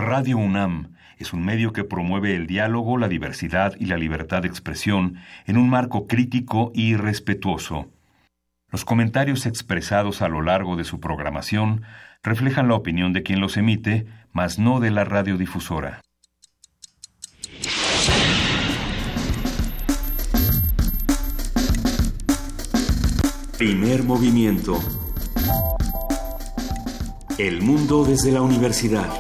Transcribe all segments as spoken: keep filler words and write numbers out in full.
Radio UNAM es un medio que promueve el diálogo, la diversidad y la libertad de expresión en un marco crítico y respetuoso. Los comentarios expresados a lo largo de su programación reflejan la opinión de quien los emite, mas no de la radiodifusora. Primer movimiento. El mundo desde la universidad.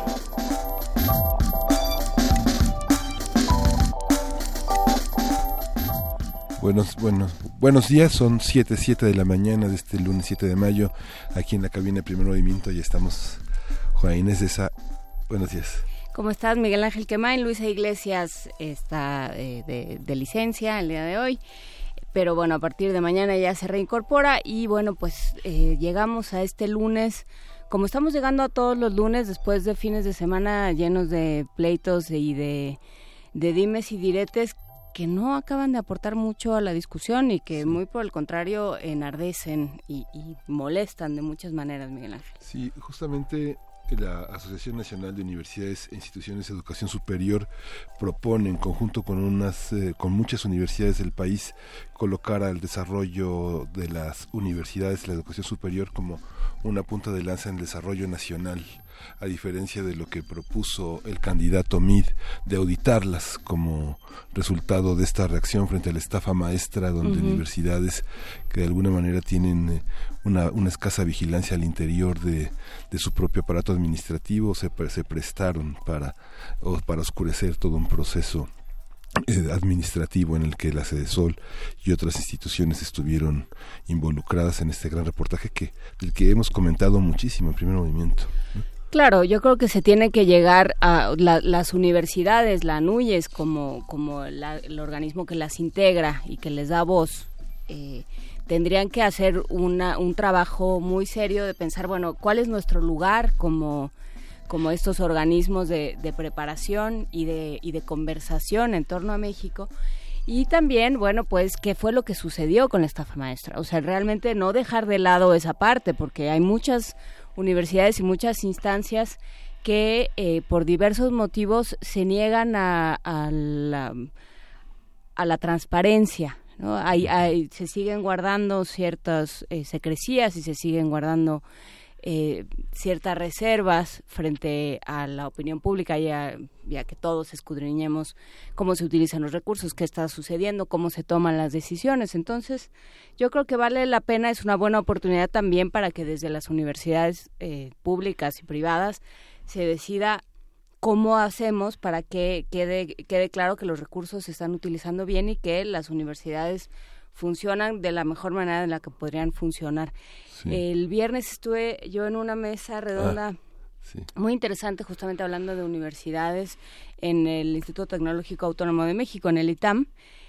Buenos, buenos, buenos días, son siete, siete de la mañana de este lunes siete de mayo, aquí en la cabina de Primer Movimiento, y estamos Juana Inés de esa. Buenos días. ¿Cómo estás, Miguel Ángel Quemain? Luisa Iglesias está eh, de, de licencia el día de hoy, pero bueno, a partir de mañana ya se reincorpora y bueno, pues eh, llegamos a este lunes, como estamos llegando a todos los lunes después de fines de semana llenos de pleitos y de, de dimes y diretes, que no acaban de aportar mucho a la discusión y que muy por el contrario enardecen y, y molestan de muchas maneras, Miguel Ángel. Sí, justamente la Asociación Nacional de Universidades e Instituciones de Educación Superior propone, en conjunto con unas eh, con muchas universidades del país, colocar al desarrollo de las universidades, la educación superior, como una punta de lanza en el desarrollo nacional, a diferencia de lo que propuso el candidato Mid, de auditarlas como resultado de esta reacción frente a la estafa maestra, donde uh-huh. universidades que de alguna manera tienen una, una escasa vigilancia al interior de, de su propio aparato administrativo, se, se prestaron para, o para oscurecer todo un proceso Eh, administrativo en el que la Sedesol y otras instituciones estuvieron involucradas en este gran reportaje que del que hemos comentado muchísimo en Primer Movimiento. Claro, yo creo que se tiene que llegar a la, las universidades, la ANUYES, como, como la, el organismo que las integra y que les da voz, eh, tendrían que hacer una, un trabajo muy serio de pensar, bueno, ¿cuál es nuestro lugar como como estos organismos de, de preparación y de, y de conversación en torno a México? Y también, bueno, pues, ¿qué fue lo que sucedió con la estafa maestra? O sea, realmente no dejar de lado esa parte, porque hay muchas universidades y muchas instancias que eh, por diversos motivos se niegan a, a, la, a la transparencia, ¿no? Hay, hay, se siguen guardando ciertas eh, secrecías y se siguen guardando Eh, ciertas reservas frente a la opinión pública, ya, ya que todos escudriñemos cómo se utilizan los recursos, qué está sucediendo, cómo se toman las decisiones. Entonces, yo creo que vale la pena, es una buena oportunidad también para que desde las universidades eh, públicas y privadas se decida cómo hacemos para que quede, quede claro que los recursos se están utilizando bien y que las universidades funcionan de la mejor manera en la que podrían funcionar. Sí. El viernes estuve yo en una mesa redonda ah, sí. muy interesante, justamente hablando de universidades, en el Instituto Tecnológico Autónomo de México, en el ITAM.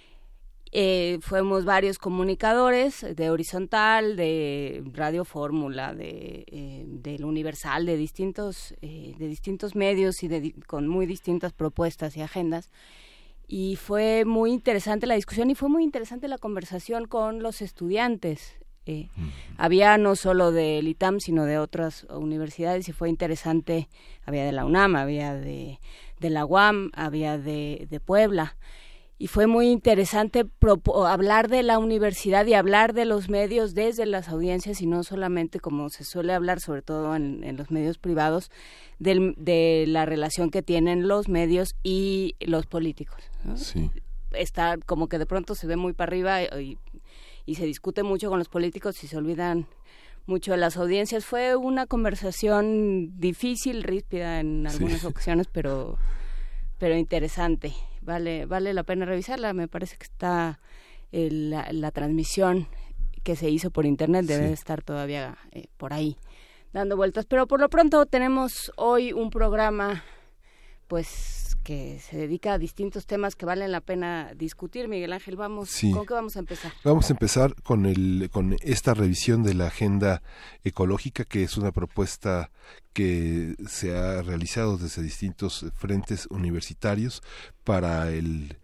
Eh, fuimos varios comunicadores de Horizontal, de Radio Fórmula, de eh, del Universal, de distintos eh, de distintos medios y de, con muy distintas propuestas y agendas. Y fue muy interesante la discusión y fue muy interesante la conversación con los estudiantes. Eh, uh-huh. Había no solo del ITAM, sino de otras universidades y fue interesante. Había de la UNAM, había de, de la U A M, había de, de Puebla. Y fue muy interesante propo- hablar de la universidad y hablar de los medios desde las audiencias y no solamente como se suele hablar, sobre todo en, en los medios privados, del, de la relación que tienen los medios y los políticos, ¿no? Sí. Está como que de pronto se ve muy para arriba y, y se discute mucho con los políticos y se olvidan mucho de las audiencias. Fue una conversación difícil, ríspida en algunas sí. ocasiones, pero pero interesante. Vale vale la pena revisarla. Me parece que está el, la, la transmisión que se hizo por internet debe sí. estar todavía eh, por ahí dando vueltas, pero por lo pronto tenemos hoy un programa pues que se dedica a distintos temas que valen la pena discutir. Miguel Ángel, vamos, sí. ¿con qué vamos a empezar? Vamos a empezar con el con esta revisión de la agenda ecológica, que es una propuesta que se ha realizado desde distintos frentes universitarios para el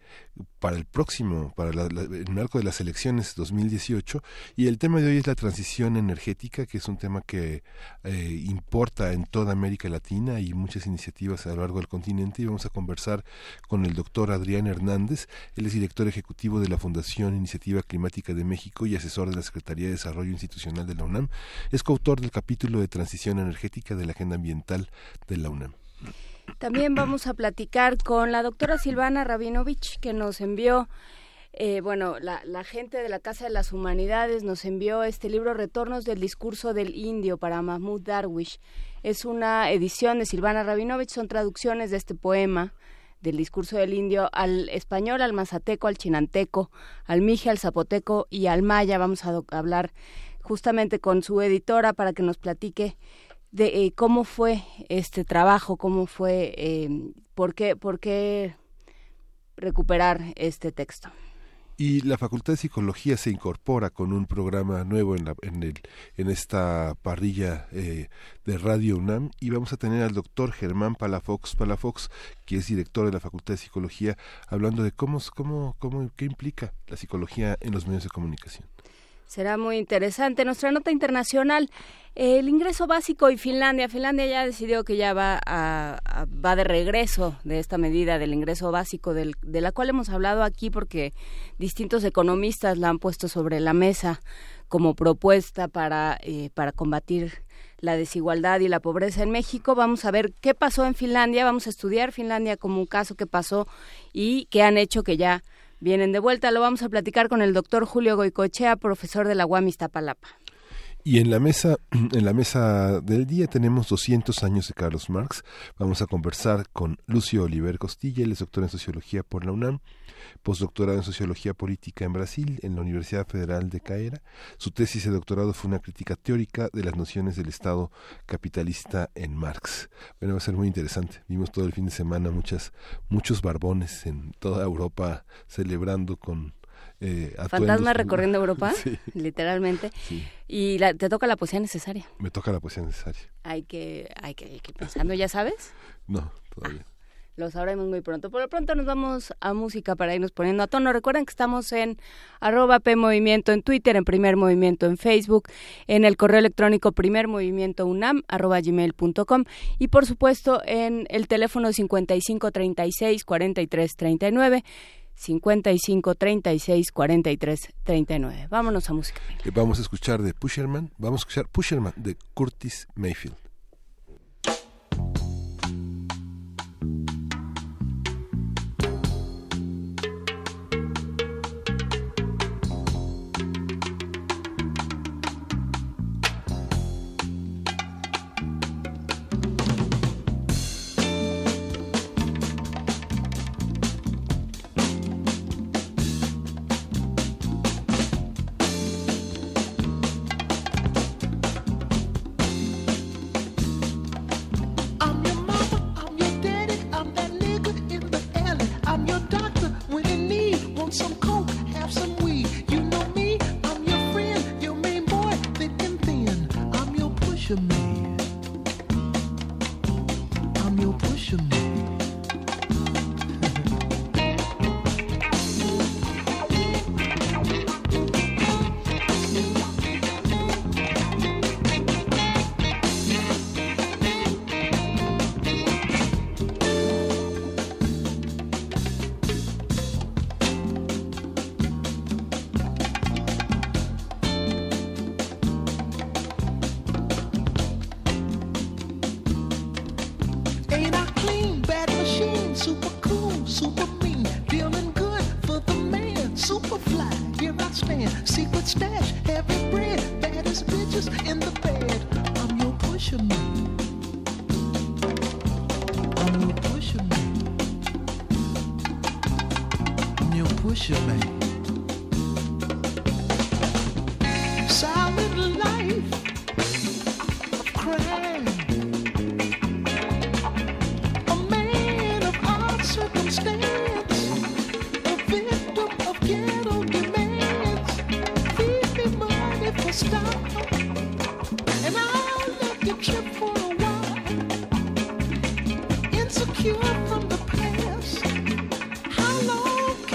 para el próximo, para la, la, el marco de las elecciones dos mil dieciocho, y el tema de hoy es la transición energética, que es un tema que eh, importa en toda América Latina y muchas iniciativas a lo largo del continente, y vamos a conversar con el doctor Adrián Hernández. Él es director ejecutivo de la Fundación Iniciativa Climática de México y asesor de la Secretaría de Desarrollo Institucional de la UNAM. Es coautor del capítulo de transición energética de la Agenda Ambiental de la UNAM. También vamos a platicar con la doctora Silvana Rabinovich, que nos envió, eh, bueno, la, la gente de la Casa de las Humanidades nos envió este libro Retornos del Discurso del Indio para Mahmoud Darwish. Es una edición de Silvana Rabinovich, son traducciones de este poema del Discurso del Indio al español, al mazateco, al chinanteco, al mije, al zapoteco y al maya. Vamos a do- hablar justamente con su editora para que nos platique de eh, cómo fue este trabajo, cómo fue, eh, por qué, por qué recuperar este texto. Y la Facultad de Psicología se incorpora con un programa nuevo en, la, en, el, en esta parrilla eh, de Radio UNAM, y vamos a tener al doctor Germán Palafox Palafox, que es director de la Facultad de Psicología, hablando de cómo, cómo, cómo qué implica la psicología en los medios de comunicación. Será muy interesante. Nuestra nota internacional, eh, el ingreso básico y Finlandia. Finlandia ya decidió que ya va a, a, va de regreso de esta medida del ingreso básico, del, de la cual hemos hablado aquí porque distintos economistas la han puesto sobre la mesa como propuesta para, eh, para combatir la desigualdad y la pobreza en México. Vamos a ver qué pasó en Finlandia, vamos a estudiar Finlandia como un caso que pasó y qué han hecho que ya vienen de vuelta. Lo vamos a platicar con el doctor Julio Goicoechea, profesor de la U A M Iztapalapa. Y en la mesa, en la mesa del día tenemos doscientos años de Carlos Marx. Vamos a conversar con Lucio Oliver Costilla. Él es doctor en Sociología por la UNAM, postdoctorado en Sociología Política en Brasil, en la Universidad Federal de Caera. Su tesis de doctorado fue una crítica teórica de las nociones del Estado capitalista en Marx. Bueno, va a ser muy interesante. Vimos todo el fin de semana muchas, muchos barbones en toda Europa celebrando con Eh, Fantasma recorriendo Europa, sí. Literalmente. Sí. Y la, te toca la poesía necesaria. Me toca la poesía necesaria. Hay que, hay que, hay que ir pensando, ¿ya sabes? No, todavía. Ah, lo sabremos muy pronto. Por lo pronto nos vamos a música para irnos poniendo a tono. Recuerden que estamos en arroba P Movimiento en Twitter, en Primer Movimiento en Facebook, en el correo electrónico primermovimientounam arroba gmail punto com y por supuesto en el teléfono cincuenta y cinco treinta y seis cuarenta y tres treinta y nueve. cincuenta y cinco treinta y seis cuarenta y tres treinta y nueve. Vámonos a música. Eh, vamos a escuchar de Pusherman, vamos a escuchar Pusherman de Curtis Mayfield. Insecure from the past. How long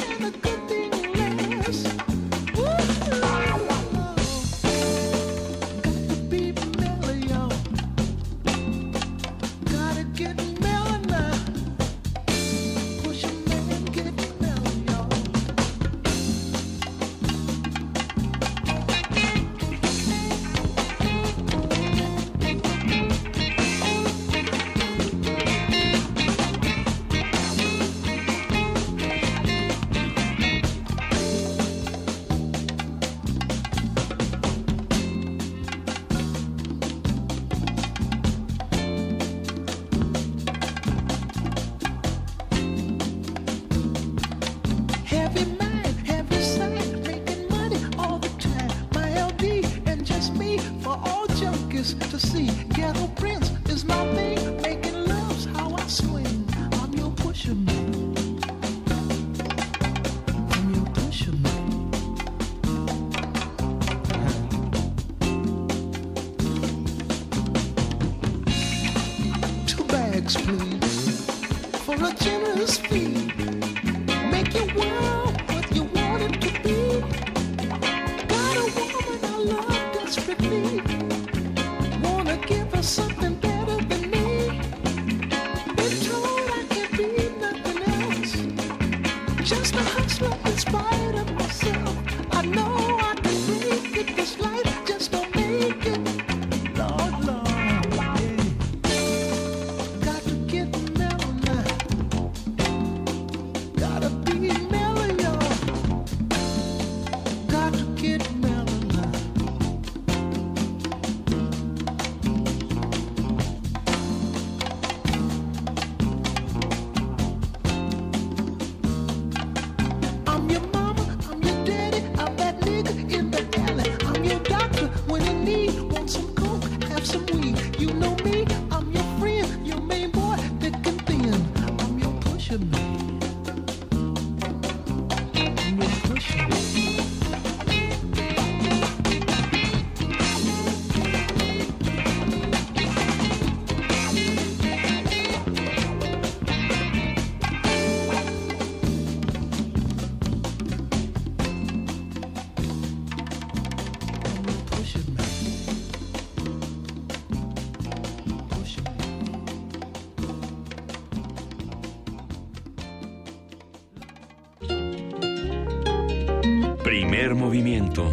Primer movimiento.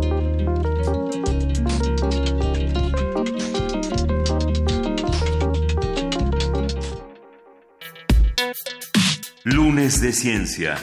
Lunes de Ciencia.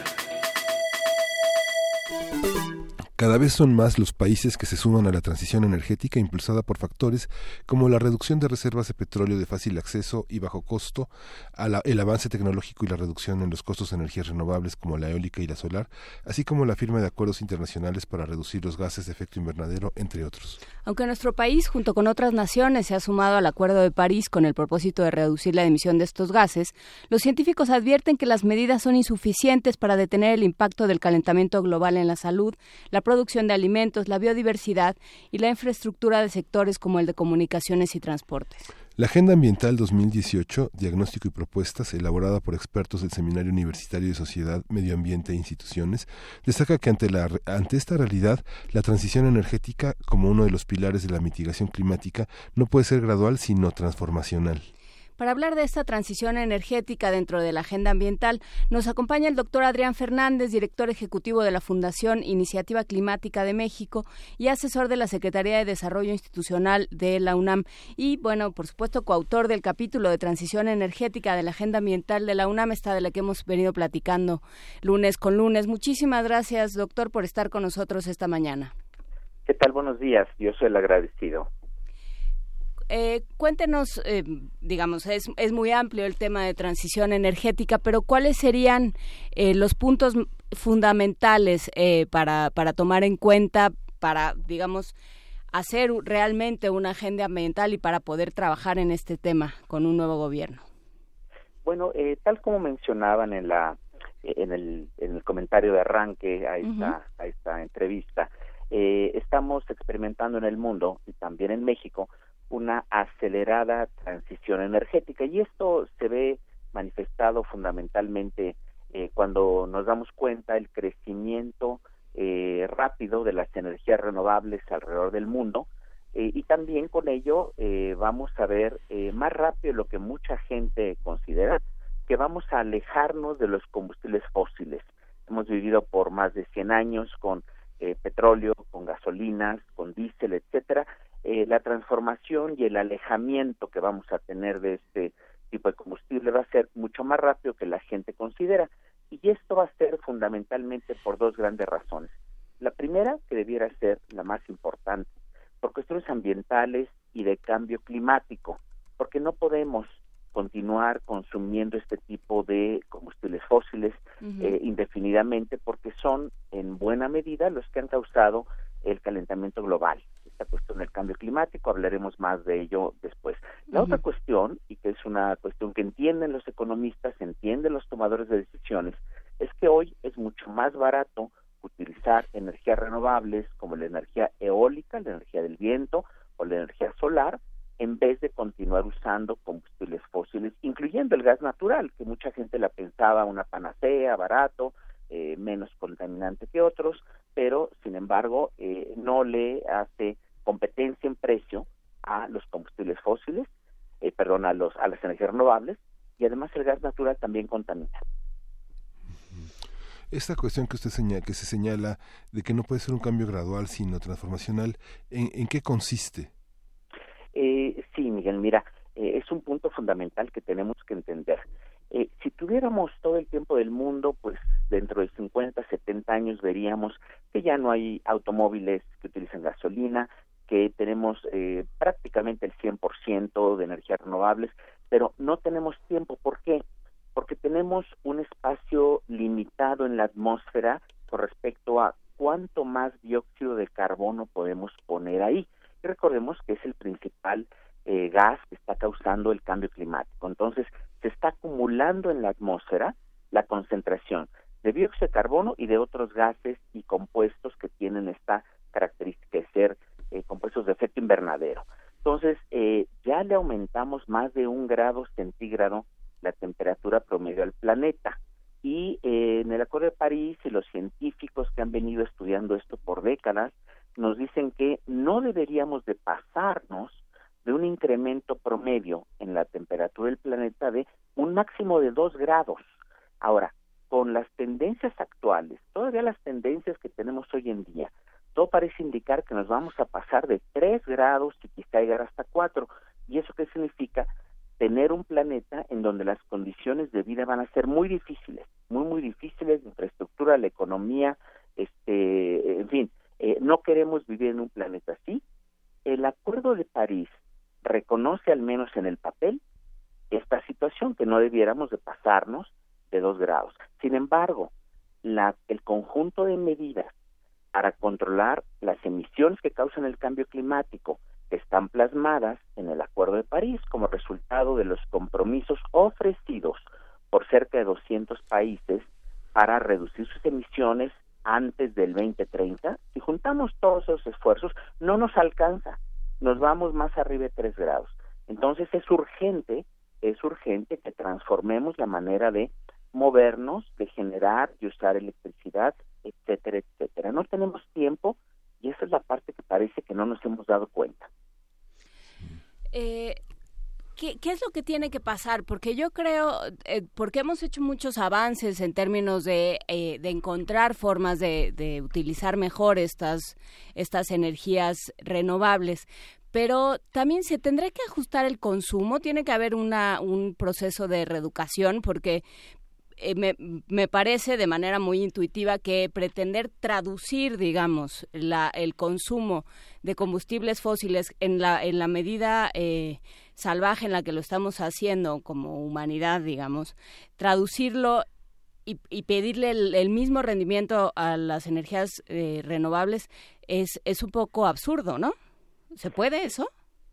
Cada vez son más los países que se suman a la transición energética impulsada por factores como la reducción de reservas de petróleo de fácil acceso y bajo costo, a la, el avance tecnológico y la reducción en los costos de energías renovables como la eólica y la solar, así como la firma de acuerdos internacionales para reducir los gases de efecto invernadero, entre otros. Aunque nuestro país, junto con otras naciones, se ha sumado al Acuerdo de París con el propósito de reducir la emisión de estos gases, los científicos advierten que las medidas son insuficientes para detener el impacto del calentamiento global en la salud, la producción de alimentos, la biodiversidad y la infraestructura de sectores como el de comunicaciones y transportes. La Agenda Ambiental dos mil dieciocho, Diagnóstico y Propuestas, elaborada por expertos del Seminario Universitario de Sociedad, Medio Ambiente e Instituciones, destaca que ante, la, ante esta realidad, la transición energética, como uno de los pilares de la mitigación climática, no puede ser gradual, sino transformacional. Para hablar de esta transición energética dentro de la agenda ambiental, nos acompaña el doctor Adrián Fernández, director ejecutivo de la Fundación Iniciativa Climática de México y asesor de la Secretaría de Desarrollo Institucional de la UNAM. Y, bueno, por supuesto, coautor del capítulo de transición energética de la agenda ambiental de la UNAM, esta de la que hemos venido platicando lunes con lunes. Muchísimas gracias, doctor, por estar con nosotros esta mañana. ¿Qué tal? Buenos días. Yo soy el agradecido. Eh, cuéntenos, eh, digamos, es, es muy amplio el tema de transición energética, pero ¿cuáles serían eh, los puntos fundamentales eh, para, para tomar en cuenta, para, digamos, hacer realmente una agenda ambiental y para poder trabajar en este tema con un nuevo gobierno? Bueno, eh, tal como mencionaban en la en el, en el comentario de arranque a esta, uh-huh. a esta entrevista, eh, estamos experimentando en el mundo y también en México una acelerada transición energética, y esto se ve manifestado fundamentalmente eh, cuando nos damos cuenta del crecimiento eh, rápido de las energías renovables alrededor del mundo, eh, y también con ello eh, vamos a ver eh, más rápido lo que mucha gente considera, que vamos a alejarnos de los combustibles fósiles. Hemos vivido por más de cien años con eh, petróleo, con gasolinas, con diésel, etcétera. Eh, la transformación y el alejamiento que vamos a tener de este tipo de combustible va a ser mucho más rápido que la gente considera, y esto va a ser fundamentalmente por dos grandes razones. La primera, que debiera ser la más importante, por cuestiones ambientales y de cambio climático, porque no podemos continuar consumiendo este tipo de combustibles fósiles uh-huh. eh, indefinidamente, porque son en buena medida los que han causado el calentamiento global. Esta cuestión del cambio climático, hablaremos más de ello después. La uh-huh. otra cuestión, y que es es una cuestión que entienden los economistas, entienden los tomadores de decisiones, es que hoy es mucho más barato utilizar energías renovables como la energía eólica, la energía del viento o la energía solar, en vez de continuar usando combustibles fósiles, incluyendo el gas natural, que mucha gente la pensaba una panacea, barato, eh, menos contaminante que otros, pero sin embargo eh, no le hace competencia en precio a los combustibles fósiles, eh, perdón, a los a las energías renovables, y además el gas natural también contamina. Esta cuestión que usted señala, que se señala de que no puede ser un cambio gradual sino transformacional, ¿en, en qué consiste? Eh, sí, Miguel, mira, eh, es un punto fundamental que tenemos que entender. Eh, si tuviéramos todo el tiempo del mundo, pues dentro de cincuenta, setenta años veríamos que ya no hay automóviles que utilizan gasolina, que tenemos eh, prácticamente el cien por ciento de energías renovables, pero no tenemos tiempo. ¿Por qué? Porque tenemos un espacio limitado en la atmósfera con respecto a cuánto más dióxido de carbono podemos poner ahí. Y recordemos que es el principal eh, gas que está causando el cambio climático. Entonces, se está acumulando en la atmósfera la concentración de dióxido de carbono y de otros gases y compuestos que tienen esta característica de ser eh, compuestos de efecto invernadero. Entonces, eh, ya le aumentamos más de un grado centígrado la temperatura promedio al planeta. Y eh, en el Acuerdo de París y los científicos que han venido estudiando esto por décadas nos dicen que no deberíamos de pasarnos de un incremento promedio en la temperatura del planeta de un máximo de dos grados. Ahora, con las tendencias actuales, todavía las tendencias que tenemos hoy en día, todo parece indicar que nos vamos a pasar de tres grados y quizá llegar hasta cuatro. ¿Y eso qué significa? Tener un planeta en donde las condiciones de vida van a ser muy difíciles, muy, muy difíciles, la infraestructura, la economía, este, en fin, eh, no queremos vivir en un planeta así. El Acuerdo de París reconoce, al menos en el papel, esta situación, que no debiéramos de pasarnos de dos grados. Sin embargo, la, el conjunto de medidas para controlar las emisiones que causan el cambio climático, que están plasmadas en el Acuerdo de París como resultado de los compromisos ofrecidos por cerca de doscientos países para reducir sus emisiones antes del veinte treinta, si juntamos todos esos esfuerzos, no nos alcanza, nos vamos más arriba de tres grados. Entonces es urgente, es urgente que transformemos la manera de movernos, de generar, de usar electricidad, etcétera, etcétera. No tenemos tiempo y esa es la parte que parece que no nos hemos dado cuenta. Eh, ¿qué, ¿Qué es lo que tiene que pasar? Porque yo creo, eh, porque hemos hecho muchos avances en términos de, eh, de encontrar formas de, de utilizar mejor estas, estas energías renovables, pero también se tendrá que ajustar el consumo, tiene que haber una, un proceso de reeducación, porque Eh, me, me parece de manera muy intuitiva que pretender traducir, digamos, la, el consumo de combustibles fósiles en la, en la medida eh, salvaje en la que lo estamos haciendo como humanidad, digamos, traducirlo y, y pedirle el, el mismo rendimiento a las energías eh, renovables es, es un poco absurdo, ¿no? ¿Se puede eso?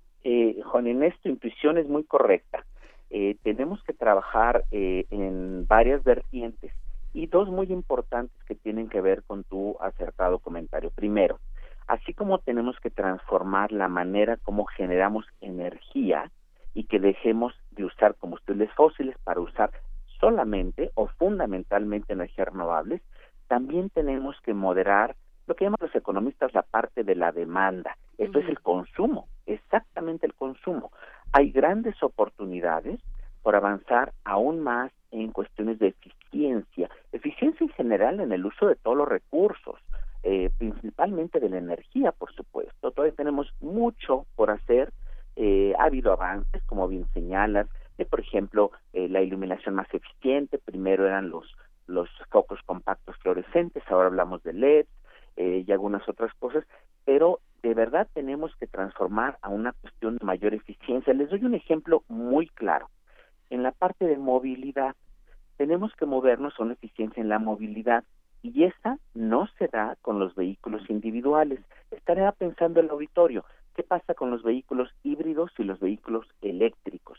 Eh, Juan Inés, tu intuición es muy correcta. Eh, tenemos que trabajar eh, en varias vertientes y dos muy importantes que tienen que ver con tu acertado comentario. Primero, así como tenemos que transformar la manera como generamos energía y que dejemos de usar combustibles fósiles para usar solamente o fundamentalmente energías renovables, también tenemos que moderar lo que llaman los economistas la parte de la demanda. Esto uh-huh. es el consumo, exactamente el consumo. Hay grandes oportunidades por avanzar aún más en cuestiones de eficiencia, eficiencia en general en el uso de todos los recursos, eh, principalmente de la energía, por supuesto. Todavía tenemos mucho por hacer, eh, ha habido avances, como bien señalas, de, por ejemplo, eh, la iluminación más eficiente, primero eran los, los focos compactos fluorescentes, ahora hablamos de L E D eh, y algunas otras cosas, pero de verdad tenemos que transformar a una cuestión de mayor eficiencia. Les doy un ejemplo muy claro. En la parte de movilidad, tenemos que movernos a una eficiencia en la movilidad y esa no se da con los vehículos individuales. Estaré pensando el auditorio, ¿qué pasa con los vehículos híbridos y los vehículos eléctricos?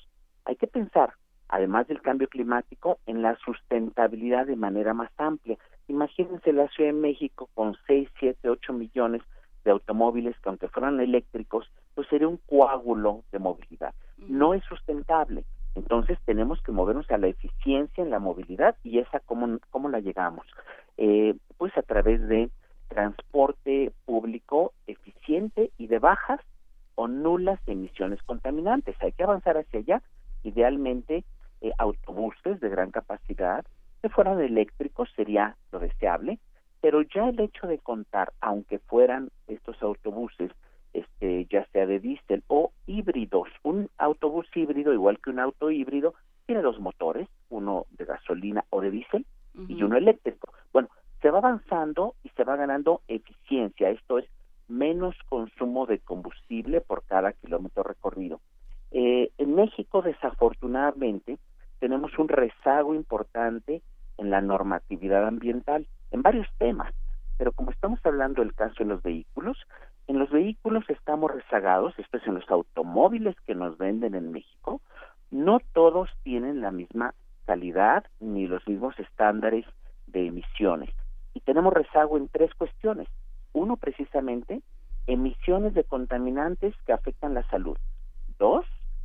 hay que pensar, además del cambio climático, en la sustentabilidad de manera más amplia. Imagínense la Ciudad de México con seis, siete, ocho millones de automóviles que aunque fueran eléctricos, pues sería un coágulo de movilidad. No es sustentable. Entonces tenemos que movernos a la eficiencia en la movilidad y esa cómo, cómo la llegamos. Eh, pues a través de transporte público eficiente y de bajas o nulas emisiones contaminantes. Hay que avanzar hacia allá, idealmente eh, autobuses de gran capacidad que fueran eléctricos sería lo deseable, pero ya el hecho de contar, aunque fueran estos autobuses, este, ya sea de diésel o híbridos, un autobús híbrido, igual que un auto híbrido, tiene dos motores, uno de gasolina o de diésel uh-huh. y uno eléctrico. Bueno, se va avanzando y se va ganando eficiencia, esto es menos consumo de combustible por cada kilómetro recorrido. Eh, en México, desafortunadamente, tenemos un rezago importante en la normatividad ambiental, en varios temas, pero como estamos hablando del caso de los vehículos, en los vehículos estamos rezagados, esto es en los automóviles que nos venden en México, no todos tienen la misma calidad ni los mismos estándares de emisiones. Y tenemos rezago en tres cuestiones. Uno, precisamente, emisiones de contaminantes que afectan la salud. Dos,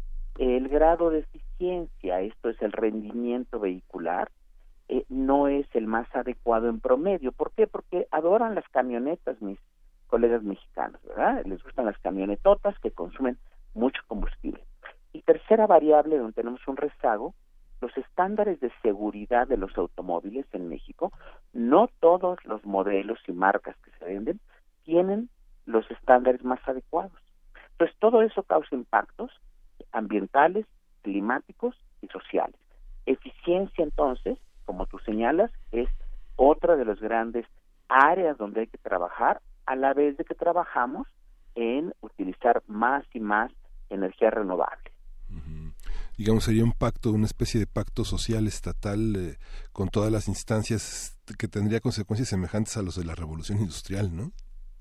el grado de eficiencia, esto es el rendimiento vehicular, eh, no es el más adecuado en promedio. ¿Por qué? Porque adoran las camionetas mis colegas mexicanos, ¿verdad? Les gustan las camionetotas que consumen mucho combustible. Y tercera variable donde tenemos un rezago, los estándares de seguridad de los automóviles en México, no todos los modelos y marcas que se venden tienen los estándares más adecuados. Entonces, todo eso causa impactos ambientales, climáticos y sociales. Eficiencia, entonces, como tú señalas, es otra de las grandes áreas donde hay que trabajar, a la vez de que trabajamos en utilizar más y más energías renovables. Uh-huh. Digamos, sería un pacto, una especie de pacto social estatal eh, con todas las instancias que tendría consecuencias semejantes a los de la revolución industrial, ¿no?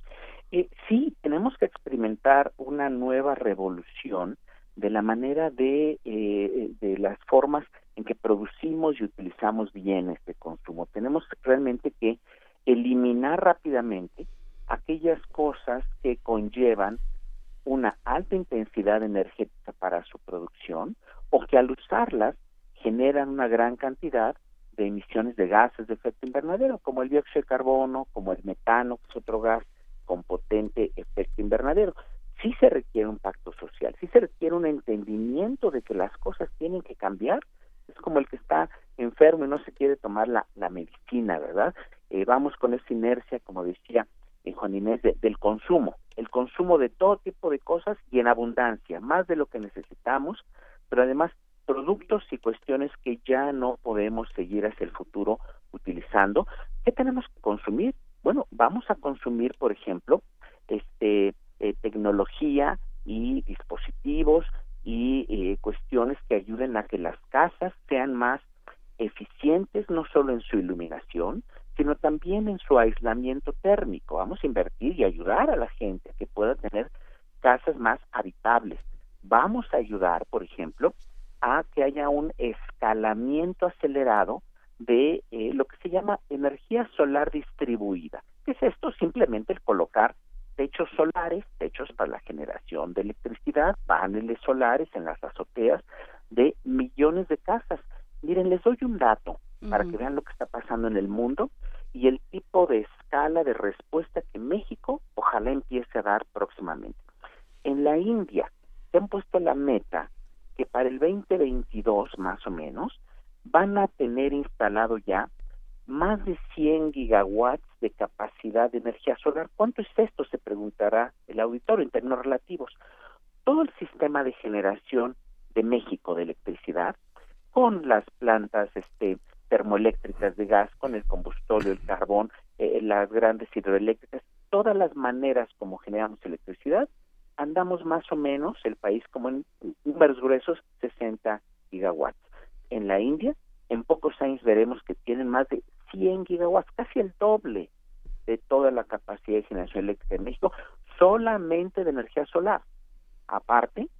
Eh, sí, tenemos que experimentar una nueva revolución de la manera de, eh, de las formas en que producimos y utilizamos bienes de consumo. Tenemos realmente que eliminar rápidamente aquellas cosas que conllevan una alta intensidad energética para su producción o que al usarlas generan una gran cantidad de emisiones de gases de efecto invernadero, como el dióxido de carbono, como el metano, que es otro gas con potente efecto invernadero. Sí se requiere un pacto social, sí se requiere un entendimiento de que las cosas tienen que cambiar. Es como el que está enfermo y no se quiere tomar la, la medicina, ¿verdad? Eh, vamos con esa inercia, como decía eh, Juan Inés, de, del consumo, el consumo de todo tipo de cosas y en abundancia, más de lo que necesitamos, pero además productos y cuestiones que ya no podemos seguir hacia el futuro utilizando. ¿Qué tenemos que consumir? Bueno, vamos a consumir, por ejemplo, este eh, tecnología y dispositivos y eh, cuestiones que ayuden a que las casas sean más eficientes, no solo en su iluminación, sino también en su aislamiento térmico. Vamos a invertir y ayudar a la gente a que pueda tener casas más habitables. Vamos a ayudar, por ejemplo, a que haya un escalamiento acelerado de eh, lo que se llama energía solar distribuida. ¿Qué es esto? Simplemente el colocar techos solares, techos para la generación de electricidad, paneles solares en las azoteas de millones de casas. Miren, les doy un dato uh-huh. para que vean lo que está pasando en el mundo y el tipo de escala de respuesta que México ojalá empiece a dar próximamente. En la India se han puesto la meta que para el veinte veintidós más o menos van a tener instalado ya más de cien gigawatts de capacidad de energía solar. ¿Cuánto es esto? Se preguntará el auditorio en términos relativos. Todo el sistema de generación de México de electricidad, con las plantas este, termoeléctricas de gas, con el combustorio, el carbón, eh, las grandes hidroeléctricas, todas las maneras como generamos electricidad, andamos más o menos, el país como en números gruesos, sesenta gigawatts. En la India, en pocos años veremos que tienen más de cien gigawatts, casi el doble de toda la capacidad de generación eléctrica en México, solamente de energía solar. Aparte,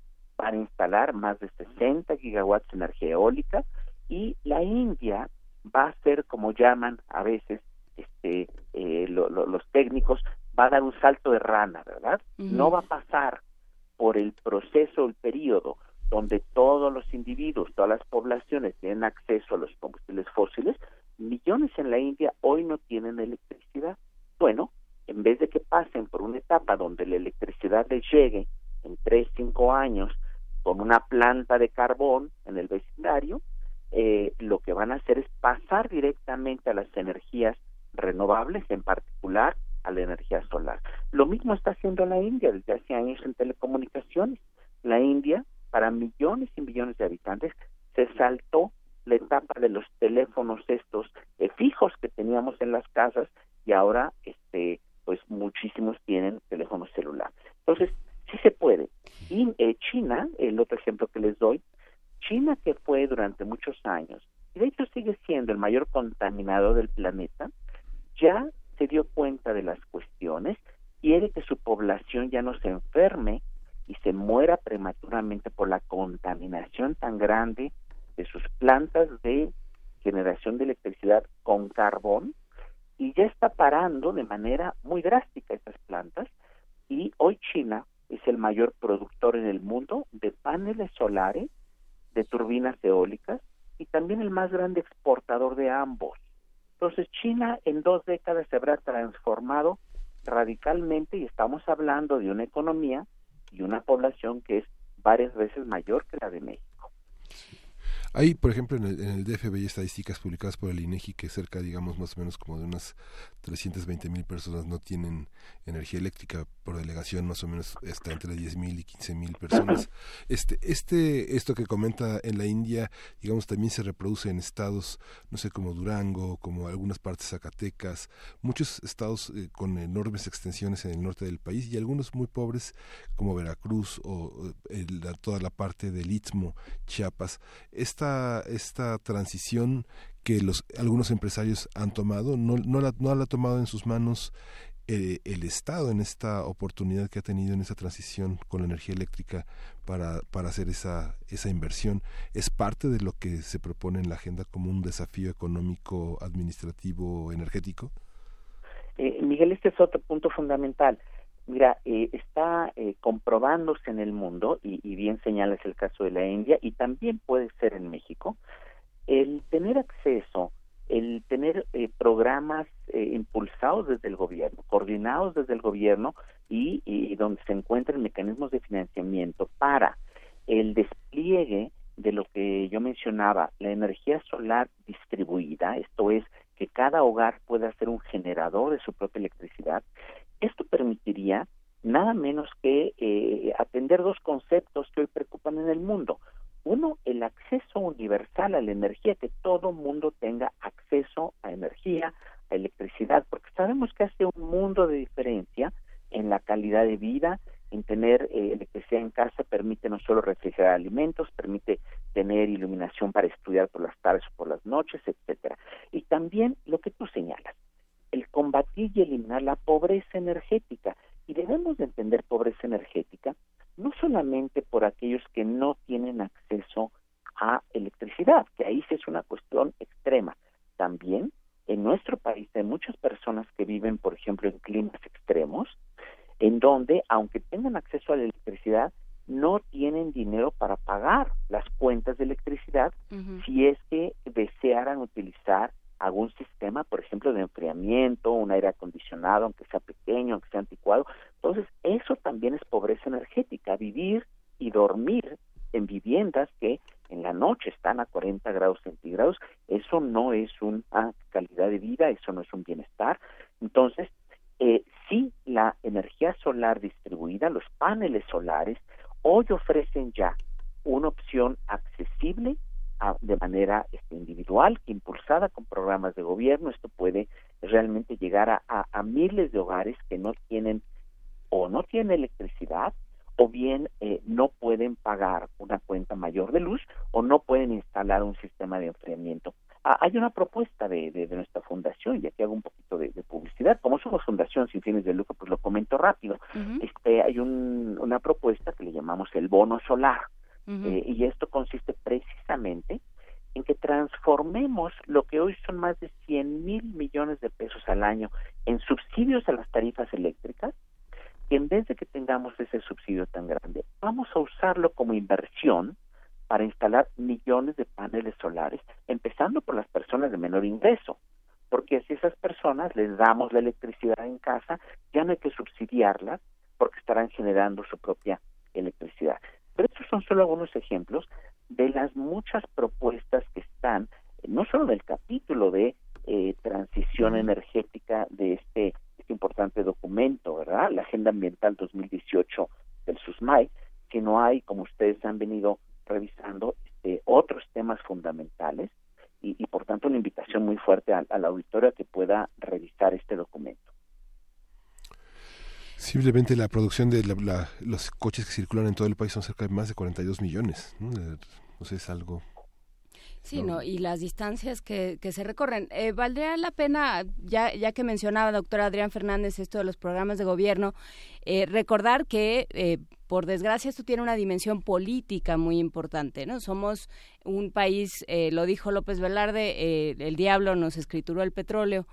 para instalar más de sesenta gigawatts de energía eólica, y la India va a hacer, como llaman a veces este eh, lo, lo, los técnicos, va a dar un salto de rana, ¿verdad? Uh-huh. No va a pasar por el proceso, el periodo donde todos los individuos, todas las poblaciones tienen acceso a los combustibles fósiles. Millones en la India hoy no tienen electricidad. Bueno, en vez de que pasen por una etapa donde la electricidad les llegue en tres, cinco años con una planta de carbón en el vecindario, eh, lo que van a hacer es pasar directamente a las energías renovables, en particular a la energía solar. Lo mismo está haciendo la India desde hace años en telecomunicaciones. La India, para millones y millones de habitantes, se saltó la etapa de los teléfonos estos eh, fijos que teníamos en las casas, y ahora este pues muchísimos tienen teléfono celular. Entonces, sí se puede. Y eh, China, el otro ejemplo que les doy, China, que fue durante muchos años, y de hecho sigue siendo el mayor contaminador del planeta, ya se dio cuenta de las cuestiones, quiere que su población ya no se enferme y se muera prematuramente por la contaminación tan grande de sus plantas de generación de electricidad con carbón, y ya está parando de manera muy drástica estas plantas, y hoy China es el mayor productor en el mundo de paneles solares, de turbinas eólicas, y también el más grande exportador de ambos. Entonces China en dos décadas se habrá transformado radicalmente, y estamos hablando de una economía y una población que es varias veces mayor que la de México. Hay, por ejemplo, en el, en el D F B hay estadísticas publicadas por el INEGI que cerca, digamos, más o menos como de unas trescientas veinte mil personas no tienen energía eléctrica. Por delegación, más o menos está entre diez mil y quince mil personas. Este, este, esto que comenta en la India, digamos, también se reproduce en estados, no sé, como Durango, como algunas partes Zacatecas, muchos estados eh, con enormes extensiones en el norte del país, y algunos muy pobres como Veracruz o eh, la, toda la parte del Istmo, Chiapas. Esta, esta transición que los algunos empresarios han tomado, no, no, la, no la ha tomado en sus manos eh, el Estado en esta oportunidad que ha tenido en esa transición con la energía eléctrica para, para hacer esa, esa inversión. ¿Es parte de lo que se propone en la agenda como un desafío económico, administrativo, energético? Eh, Miguel, este es otro punto fundamental. Mira, eh, está eh, comprobándose en el mundo, y, y bien señalas el caso de la India, y también puede ser en México, el tener acceso, el tener eh, programas eh, impulsados desde el gobierno, coordinados desde el gobierno, y, y donde se encuentran mecanismos de financiamiento para el despliegue de lo que yo mencionaba, la energía solar distribuida, esto es, que cada hogar pueda ser un generador de su propia electricidad. Esto permitiría nada menos que eh, atender dos conceptos que hoy preocupan en el mundo. Uno, el acceso universal a la energía, que todo mundo tenga acceso a energía, a electricidad, porque sabemos que hace un mundo de diferencia en la calidad de vida, en tener eh, electricidad en casa permite no solo refrigerar alimentos, permite tener iluminación para estudiar por las tardes o por las noches, etcétera. Y también lo que tú señalas, el combatir y eliminar la pobreza energética. Y debemos de entender pobreza energética no solamente por aquellos que no tienen acceso a electricidad, que ahí sí es una cuestión extrema. También en nuestro país hay muchas personas que viven, por ejemplo, en climas extremos, en donde, aunque tengan acceso a la electricidad, no tienen dinero para pagar las cuentas de electricidad, uh-huh, si es que desearan utilizar algún sistema, por ejemplo, de enfriamiento, un aire acondicionado, aunque sea pequeño, aunque sea anticuado. Entonces, eso también es pobreza energética, vivir y dormir en viviendas que en la noche están a cuarenta grados centígrados. Eso no es una calidad de vida, eso no es un bienestar. Entonces, eh, sí, la energía solar distribuida, los paneles solares, hoy ofrecen ya una opción accesible a, de manera este, individual, que impulsada con programas de gobierno. Esto puede realmente llegar a, a, a miles de hogares que no tienen o no tienen electricidad, o bien eh, no pueden pagar una cuenta mayor de luz, o no pueden instalar un sistema de enfriamiento. Ah, hay una propuesta de, de, de nuestra fundación, y aquí hago un poquito de, de publicidad. Como somos fundación sin fines de lucro, pues lo comento rápido. Uh-huh. Este, hay un, una propuesta que le llamamos el bono solar, uh-huh. eh, y esto consiste precisamente en que transformemos lo que hoy son más de cien mil millones de pesos al año en subsidios a las tarifas eléctricas, que en vez de que tengamos ese subsidio tan grande, vamos a usarlo como inversión para instalar millones de paneles solares, empezando por las personas de menor ingreso, porque si a esas personas les damos la electricidad en casa, ya no hay que subsidiarlas porque estarán generando su propia electricidad. Pero estos son solo algunos ejemplos de las muchas propuestas que están, no solo en el capítulo de eh, transición energética de este, este importante documento, ¿verdad? La Agenda Ambiental dos mil dieciocho del SUSMAI, sino hay, como ustedes han venido revisando, este, otros temas fundamentales y, y por tanto una invitación muy fuerte al, al auditorio a que pueda revisar este documento. Simplemente la producción de la, la, los coches que circulan en todo el país son cerca de más de cuarenta y dos millones, ¿no? No sé, es algo... Sí, no. no, y las distancias que, que se recorren. Eh, valdría la pena, ya, ya que mencionaba, doctora Adrián Fernández, esto de los programas de gobierno, eh, recordar que, eh, por desgracia, esto tiene una dimensión política muy importante, ¿no? Somos un país, eh, lo dijo López Velarde, eh, el diablo nos escrituró el petróleo.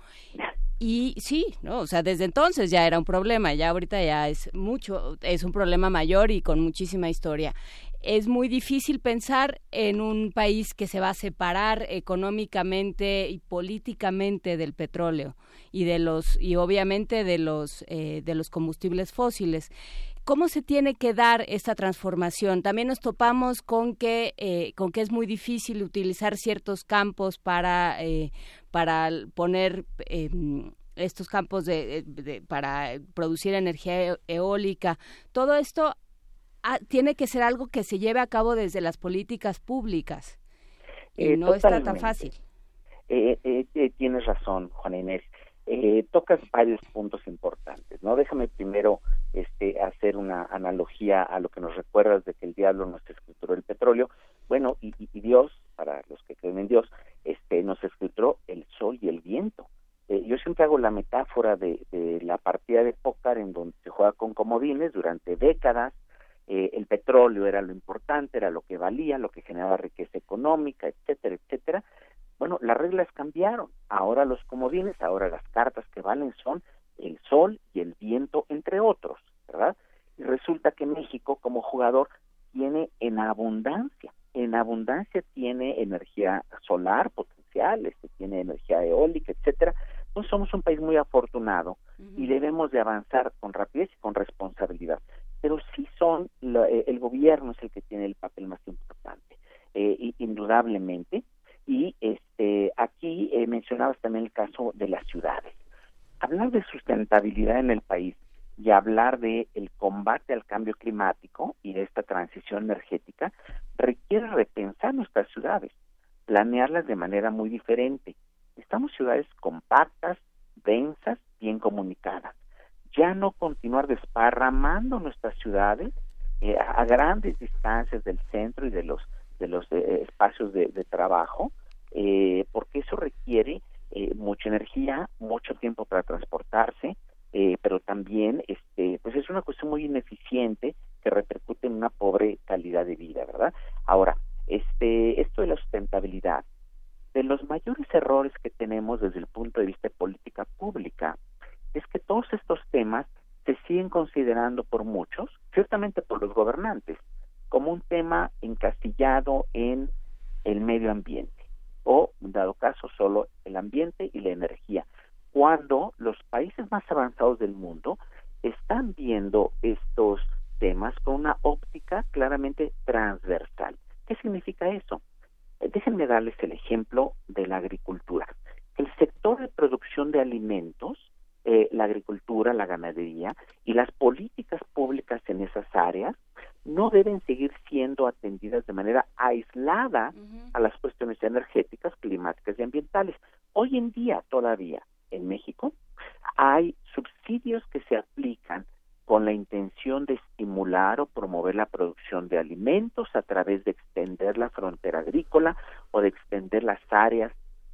Y sí, no, o sea, desde entonces ya era un problema, ya ahorita ya es mucho, es un problema mayor y con muchísima historia. Es muy difícil pensar en un país que se va a separar económicamente y políticamente del petróleo y de los y obviamente de los eh, de los combustibles fósiles. ¿Cómo se tiene que dar esta transformación? También nos topamos con que eh, con que es muy difícil utilizar ciertos campos para eh, para poner eh, estos campos de, de, de para producir energía eólica. Todo esto ah, tiene que ser algo que se lleve a cabo desde las políticas públicas y eh, no totalmente. Está tan fácil. Eh, eh, eh, tienes razón, Juana Inés. Eh, tocas varios puntos importantes, ¿no? Déjame primero este, hacer una analogía a lo que nos recuerdas de que el diablo nos escrituró el petróleo. Bueno, y, y, y Dios, para los que creen en Dios, este, nos escrituró el sol y el viento. Eh, yo siempre hago la metáfora de, de la partida de póker en donde se juega con comodines durante décadas. Eh, el petróleo era lo importante, era lo que valía, lo que generaba riqueza económica, etcétera, etcétera. Bueno, las reglas cambiaron. Ahora los comodines, ahora las cartas que valen son el sol y el viento, entre otros, ¿verdad? Y resulta que México, como jugador, tiene en abundancia, en abundancia tiene energía solar potencial, este, tiene energía eólica, etcétera. Entonces somos un país muy afortunado uh-huh. y debemos de avanzar con rapidez y con responsabilidad. Pero sí son, la, eh, el gobierno es el que tiene el papel más importante, eh, y, indudablemente. Y este aquí eh, mencionabas también el caso de las ciudades. Hablar de sustentabilidad en el país y hablar de el combate al cambio climático y de esta transición energética requiere repensar nuestras ciudades, planearlas de manera muy diferente. Estamos ciudades compactas, densas, bien comunicadas. Ya no continuar desparramando nuestras ciudades eh, a, a grandes distancias del centro y de los de los eh, espacios de, de trabajo, eh, porque eso requiere eh, mucha energía, mucho tiempo para transportarse, eh, pero también este pues es una cuestión muy ineficiente que repercute en una pobre calidad de vida, ¿verdad? Ahora, este esto de la sustentabilidad, de los mayores errores que tenemos desde el punto de vista de política pública, es que todos estos temas se siguen considerando por muchos, ciertamente por los gobernantes, como un tema encasillado en el medio ambiente, o, en dado caso, solo el ambiente y la energía, cuando los países más avanzados del mundo están viendo estos temas con una óptica claramente transversal. ¿Qué significa eso? Eh, déjenme darles el ejemplo de la agricultura. El sector de producción de alimentos, eh, la agricultura, la ganadería y las políticas públicas en esas áreas no deben seguir siendo atendidas de manera aislada uh-huh. a las cuestiones energéticas, climáticas y ambientales. Hoy en día todavía en México hay subsidios que se aplican con la intención de estimular o promover la producción de alimentos a través de extender la frontera agrícola o de extender las áreas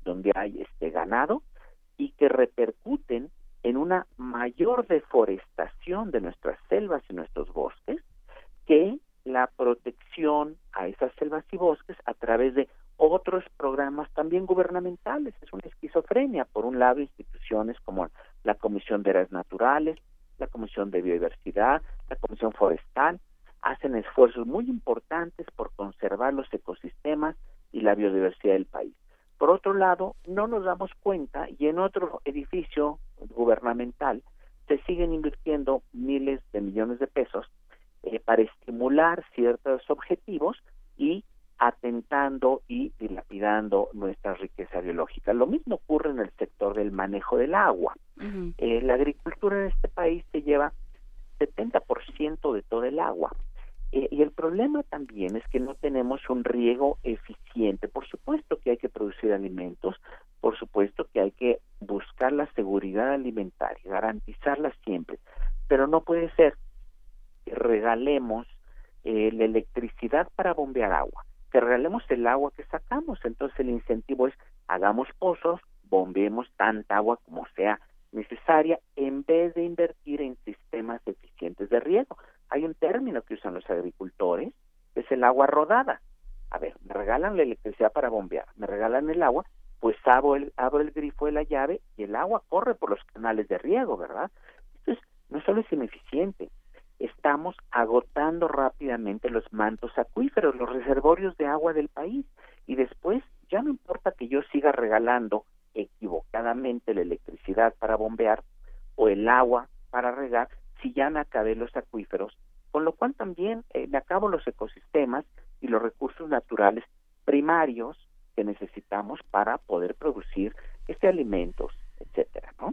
donde hay este ganado y que repercuten en una mayor deforestación de nuestras selvas y nuestros bosques que la protección a esas selvas y bosques a través de otros programas también gubernamentales. Es una esquizofrenia. Por un lado, instituciones como la Comisión de Áreas Naturales, la Comisión de Biodiversidad, la Comisión Forestal, hacen esfuerzos muy importantes por conservar los ecosistemas y la biodiversidad del país. Por otro lado, no nos damos cuenta y en otro edificio gubernamental se siguen invirtiendo miles de millones de pesos eh, para estimular ciertos objetivos y atentando y dilapidando nuestra riqueza biológica. Lo mismo ocurre en el sector del manejo del agua. Uh-huh. Eh, la agricultura en este país se lleva setenta por ciento de todo el agua. Eh, y el problema también es que no tenemos un riego eficiente. Por supuesto que hay que producir alimentos, por supuesto que hay que buscar la seguridad alimentaria, garantizarla siempre, pero no puede ser que regalemos eh, la electricidad para bombear agua, que regalemos el agua que sacamos. Entonces el incentivo es hagamos pozos, bombeemos tanta agua como sea necesaria, en vez de invertir en sistemas eficientes de riego. Hay un término que usan los agricultores, que es el agua rodada. A ver, me regalan la electricidad para bombear, me regalan el agua, pues abro el, abro el grifo de la llave y el agua corre por los canales de riego, ¿verdad? Entonces, no solo es ineficiente, estamos agotando rápidamente los mantos acuíferos, los reservorios de agua del país, y después ya no importa que yo siga regalando equivocadamente la electricidad para bombear o el agua para regar, si ya me acabé los acuíferos, con lo cual también eh, me acabo los ecosistemas y los recursos naturales primarios que necesitamos para poder producir este alimentos, etcétera, ¿no?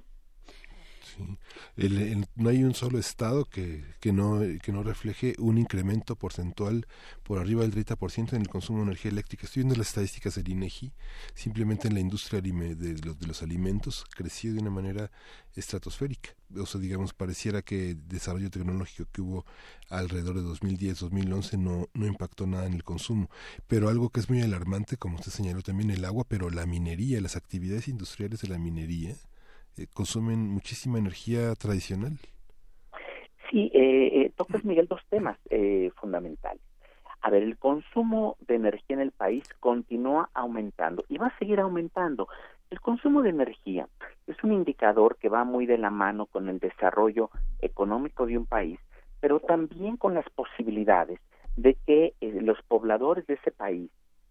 Sí. El, el, no hay un solo estado que, que no que no refleje un incremento porcentual por arriba del treinta por ciento en el consumo de energía eléctrica. Estoy viendo las estadísticas del INEGI, simplemente en la industria de los, de los alimentos creció de una manera estratosférica. O sea, digamos, pareciera que el desarrollo tecnológico que hubo alrededor de dos mil diez, dos mil once no, no impactó nada en el consumo. Pero algo que es muy alarmante, como usted señaló también, el agua, pero la minería, las actividades industriales de la minería, Eh, consumen muchísima energía tradicional. Sí, eh, eh, tocas, Miguel, dos temas eh, fundamentales. A ver, el consumo de energía en el país continúa aumentando y va a seguir aumentando. El consumo de energía es un indicador que va muy de la mano con el desarrollo económico de un país, pero también con las posibilidades de que eh, los pobladores de ese país,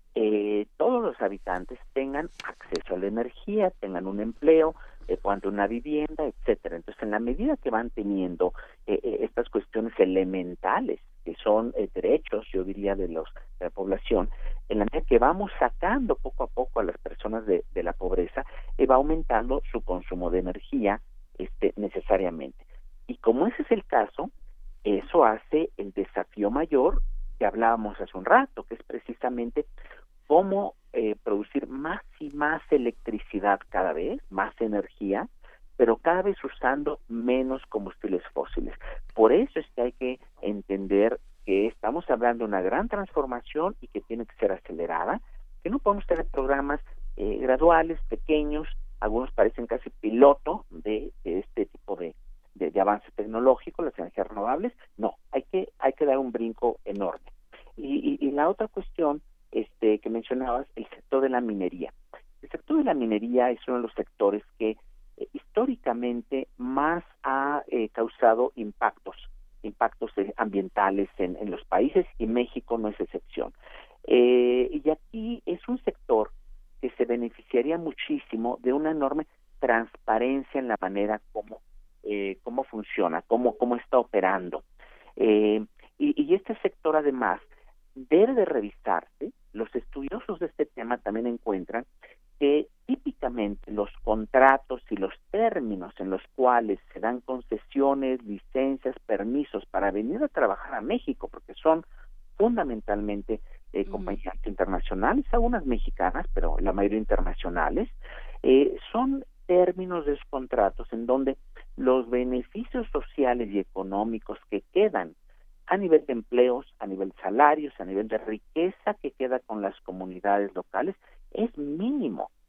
eh, todos los habitantes tengan acceso a la energía, tengan un empleo, eh, puedan tener una vivienda, etcétera. Entonces, en la medida que van teniendo eh, eh, estas cuestiones elementales, que son eh, derechos, yo diría, de los de la población, en la medida que vamos sacando poco a poco a las personas de, de la pobreza, eh, va aumentando su consumo de energía este, necesariamente. Y como ese es el caso, eso hace el desafío mayor que hablábamos hace un rato, que es precisamente cómo eh, producir más y más electricidad cada vez, más energía, pero cada vez usando menos combustibles fósiles. Por eso es que hay que entender que estamos hablando de una gran transformación y que tiene que ser acelerada, que no podemos tener programas eh, graduales, pequeños, algunos parecen casi piloto de, de este tipo de, de, de avance tecnológico, las energías renovables. No, hay que, hay que dar un brinco enorme. Y, y, y la otra cuestión este, que mencionabas, el sector de la minería. El sector de la minería es uno de los sectores que eh, históricamente más ha eh, causado impactos, impactos eh, ambientales en, en los países, y México no es excepción. Eh, y aquí es un sector que se beneficiaría muchísimo de una enorme transparencia en la manera como, eh, cómo funciona, cómo, cómo está operando. Eh, y, y este sector además debe de revisarse. Los estudiosos de este tema también encuentran que típicamente los contratos y los términos en los cuales se dan concesiones, licencias, permisos para venir a trabajar a México, porque son fundamentalmente eh, compañías mm. internacionales, algunas mexicanas, pero la mayoría internacionales, eh, son términos de esos contratos en donde los beneficios sociales y económicos que quedan a nivel de empleos, a nivel de salarios, a nivel de riqueza que queda con las comunidades locales, es mínimo.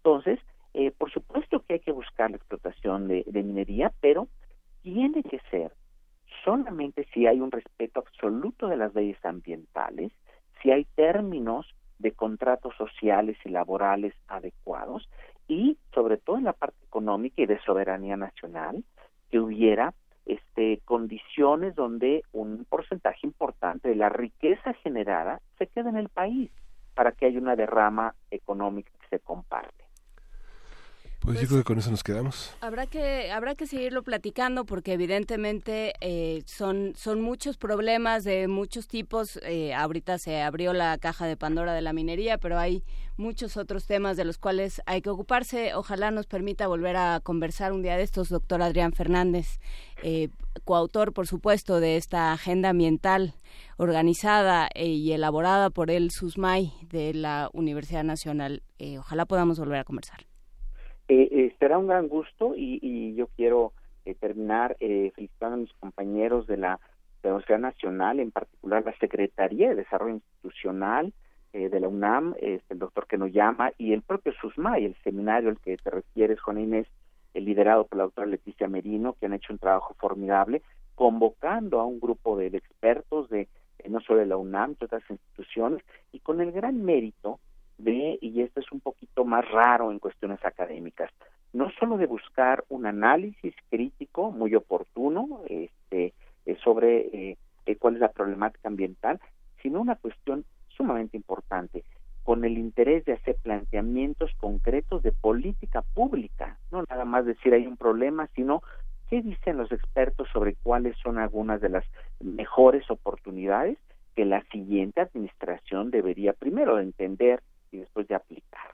Entonces, eh, por supuesto que hay que buscar la explotación de, de minería, pero tiene que ser solamente si hay un respeto absoluto de las leyes ambientales, si hay términos de contratos sociales y laborales adecuados y sobre todo en la parte económica y de soberanía nacional, que hubiera este condiciones donde un porcentaje importante de la riqueza generada se quede en el país para que haya una derrama económica que se comparte. Pues, pues yo creo que con eso nos quedamos. Habrá que habrá que seguirlo platicando porque evidentemente eh, son son muchos problemas de muchos tipos. Eh, ahorita se abrió la caja de Pandora de la minería, pero hay muchos otros temas de los cuales hay que ocuparse. Ojalá nos permita volver a conversar un día de estos, doctor Adrián Fernández, eh, coautor, por supuesto, de esta agenda ambiental organizada eh, y elaborada por el SUSMAI de la Universidad Nacional. Eh, ojalá podamos volver a conversar. Eh, eh, será un gran gusto y, y yo quiero eh, terminar eh, felicitando a mis compañeros de la, de la Universidad Nacional, en particular la Secretaría de Desarrollo Institucional eh, de la UNAM, eh, el doctor Kenoyama, y el propio SUSMAI, el seminario al que te refieres, Juana Inés, el liderado por la doctora Leticia Merino, que han hecho un trabajo formidable, convocando a un grupo de, de expertos de eh, no solo de la UNAM, de otras instituciones, y con el gran mérito de, y esto es un poquito más raro en cuestiones académicas, no solo de buscar un análisis crítico muy oportuno este, eh, sobre eh, eh, cuál es la problemática ambiental, sino una cuestión sumamente importante, con el interés de hacer planteamientos concretos de política pública, no nada más decir hay un problema, sino qué dicen los expertos sobre cuáles son algunas de las mejores oportunidades que la siguiente administración debería primero entender y después de aplicar.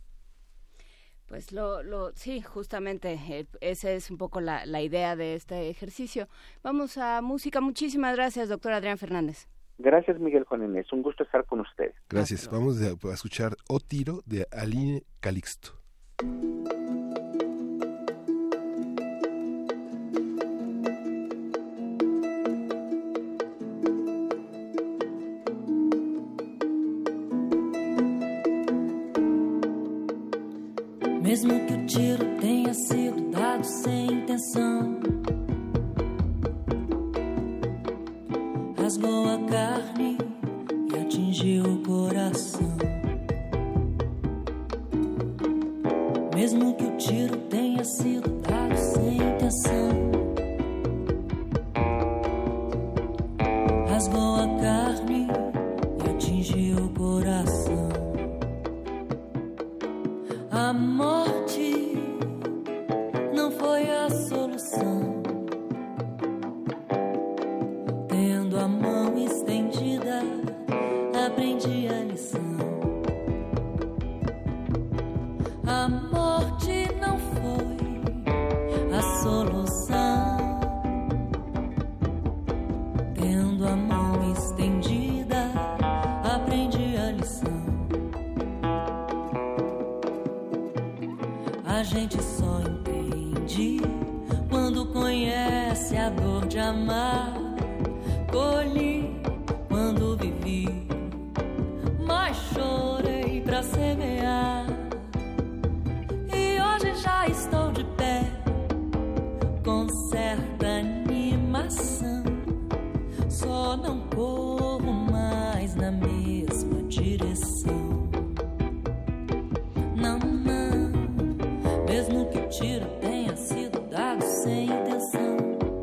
Pues lo, lo sí, justamente eh, esa es un poco la, la idea de este ejercicio. Vamos a música. Muchísimas gracias, doctor Adrián Fernández. Gracias, Miguel Juan Inés. Un gusto estar con ustedes. Gracias. Vamos a, a escuchar O Tiro de Aline Calixto. Mesmo que o tiro tenha sido dado sem intenção, rasgou a carne e atingiu o coração. Mesmo que o tiro tenha sido dado sem intenção, rasgou a carne e atingiu o coração. A morte não foi a solução. Tendo a mão estendida, aprendi a lição. A morte não foi a solução. Tendo a mão estendida, aprendi a lição. A gente só entende quando conhece a dor de amar. Colhi quando vivi, mas chorei pra semear. E hoje já estou de pé, com certa animação. Só não corro mais na mesma direção. Não, não, mesmo que o tiro tenha sido dado sem intenção,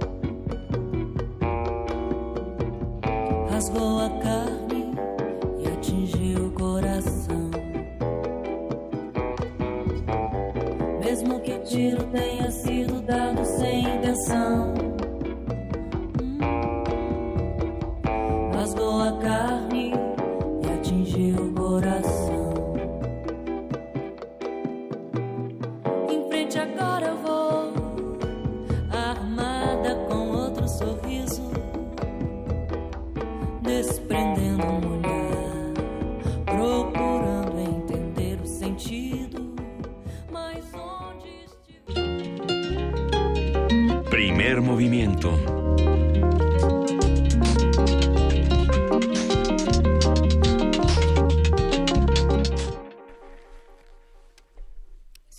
rasgou a carne e atingiu o coração. Mesmo que o tiro tenha sido dado sem intenção, hum, rasgou a carne e atingiu o coração. Em frente agora eu vou, armada com outro sorriso, desprendendo um olhar, procurando entender o sentido, mas onde estiver. Primer movimiento.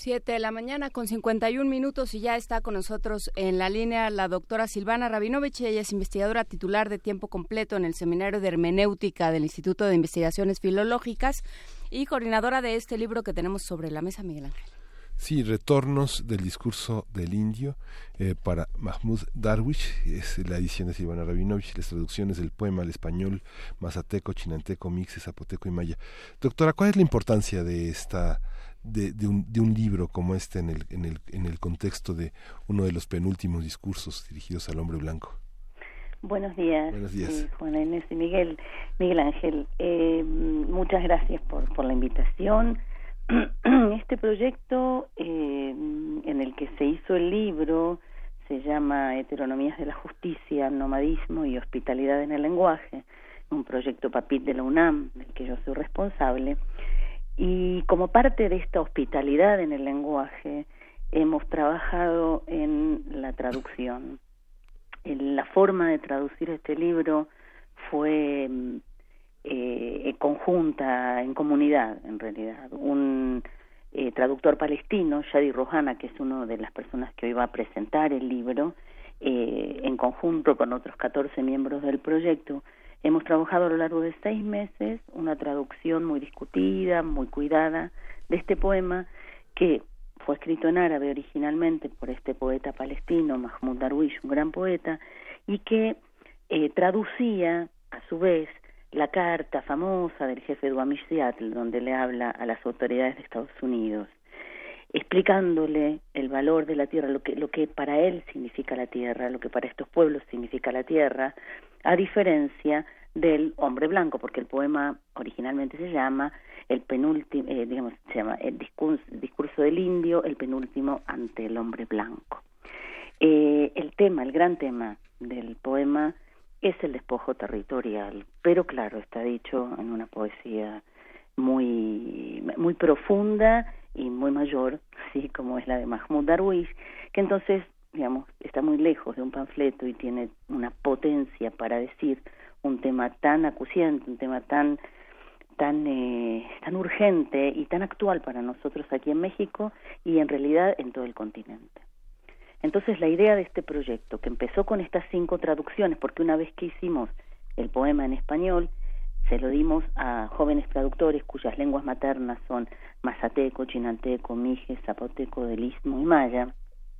Siete de la mañana con cincuenta y un minutos y ya está con nosotros en la línea la doctora Silvana Rabinovich. Ella es investigadora titular de tiempo completo en el Seminario de Hermenéutica del Instituto de Investigaciones Filológicas y coordinadora de este libro que tenemos sobre la mesa, Miguel Ángel. Sí, Retornos del discurso del indio, eh, para Mahmoud Darwish, es la edición de Silvana Rabinovich, las traducciones del poema al español, mazateco, chinanteco, mixe, zapoteco y maya. Doctora, ¿cuál es la importancia de esta de, de, un, de un libro como este en el, en el, en el contexto de uno de los penúltimos discursos dirigidos al hombre blanco? Buenos días, Buenos días. Eh, Juana Inés y Miguel, Miguel Ángel. Eh, muchas gracias por, por la invitación. Este proyecto eh, en el que se hizo el libro se llama Heteronomías de la Justicia, Nomadismo y Hospitalidad en el Lenguaje, un proyecto PAPIT de la UNAM, del que yo soy responsable. Y como parte de esta hospitalidad en el lenguaje, hemos trabajado en la traducción. La forma de traducir este libro fue eh, conjunta, en comunidad, en realidad. Un eh, traductor palestino, Shadi Rohana, que es una de las personas que hoy va a presentar el libro, eh, en conjunto con otros catorce miembros del proyecto, hemos trabajado a lo largo de seis meses una traducción muy discutida, muy cuidada de este poema que fue escrito en árabe originalmente por este poeta palestino, Mahmoud Darwish, un gran poeta, y que eh, traducía a su vez la carta famosa del jefe de Wamish Seattle, donde le habla a las autoridades de Estados Unidos, explicándole el valor de la tierra, lo que, lo que para él significa la tierra, lo que para estos pueblos significa la tierra, a diferencia del hombre blanco, porque el poema originalmente se llama el penúltimo, eh, digamos, se llama el discurso, el discurso del indio, el penúltimo ante el hombre blanco. Eh, el tema, el gran tema del poema es el despojo territorial, pero claro, está dicho en una poesía muy, muy profunda y muy mayor, sí, como es la de Mahmoud Darwish, que entonces, digamos, está muy lejos de un panfleto y tiene una potencia para decir un tema tan acuciante, un tema tan tan eh, tan urgente y tan actual para nosotros aquí en México y en realidad en todo el continente. Entonces la idea de este proyecto, que empezó con estas cinco traducciones, porque una vez que hicimos el poema en español, se lo dimos a jóvenes traductores cuyas lenguas maternas son mazateco, chinanteco, mije, zapoteco del Istmo y maya.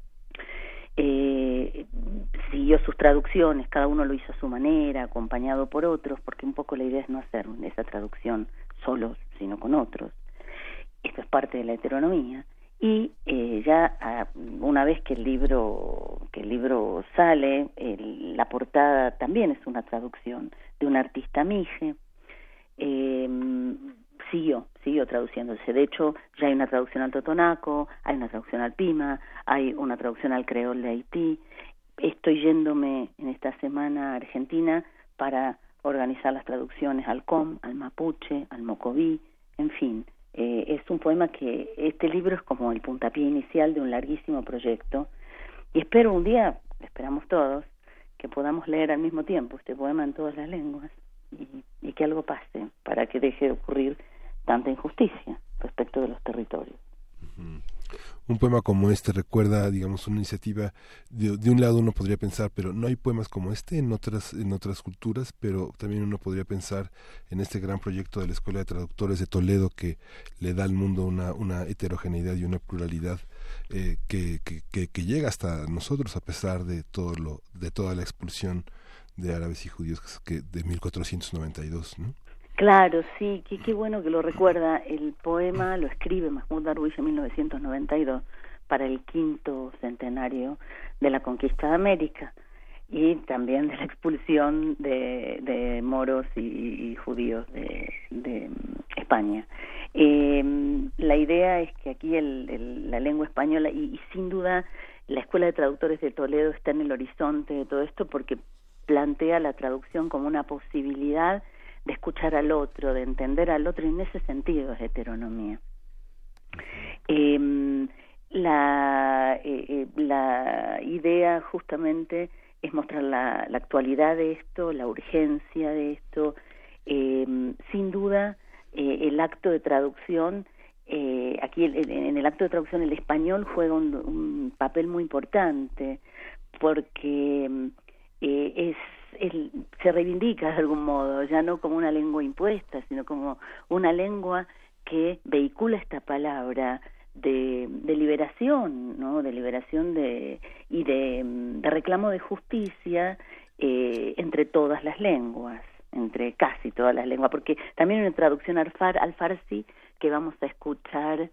Eh, siguió sus traducciones, cada uno lo hizo a su manera, acompañado por otros, porque un poco la idea es no hacer esa traducción solos, sino con otros. Esto es parte de la heteronomía. Y eh, ya a, una vez que el libro que el libro sale, el, la portada también es una traducción de un artista mije. Eh, siguió, siguió traduciéndose. De hecho, ya hay una traducción al totonaco, hay una traducción al pima, hay una traducción al creol de Haití. Estoy yéndome en esta semana a Argentina para organizar las traducciones al com, al mapuche, al mocoví, en fin. Eh, es un poema que, este libro es como el puntapié inicial de un larguísimo proyecto y espero un día, esperamos todos, que podamos leer al mismo tiempo este poema en todas las lenguas y, y que algo pase para que deje de ocurrir tanta injusticia respecto de los territorios. Uh-huh. Un poema como este recuerda, digamos, una iniciativa de, de un lado uno podría pensar, pero no hay poemas como este en otras en otras culturas, pero también uno podría pensar en este gran proyecto de la Escuela de Traductores de Toledo que le da al mundo una una heterogeneidad y una pluralidad eh, que, que, que, que llega hasta nosotros a pesar de todo lo de toda la expulsión de árabes y judíos que de mil cuatrocientos noventa y dos, ¿no? Claro, sí, qué, qué bueno que lo recuerda. El poema lo escribe Mahmoud Darwish en mil novecientos noventa y dos para el quinto centenario de la conquista de América y también de la expulsión de, de moros y, y judíos de, de España. Eh, la idea es que aquí el, el, la lengua española y, y sin duda la Escuela de Traductores de Toledo está en el horizonte de todo esto porque plantea la traducción como una posibilidad de escuchar al otro, de entender al otro, y en ese sentido es heteronomía. Eh, la, eh, la idea justamente es mostrar la, la actualidad de esto, la urgencia de esto. Eh, sin duda, eh, el acto de traducción eh, aquí el, el, en el acto de traducción el español juega un, un papel muy importante porque eh, es el, se reivindica de algún modo, ya no como una lengua impuesta, sino como una lengua que vehicula esta palabra de, de liberación, ¿no? De liberación de, y de, de reclamo de justicia eh, entre todas las lenguas, entre casi todas las lenguas, porque también hay una traducción al, far, al farsi que vamos a escuchar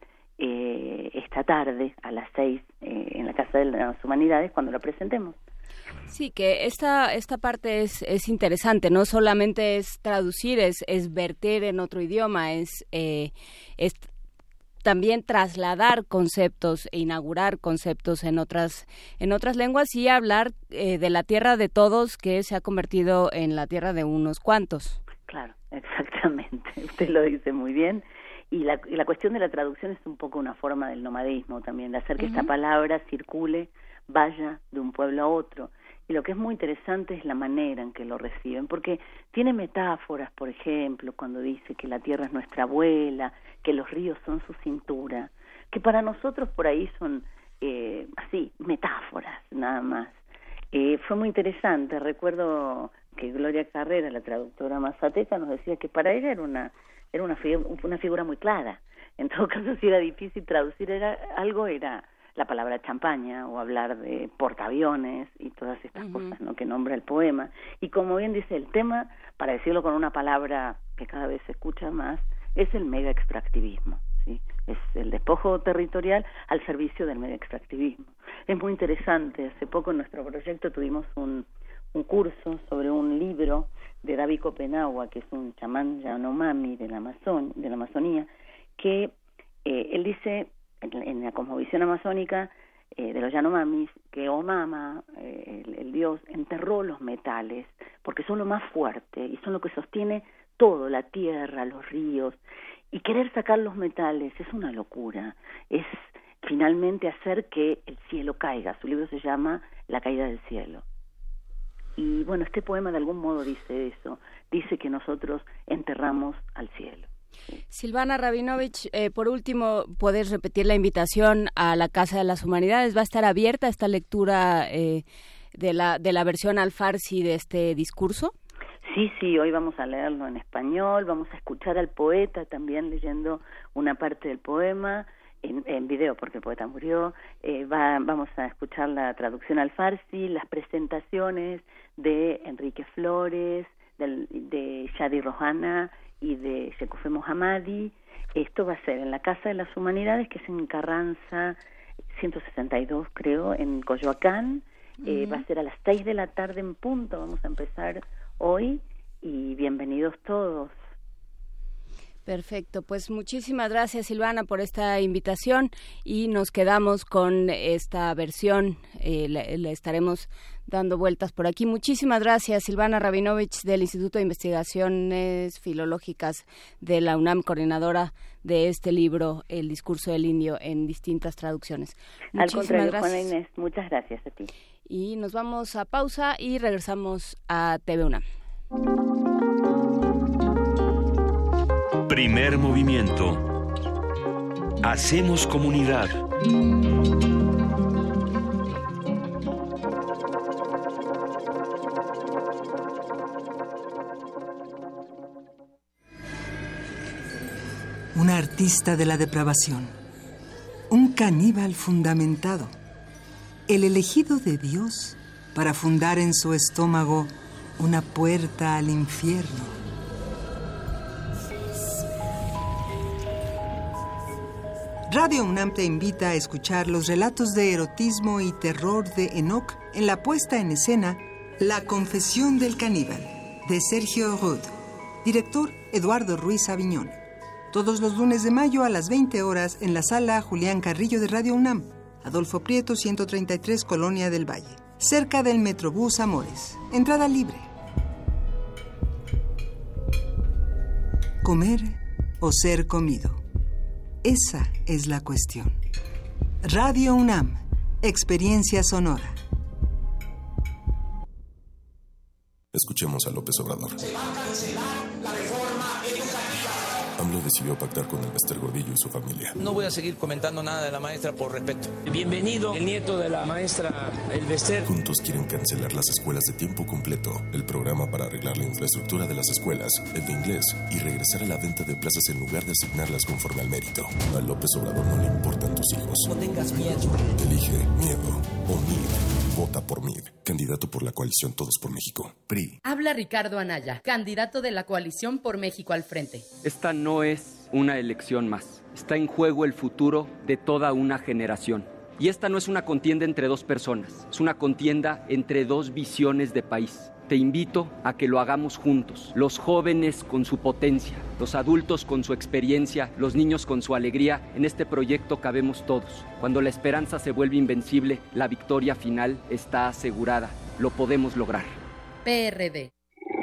eh, esta tarde a las seis eh, en la Casa de las Humanidades cuando lo presentemos. Sí, que esta esta parte es es interesante, no solamente es traducir, es es verter en otro idioma, es eh, es también trasladar conceptos e inaugurar conceptos en otras en otras lenguas y hablar eh, de la tierra de todos que se ha convertido en la tierra de unos cuantos. Claro, exactamente. Usted lo dice muy bien. Y la, y la cuestión de la traducción es un poco una forma del nomadismo también, de hacer que uh-huh. esta palabra circule, vaya de un pueblo a otro. Y lo que es muy interesante es la manera en que lo reciben, porque tiene metáforas, por ejemplo, cuando dice que la tierra es nuestra abuela, que los ríos son su cintura, que para nosotros por ahí son eh, así, metáforas, nada más. Eh, fue muy interesante, recuerdo que Gloria Carrera, la traductora mazateca, nos decía que para ella era una era una, figu- una figura muy clara. En todo caso, si era difícil traducir era algo, era la palabra champaña o hablar de portaaviones y todas estas uh-huh. cosas, ¿no?, que nombra el poema. Y como bien dice el tema, para decirlo con una palabra que cada vez se escucha más, es el mega extractivismo, ¿sí? Es el despojo territorial al servicio del mega extractivismo. Es muy interesante. Hace poco en nuestro proyecto tuvimos un, un curso sobre un libro de David Copenagua, que es un chamán Yanomami de la Amazon, de la Amazonía, que eh, él dice en, en la cosmovisión amazónica eh, de los Yanomamis que Omama, eh, el, el dios, enterró los metales porque son lo más fuerte y son lo que sostiene todo, la tierra, los ríos, y querer sacar los metales es una locura, es finalmente hacer que el cielo caiga. Su libro se llama La caída del cielo. Y bueno, este poema de algún modo dice eso, dice que nosotros enterramos al cielo. Sí. Silvana Rabinovich, eh, por último, ¿puedes repetir la invitación a la Casa de las Humanidades? ¿Va a estar abierta esta lectura eh, de la de la versión al farsi de este discurso? Sí, sí, hoy vamos a leerlo en español, vamos a escuchar al poeta también leyendo una parte del poema, En, en video porque el poeta murió, eh, va, vamos a escuchar la traducción al farsi, las presentaciones de Enrique Flores, del, de Shadi Rohana y de Shekufe Mohammadi. Esto va a ser en la Casa de las Humanidades, que es en Carranza ciento sesenta y dos, creo, en Coyoacán. Uh-huh. Eh, va a ser a las seis de la tarde en punto, vamos a empezar hoy, y bienvenidos todos. Perfecto, pues muchísimas gracias, Silvana, por esta invitación y nos quedamos con esta versión, eh, le, le estaremos dando vueltas por aquí. Muchísimas gracias, Silvana Rabinovich del Instituto de Investigaciones Filológicas de la UNAM, coordinadora de este libro, El discurso del indio, en distintas traducciones. Al contrario, Juana Inés, muchas gracias a ti. Y nos vamos a pausa y regresamos a T V UNAM. Primer movimiento. Hacemos comunidad. Una artista de la depravación. Un caníbal fundamentado. El elegido de Dios para fundar en su estómago una puerta al infierno. Radio UNAM te invita a escuchar los relatos de erotismo y terror de Enoch en la puesta en escena La confesión del caníbal, de Sergio Rud. Director Eduardo Ruiz Aviñón. Todos los lunes de mayo a las veinte horas en la sala Julián Carrillo de Radio UNAM, Adolfo Prieto, ciento treinta y tres, Colonia del Valle, cerca del Metrobús Amores. Entrada libre. Comer o ser comido. Esa es la cuestión. Radio UNAM, experiencia sonora. Escuchemos a López Obrador. Se va a cancelar la reforma educativa. AMLO maestro decidió pactar con el Bester Gordillo y su familia. No voy a seguir comentando nada de la maestra por respeto. Bienvenido, el nieto de la maestra El Bester. Juntos quieren cancelar las escuelas de tiempo completo, el programa para arreglar la infraestructura de las escuelas, el de inglés, y regresar a la venta de plazas en lugar de asignarlas conforme al mérito. A López Obrador no le importan tus hijos. No tengas miedo. Elige miedo o M I D. Vota por M I D. Candidato por la coalición Todos por México. P R I. Habla Ricardo Anaya, candidato de la coalición por México al frente. Esta no es una elección más. Está en juego el futuro de toda una generación. Y esta no es una contienda entre dos personas. Es una contienda entre dos visiones de país. Te invito a que lo hagamos juntos. Los jóvenes con su potencia, los adultos con su experiencia, los niños con su alegría. En este proyecto cabemos todos. Cuando la esperanza se vuelve invencible, la victoria final está asegurada. Lo podemos lograr. P R D.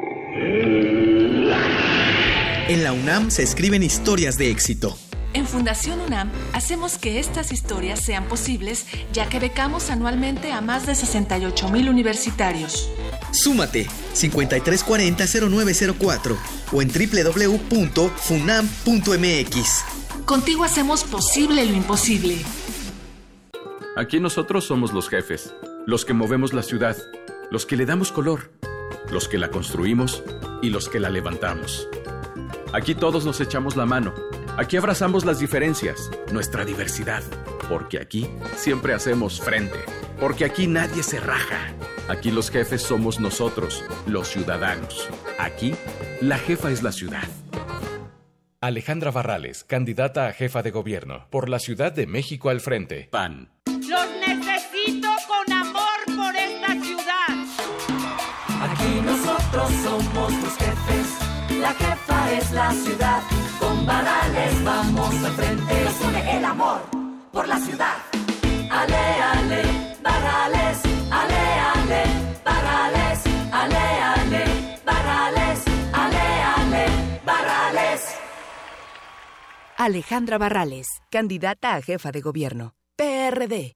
En la UNAM se escriben historias de éxito. En Fundación UNAM hacemos que estas historias sean posibles, ya que becamos anualmente a más de sesenta y ocho mil universitarios. Súmate cincuenta y tres cuarenta cero nueve cero cuatro o en doble u doble u doble u punto funam punto m x. Contigo hacemos posible lo imposible. Aquí nosotros somos los jefes, los que movemos la ciudad, los que le damos color, los que la construimos y los que la levantamos. Aquí todos nos echamos la mano. Aquí abrazamos las diferencias, nuestra diversidad, porque aquí siempre hacemos frente, porque aquí nadie se raja. Aquí los jefes somos nosotros, los ciudadanos. Aquí, la jefa es la ciudad. Alejandra Barrales, candidata a jefa de gobierno, por la Ciudad de México al frente. P A N. Los necesito con amor por esta ciudad. Aquí nosotros somos los jefes, la jefa es la ciudad. Con Barrales vamos al frente, nos une el amor por la ciudad. Ale, ale, Barrales, ale, ale, Barrales, ale, ale, Barrales, ale, ale, Barrales. Alejandra Barrales, candidata a jefa de gobierno. P R D.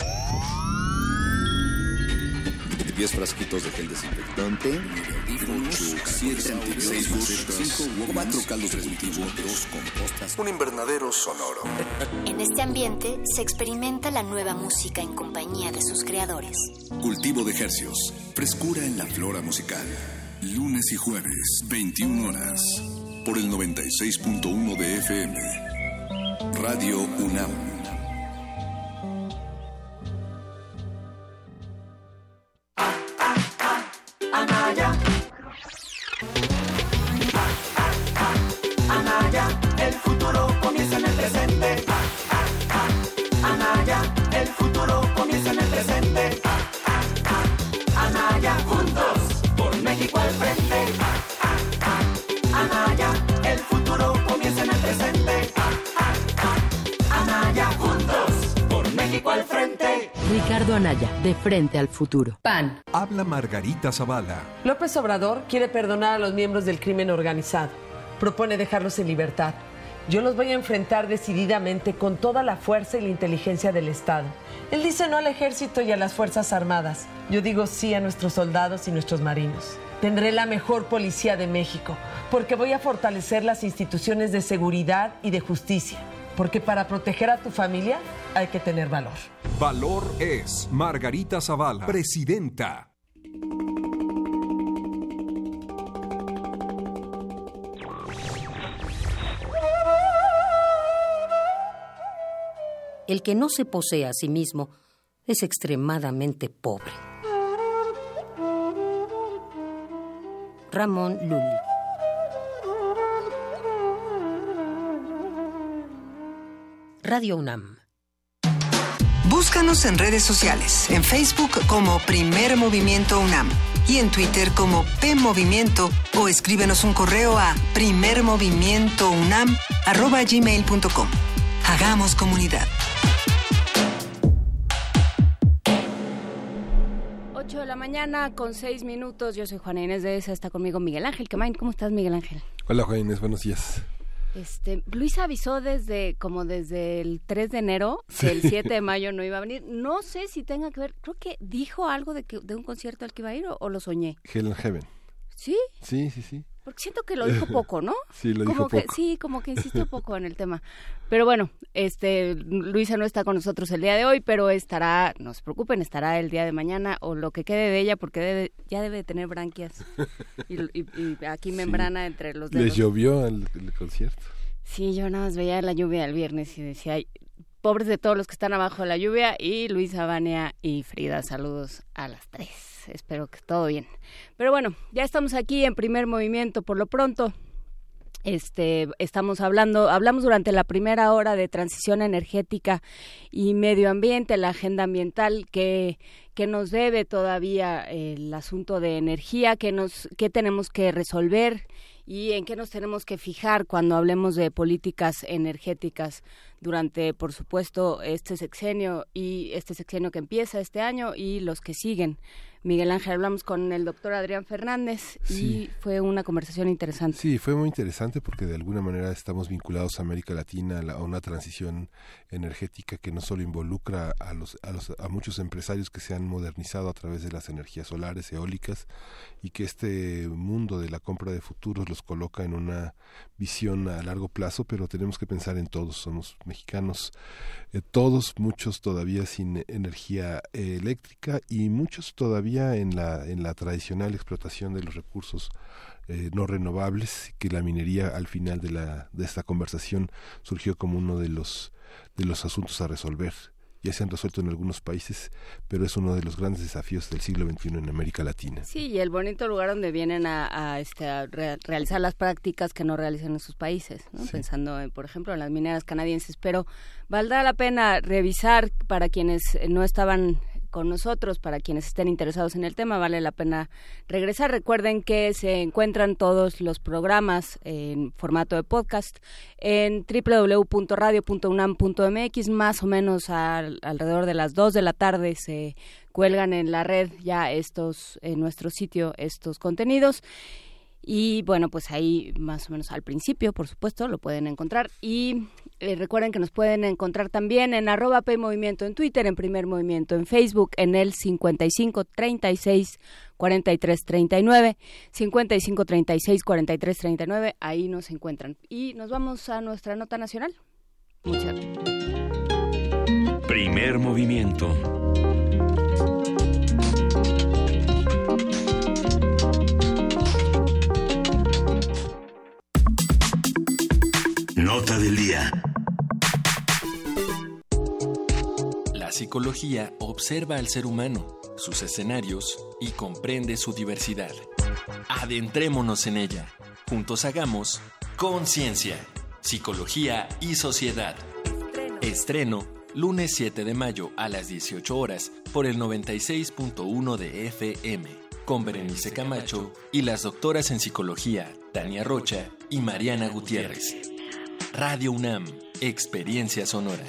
diez frasquitos de gel desinfectante, cuatro caldos de cultivo, dos compostas, un invernadero sonoro. En este ambiente se experimenta la nueva música en compañía de sus creadores. Cultivo de hercios, frescura en la flora musical. Lunes y jueves, veintiuna horas, por el noventa y seis punto uno de F M. Radio UNAM. Anaya, Anaya, el futuro comienza en el presente. Anaya, el futuro comienza en el presente. Anaya, juntos, por México al frente. Anaya, el futuro comienza en el presente. Anaya, juntos, por México al frente. Ricardo Anaya, de frente al futuro. P A N. Habla Margarita Zavala. López Obrador quiere perdonar a los miembros del crimen organizado. Propone dejarlos en libertad. Yo los voy a enfrentar decididamente con toda la fuerza y la inteligencia del Estado. Él dice no al ejército y a las Fuerzas Armadas. Yo digo sí a nuestros soldados y nuestros marinos. Tendré la mejor policía de México, porque voy a fortalecer las instituciones de seguridad y de justicia. Porque para proteger a tu familia hay que tener valor. Valor es Margarita Zavala, presidenta. El que no se posee a sí mismo es extremadamente pobre. Ramón Lully. Radio UNAM. Búscanos en redes sociales, en Facebook como Primer Movimiento UNAM y en Twitter como P Movimiento, o escríbenos un correo a primermovimientounam arroba gmail punto com. Hagamos comunidad. ocho de la mañana con seis minutos. Yo soy Juana Inés de esa. Está conmigo Miguel Ángel Quemain. ¿Cómo estás, Miguel Ángel? Hola, Juana Inés. Buenos días. Este, Luis avisó desde como desde el tres de enero que sí. El siete de mayo no iba a venir. No sé si tenga que ver, creo que dijo algo de que de un concierto al que iba a ir o, o lo soñé. Hell and Heaven. ¿Sí? Sí, sí, sí. porque siento que lo dijo poco, ¿no? Sí, lo como dijo que, poco. Sí, como que insistió poco en el tema. Pero bueno, este, Luisa no está con nosotros el día de hoy, pero estará, no se preocupen, estará el día de mañana o lo que quede de ella, porque debe, ya debe de tener branquias y, y, y aquí membrana sí. entre los dedos. Les llovió el, el concierto. Sí, yo nada más veía la lluvia el viernes y decía, ay, pobres de todos los que están abajo de la lluvia, y Luisa, Vania y Frida, saludos a las tres. Espero que todo bien. Pero bueno, ya estamos aquí en Primer Movimiento por lo pronto. Este, estamos hablando, hablamos durante la primera hora de transición energética y medio ambiente, la agenda ambiental que, que nos debe todavía el asunto de energía, que nos, que tenemos que resolver y en qué nos tenemos que fijar cuando hablemos de políticas energéticas durante, por supuesto, este sexenio y este sexenio que empieza este año y los que siguen. Miguel Ángel, hablamos con el doctor Adrián Fernández y sí. fue una conversación interesante. Sí, fue muy interesante porque de alguna manera estamos vinculados a América Latina, a, la, a una transición energética que no solo involucra a los, a los a muchos empresarios que se han modernizado a través de las energías solares, eólicas, y que este mundo de la compra de futuros los coloca en una visión a largo plazo, pero tenemos que pensar en todos, somos mexicanos, eh, todos, muchos todavía sin energía eh, eléctrica y muchos todavía en la en la tradicional explotación de los recursos eh, no renovables, que la minería al final de la de esta conversación surgió como uno de los de los asuntos a resolver. Ya se han resuelto en algunos países, pero es uno de los grandes desafíos del siglo veintiuno en América Latina. Sí, y el bonito lugar donde vienen a, a, este, a re- realizar las prácticas que no realizan en sus países, ¿no? Sí. Pensando, en, por ejemplo, en las mineras canadienses, pero valdrá la pena revisar para quienes no estaban con nosotros, para quienes estén interesados en el tema, vale la pena regresar. Recuerden que se encuentran todos los programas en formato de podcast en doble u doble u doble u punto radio punto unam punto m x, más o menos al, alrededor de las dos de la tarde se cuelgan en la red ya estos, en nuestro sitio, estos contenidos. Y bueno, pues ahí más o menos al principio, por supuesto, lo pueden encontrar. Y eh, recuerden que nos pueden encontrar también en arroba P Movimiento en Twitter, en Primer Movimiento en Facebook, en el cincuenta y cinco treinta y seis cuarenta y tres treinta y nueve, cincuenta y cinco treinta y seis cuarenta y tres treinta y nueve, ahí nos encuentran. Y nos vamos a nuestra nota nacional. Muchas gracias. Primer Movimiento. Nota del día. La psicología observa al ser humano, sus escenarios y comprende su diversidad. Adentrémonos en ella. Juntos hagamos Conciencia, Psicología y Sociedad. Estreno. Estreno, lunes siete de mayo a las dieciocho horas por el noventa y seis punto uno de F M, con Berenice Camacho y las doctoras en psicología Tania Rocha y Mariana Gutiérrez. Radio UNAM, Experiencia Sonora.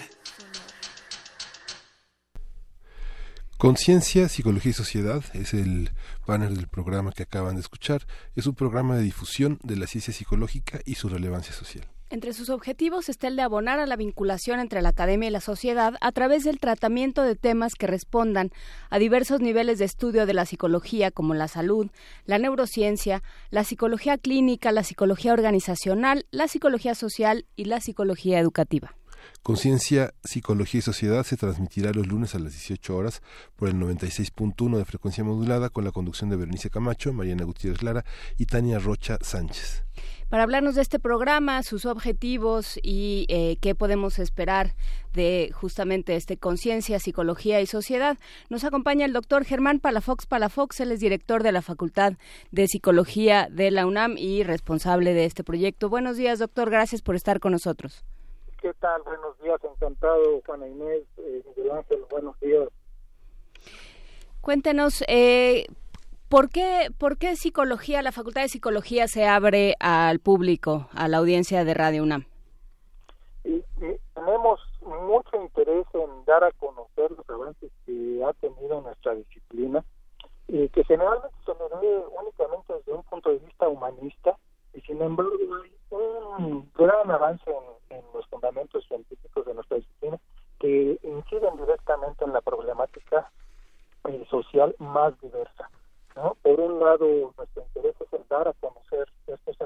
Conciencia, Psicología y Sociedad es el banner del programa que acaban de escuchar. Es un programa de difusión de la ciencia psicológica y su relevancia social. Entre sus objetivos está el de abonar a la vinculación entre la academia y la sociedad a través del tratamiento de temas que respondan a diversos niveles de estudio de la psicología, como la salud, la neurociencia, la psicología clínica, la psicología organizacional, la psicología social y la psicología educativa. Conciencia, Psicología y Sociedad se transmitirá los lunes a las dieciocho horas por el noventa y seis punto uno de frecuencia modulada, con la conducción de Berenice Camacho, Mariana Gutiérrez Lara y Tania Rocha Sánchez. Para hablarnos de este programa, sus objetivos y eh, qué podemos esperar de justamente este Conciencia, Psicología y Sociedad, nos acompaña el doctor Germán Palafox Palafox. Él es director de la Facultad de Psicología de la UNAM y responsable de este proyecto. Buenos días, doctor, gracias por estar con nosotros. ¿Qué tal? Buenos días, encantado, Juana Inés, eh, Miguel Ángel, buenos días. Cuéntenos, eh, ¿por qué, ¿por qué psicología, la Facultad de Psicología se abre al público, a la audiencia de Radio UNAM? Y, y tenemos mucho interés en dar a conocer los avances que ha tenido nuestra disciplina, y que generalmente se nos ve únicamente desde un punto de vista humanista, y sin embargo hay un gran avance en, en los fundamentos científicos de nuestra disciplina que inciden directamente en la problemática eh, social más diversa, ¿no? Por un lado, nuestro interés es el dar a conocer estos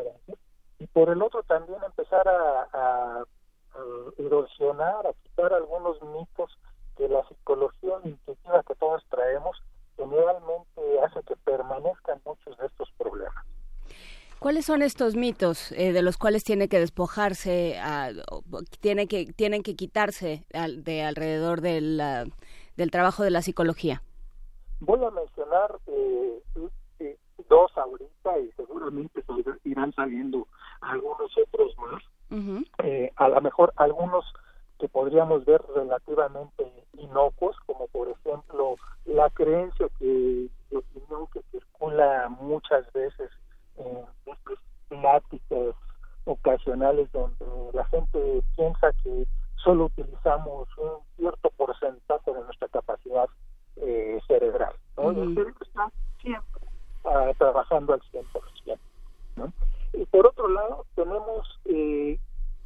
por el otro también empezar a, a, a erosionar, a quitar algunos mitos que la psicología intuitiva que todos traemos generalmente hace que permanezcan muchos de estos problemas. ¿Cuáles son estos mitos eh, de los cuales tiene que despojarse, a, tiene que, tienen que quitarse al, de alrededor del, uh, del trabajo de la psicología? Voy a mencionar eh, eh, dos ahorita y seguramente irán saliendo algunos otros más. Uh-huh. Eh, a lo mejor algunos que podríamos ver relativamente inocuos, como por ejemplo la creencia que la opinión que circula muchas veces en estas pláticas ocasionales donde la gente piensa que solo utilizamos un cierto porcentaje de nuestra capacidad eh, cerebral, ¿no? Uh-huh. El cerebro está siempre uh, trabajando al cien por ciento, ¿no? Y por otro lado tenemos eh,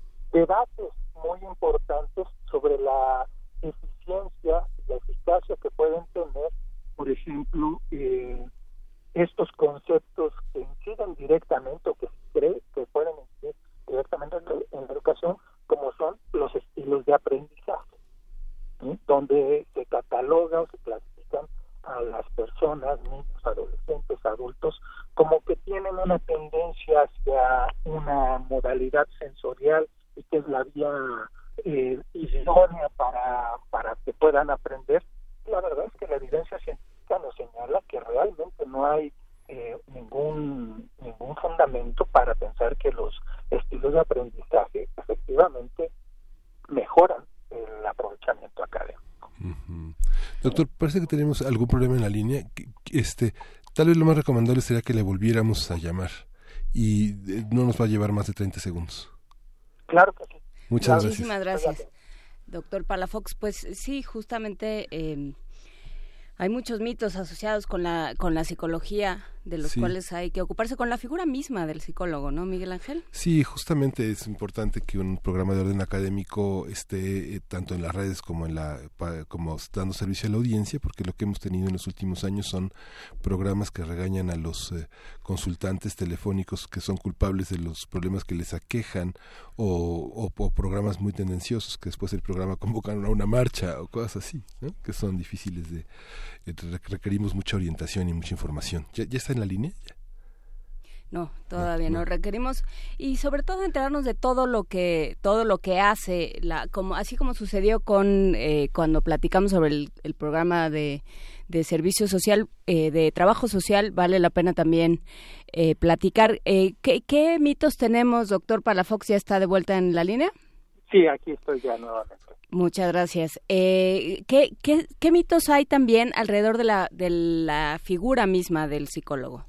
debates muy importantes sobre la eficiencia, la eficacia que pueden tener, por ejemplo, eh, estos conceptos que inciden directamente o que se cree que pueden incidir directamente en, en la educación, como son los estilos de aprendizaje, ¿sí? Donde se cataloga o se clasifican a las personas, niños, adolescentes, adultos, como que tienen una tendencia hacia una modalidad sensorial y que es la vía eh, idónea para, para que puedan aprender. La verdad es que la evidencia científica nos señala que realmente no hay eh, ningún ningún fundamento para pensar que los estilos de aprendizaje efectivamente mejoran el aprovechamiento académico. Uh-huh. Doctor, parece que tenemos algún problema en la línea. Este, tal vez lo más recomendable sería que le volviéramos a llamar y no nos va a llevar más de treinta segundos. Claro que sí. Muchas Muchísimas gracias. gracias. Doctor Palafox, pues sí, justamente eh, hay muchos mitos asociados con la con la psicología, de los sí. cuales hay que ocuparse, con la figura misma del psicólogo, ¿no, Miguel Ángel? Sí, justamente es importante que un programa de orden académico esté eh, tanto en las redes como en la pa, como dando servicio a la audiencia, porque lo que hemos tenido en los últimos años son programas que regañan a los eh, consultantes telefónicos que son culpables de los problemas que les aquejan, o, o, o programas muy tendenciosos que después del programa convocan a una marcha o cosas así, ¿no? Que son difíciles de eh, requerimos mucha orientación y mucha información. ¿Ya, ya está en la línea? ¿Ya? No, todavía no. no. Requerimos, y sobre todo enterarnos de todo lo que todo lo que hace, la como así como sucedió con eh, cuando platicamos sobre el, el programa de, de servicio social, eh, de trabajo social, vale la pena también eh, platicar. Eh, ¿qué, ¿Qué mitos tenemos, doctor Palafox? ¿Ya está de vuelta en la línea? Sí, aquí estoy ya nuevamente. Muchas gracias. Eh, ¿qué, qué, ¿Qué mitos hay también alrededor de la, de la figura misma del psicólogo?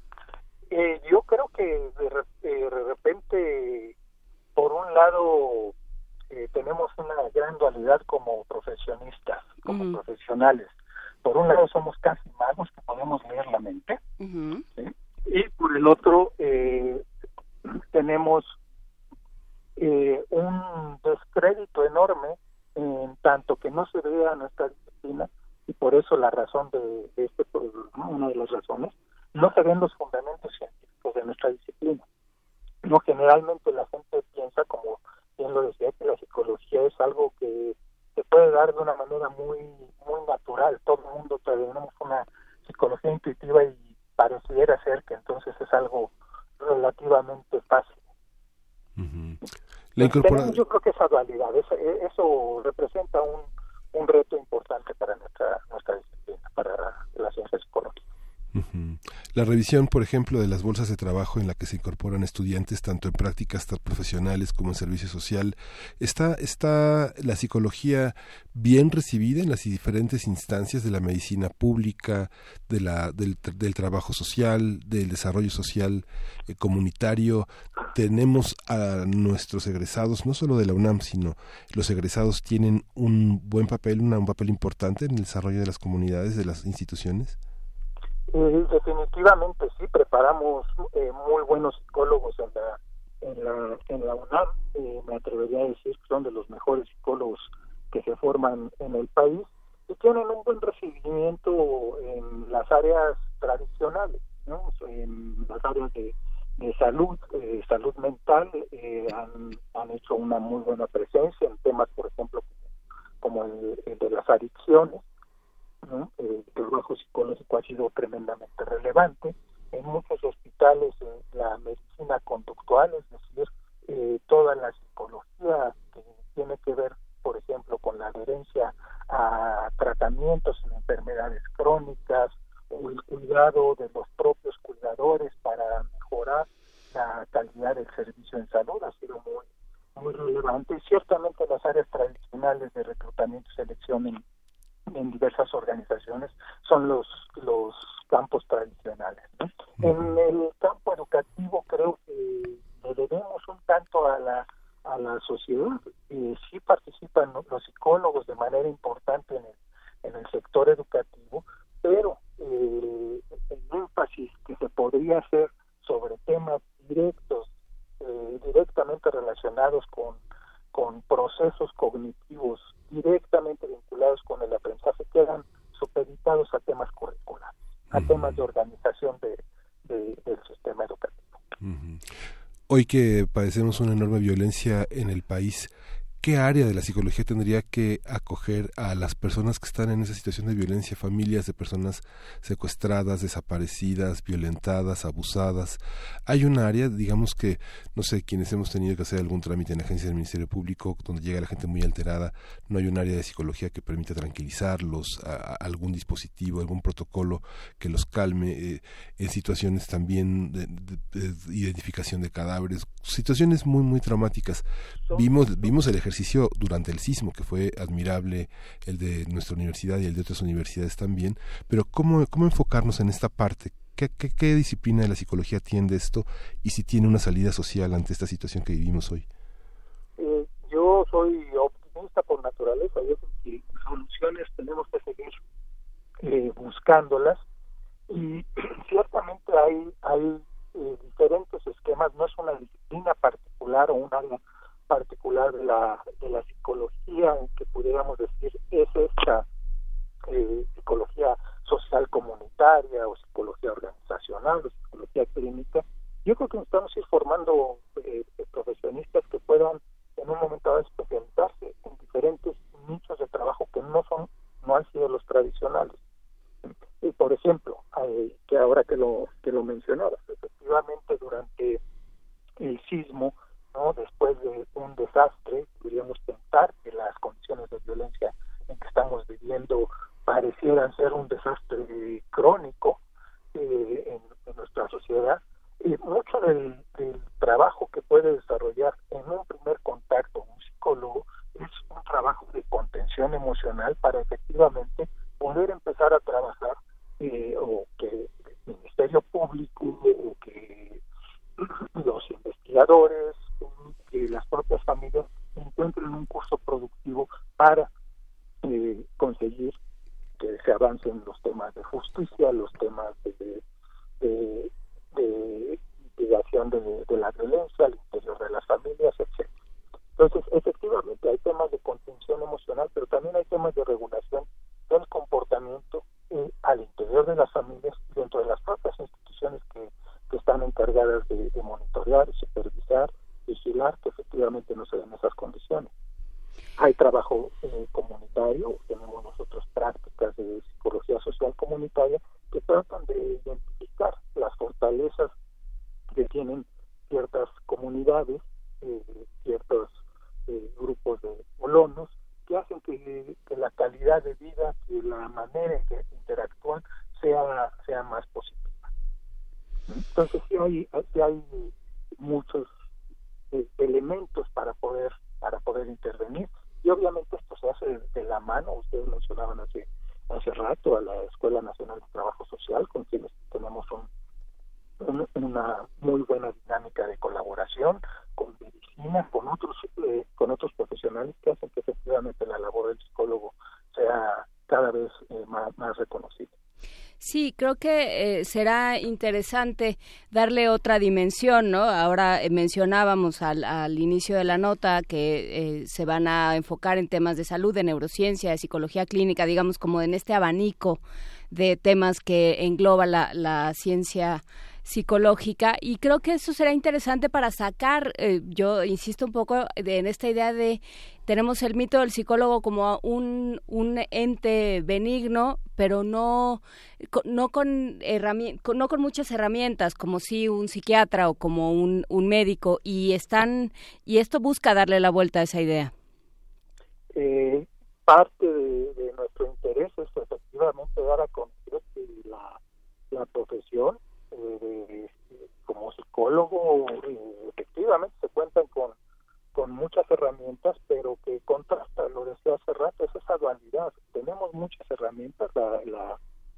Eh, yo creo que de, de repente, por un lado, eh, tenemos una gran dualidad como profesionistas, como uh-huh. profesionales. Por un lado somos casi magos que podemos leer la mente, uh-huh. ¿sí? Y por el otro eh, tenemos eh, un descrédito enorme en tanto que no se vea nuestra disciplina, y por eso la razón de, de este programa, una de las razones, no se ven los fundamentos científicos de nuestra disciplina. No, generalmente la gente piensa, como bien lo decía, que la psicología es algo que se puede dar de una manera muy muy natural. Todo el mundo tenemos una psicología intuitiva y pareciera ser que entonces es algo relativamente fácil. Uh-huh. La incorpora... Yo creo que esa dualidad, eso, eso representa un, un reto importante para nuestra nuestra disciplina, para la ciencia psicológica. Uh-huh. La revisión, por ejemplo, de las bolsas de trabajo en la que se incorporan estudiantes tanto en prácticas profesionales como en servicio social, ¿está, está la psicología bien recibida en las diferentes instancias de la medicina pública, de la, del, del trabajo social, del desarrollo social eh, comunitario? Tenemos a nuestros egresados, no solo de la UNAM, sino los egresados tienen un buen papel, una, un papel importante en el desarrollo de las comunidades, de las instituciones. Eh, definitivamente sí, preparamos eh, muy buenos psicólogos en la en la en la UNAM. Eh, me atrevería a decir que son de los mejores psicólogos que se forman en el país y tienen un buen recibimiento en las áreas tradicionales, ¿no? En las áreas de, de salud, eh, salud mental hospital eh, han, han hecho una muy buena presencia en temas, por ejemplo, como el, el de las adicciones, ¿no? El trabajo psicológico ha sido tremendamente relevante. En muchos hospitales eh, la medicina conductual, es decir, eh, toda la psicología que tiene que ver, por ejemplo, con la adherencia a tratamientos en enfermedades crónicas, o el cuidado de los propios cuidadores para mejorar la calidad del servicio en salud, ha sido muy muy relevante. Y ciertamente las áreas tradicionales de reclutamiento y selección en, en diversas organizaciones son los los campos tradicionales, ¿no? En el campo educativo creo que le debemos un tanto a la a la sociedad. Eh, sí participan los psicólogos de manera importante en el, en el sector educativo, pero eh, el énfasis que se podría hacer sobre temas directos, eh, directamente relacionados con, con procesos cognitivos directamente vinculados con el aprendizaje, quedan supeditados a temas curriculares, a uh-huh. temas de organización de, de, del sistema educativo. Uh-huh. Hoy que padecemos una enorme violencia en el país, ¿qué área de la psicología tendría que acoger a las personas que están en esa situación de violencia? Familias de personas secuestradas, desaparecidas, violentadas, abusadas. Hay un área, digamos que, no sé, quienes hemos tenido que hacer algún trámite en agencias del Ministerio Público, donde llega la gente muy alterada, no hay un área de psicología que permita tranquilizarlos, a, a algún dispositivo, algún protocolo que los calme, eh, en situaciones también de, de, de identificación de cadáveres, situaciones muy, muy traumáticas. Vimos, vimos el ejército ejercicio durante el sismo, que fue admirable, el de nuestra universidad y el de otras universidades también, pero ¿cómo, cómo enfocarnos en esta parte? ¿Qué, qué, qué disciplina de la psicología atiende esto y si tiene una salida social ante esta situación que vivimos hoy? Eh, yo soy optimista por naturaleza, yo creo que soluciones tenemos que seguir eh, buscándolas y ciertamente hay, hay eh, diferentes esquemas, no es una disciplina particular o un área particular de la de la psicología que pudiéramos decir es esta eh, psicología social comunitaria o psicología organizacional o psicología clínica. Yo creo que necesitamos ir formando eh, profesionistas que puedan en un momento dado especializarse en diferentes nichos de trabajo que no son no han sido los tradicionales. Y por ejemplo, eh, que ahora que lo que lo mencionabas, efectivamente durante el sismo, ¿no? Después de un desastre, podríamos pensar que las condiciones de violencia en que estamos viviendo parecieran ser un desastre crónico eh, en, en nuestra sociedad. Y mucho del, del trabajo que puede desarrollar en un primer contacto un psicólogo es un trabajo de contención emocional para efectivamente poder empezar a trabajar eh, o que el Ministerio Público o que los investigadores, que las propias familias encuentren un curso productivo para eh, conseguir que se avancen los temas de justicia, los temas de, de, de mitigación de, de la violencia al interior de las familias, etcétera. Entonces, efectivamente, hay temas de contención emocional, pero también hay temas de regulación del comportamiento eh, al interior de las familias y dentro de las propias instituciones que, que están encargadas de, de monitorear, supervisar, vigilar que efectivamente no se den esas condiciones. Hay trabajo eh, comunitario, tenemos nosotros prácticas de psicología social comunitaria que tratan de identificar las fortalezas que tienen ciertas comunidades, eh, ciertos eh, grupos de colonos, que hacen que, que la calidad de vida, que la manera en que interactúan sea, sea más positiva. Entonces sí hay, sí hay muchos eh, elementos para poder para poder intervenir y obviamente esto se hace de, de la mano. Ustedes mencionaban hace hace rato a la Escuela Nacional de Trabajo Social, con quienes tenemos un, un, una muy buena dinámica de colaboración, con medicina, con otros eh, con otros profesionales que hacen que efectivamente la labor del psicólogo sea cada vez eh, más, más reconocida. Sí, creo que eh, será interesante darle otra dimensión, ¿no? Ahora eh, mencionábamos al, al inicio de la nota que eh, se van a enfocar en temas de salud, de neurociencia, de psicología clínica, digamos como en este abanico de temas que engloba la, la ciencia psicológica, y creo que eso será interesante para sacar, eh, yo insisto un poco de, en esta idea de tenemos el mito del psicólogo como un, un ente benigno, pero no, no, con herrami- no con muchas herramientas, como si un psiquiatra o como un, un médico, y están y esto busca darle la vuelta a esa idea. Eh, parte de, de nuestro interés es efectivamente dar a conocer la, la profesión eh, de, de, como psicólogo. Eh, efectivamente se cuentan con con muchas herramientas, pero que contrasta, lo decía hace rato, es esa dualidad. Tenemos muchas herramientas, la, la,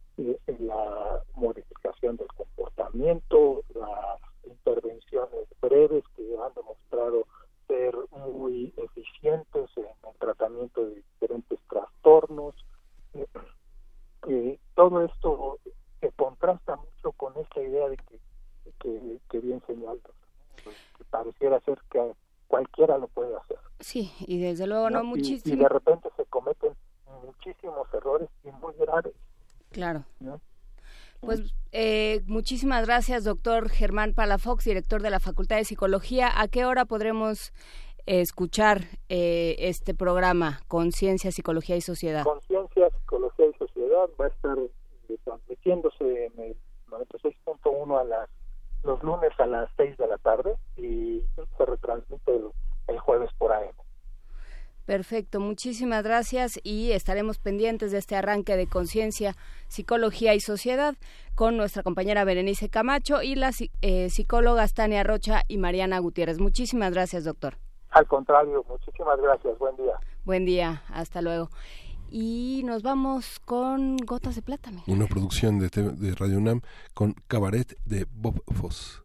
la modificación del comportamiento, las intervenciones breves que han demostrado ser muy eficientes en el tratamiento de diferentes trastornos. Eh, eh, todo esto se contrasta mucho con esta idea de que, que, que bien señalas, ¿no? Que pareciera ser que cualquiera lo puede hacer. Sí, y desde luego no, no muchísimo. Y, y de repente se cometen muchísimos errores y muy graves. Claro. ¿No? Pues eh, muchísimas gracias, doctor Germán Palafox, director de la Facultad de Psicología. ¿A qué hora podremos eh, escuchar eh, este programa, Conciencia, Psicología y Sociedad? Conciencia, Psicología y Sociedad va a estar eh, transmitiéndose en el noventa y seis punto uno a las los lunes a las seis de la tarde y se retransmite el, el jueves por A M. Perfecto, muchísimas gracias, y estaremos pendientes de este arranque de Conciencia, Psicología y Sociedad con nuestra compañera Berenice Camacho y las eh, psicólogas Tania Rocha y Mariana Gutiérrez. Muchísimas gracias, doctor. Al contrario, muchísimas gracias. Buen día. Buen día, hasta luego. Y nos vamos con Gotas de Plata. Miguel. Una producción de, de Radio UNAM con Cabaret de Bob Foss.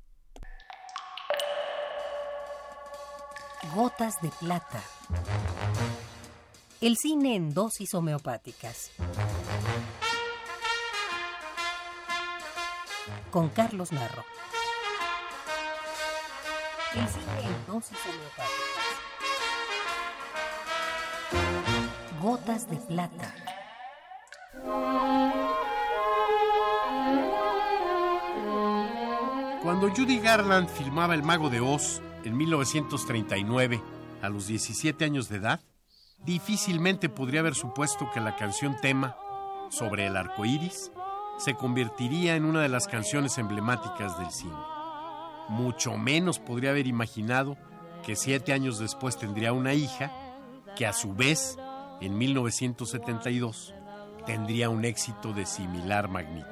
Gotas de Plata. El cine en dosis homeopáticas. Con Carlos Narro. El cine en dosis homeopáticas. Gotas de Plata. Cuando Judy Garland filmaba El Mago de Oz en mil novecientos treinta y nueve, a los diecisiete años de edad, difícilmente podría haber supuesto que la canción tema sobre el arco iris se convertiría en una de las canciones emblemáticas del cine. Mucho menos podría haber imaginado que siete años después tendría una hija que, a su vez, en mil novecientos setenta y dos, tendría un éxito de similar magnitud.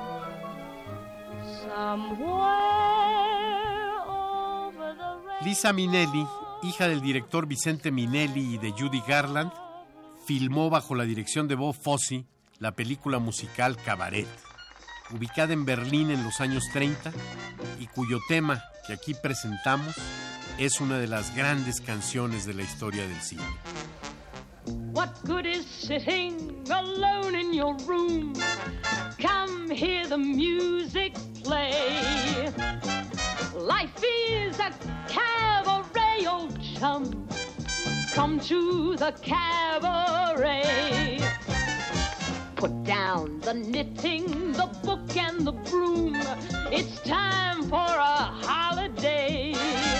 Lisa Minnelli, hija del director Vicente Minnelli y de Judy Garland, filmó bajo la dirección de Bob Fosse la película musical Cabaret, ubicada en Berlín en los años treinta y cuyo tema que aquí presentamos es una de las grandes canciones de la historia del cine. What good is sitting alone in your room? Come hear the music play. Life is a cabaret, old chum. Come to the cabaret. Put down the knitting, the book and the broom. It's time for a holiday.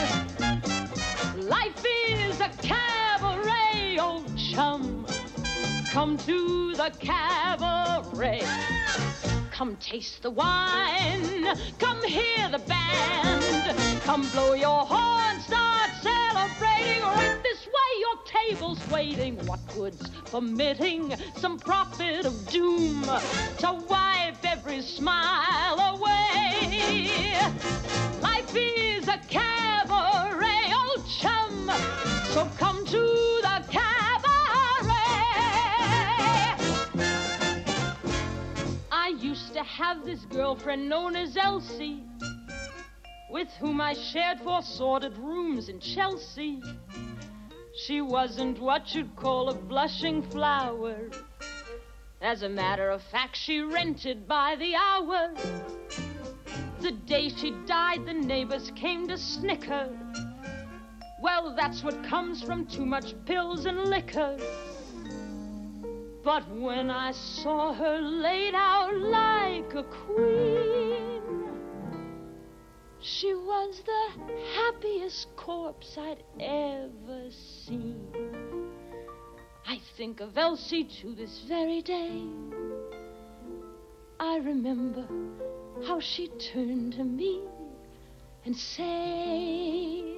Life is a cabaret, old chum. Come to the cabaret. Come taste the wine. Come hear the band. Come blow your horn, start celebrating. Right this way, your table's waiting. What good's permitting some prophet of doom to wipe every smile away? Life is a cabaret, old chum. So come to the cabaret. I used to have this girlfriend known as Elsie, with whom I shared four sordid rooms in Chelsea. She wasn't what you'd call a blushing flower. As a matter of fact, she rented by the hour. The day she died, the neighbors came to snicker. Well, that's what comes from too much pills and liquor. But when I saw her laid out like a queen, She was the happiest corpse I'd ever seen. I think of Elsie to this very day. I remember how she turned to me and say,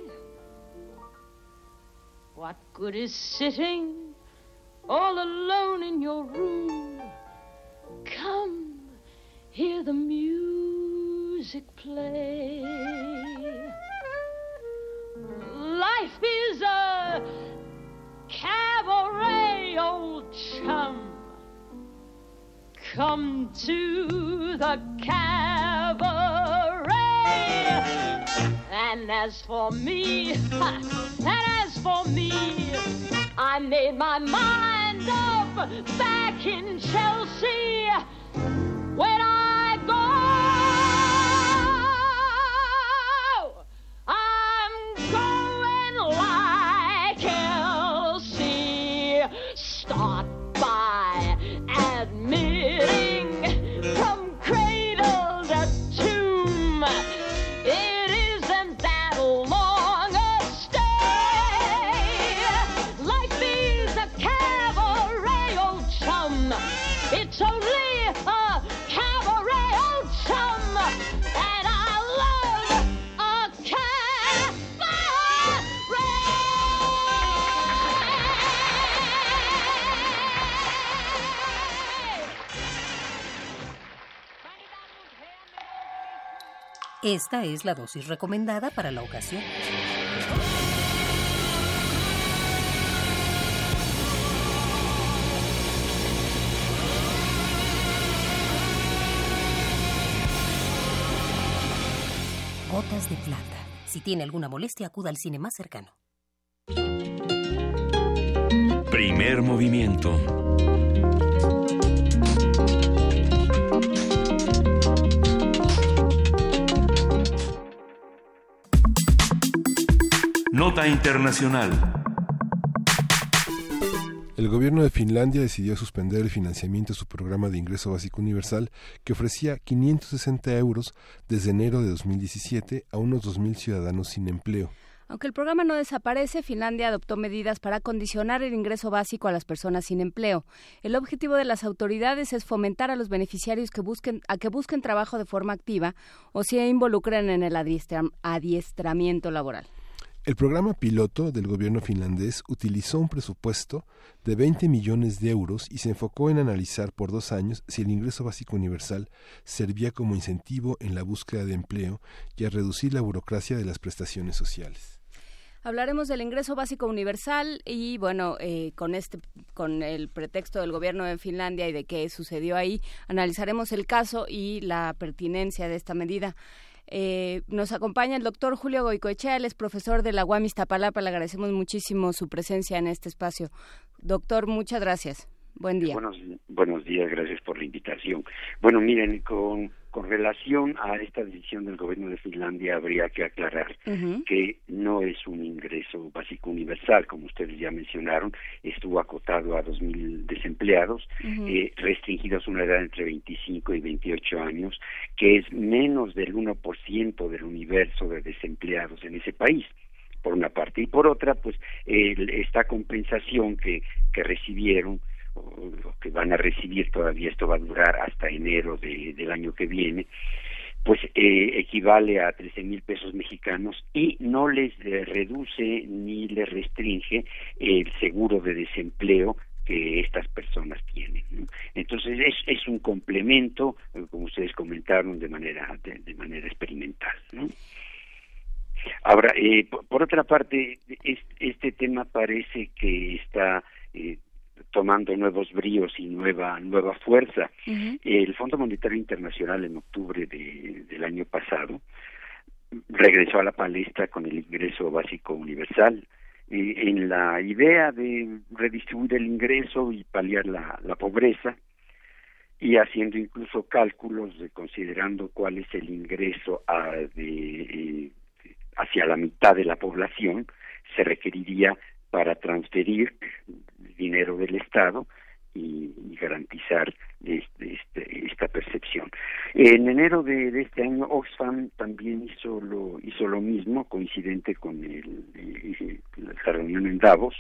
what good is sitting all alone in your room? Come, hear the music play. Life is a cabaret, old chum. Come to the cabaret. And as for me, ha, and as for me, I made my mind up back in Chelsea. When I go, I'm going like Elsie. Start by admitting from cradle to tomb, it isn't that long a stay. Life is a cabaret, old chum. It's only a cabaret, old chum. And I love a cabaret. Esta es la dosis recomendada para la ocasión. Gotas de plata. Si tiene alguna molestia, acuda al cine más cercano. Primer movimiento. Nota internacional. El gobierno de Finlandia decidió suspender el financiamiento de su programa de ingreso básico universal, que ofrecía quinientos sesenta euros desde enero de dos mil diecisiete a unos dos mil ciudadanos sin empleo. Aunque el programa no desaparece, Finlandia adoptó medidas para condicionar el ingreso básico a las personas sin empleo. El objetivo de las autoridades es fomentar a los beneficiarios que busquen, a que busquen trabajo de forma activa o se involucren en el adiestra, adiestramiento laboral. El programa piloto del gobierno finlandés utilizó un presupuesto de veinte millones de euros y se enfocó en analizar por dos años si el ingreso básico universal servía como incentivo en la búsqueda de empleo y a reducir la burocracia de las prestaciones sociales. Hablaremos del ingreso básico universal y, bueno, eh, con este, con el pretexto del gobierno de Finlandia y de qué sucedió ahí, analizaremos el caso y la pertinencia de esta medida. Eh, nos acompaña el doctor Julio Goicoechea, él es profesor de la U A M Iztapalapa, le agradecemos muchísimo su presencia en este espacio. Doctor, muchas gracias. Buen día. Buenos, buenos días, gracias por la invitación. Bueno, miren, con, con relación a esta decisión del gobierno de Finlandia habría que aclarar uh-huh. que no es un ingreso básico universal, como ustedes ya mencionaron, estuvo acotado a dos mil desempleados, uh-huh. eh, restringidos a una edad entre veinticinco y veintiocho años, que es menos del uno por ciento del universo de desempleados en ese país, por una parte, y por otra, pues eh, esta compensación que, que recibieron, o que van a recibir todavía, esto va a durar hasta enero de, del año que viene, pues eh, equivale a trece mil pesos mexicanos y no les eh, reduce ni les restringe el seguro de desempleo que estas personas tienen, ¿no? Entonces es, es un complemento, como ustedes comentaron, de manera de, de manera experimental, ¿no? Ahora, eh, por, por otra parte, este, este tema parece que está eh, tomando nuevos bríos y nueva nueva fuerza. Uh-huh. El Fondo Monetario Internacional en octubre de, del año pasado regresó a la palestra con el ingreso básico universal, eh, en la idea de redistribuir el ingreso y paliar la, la pobreza, y haciendo incluso cálculos de considerando cuál es el ingreso a, de, eh, hacia la mitad de la población se requeriría para transferir dinero del Estado y, y garantizar este, este, esta percepción. En enero de, de este año, Oxfam también hizo lo, hizo lo mismo, coincidente con el, el, la reunión en Davos,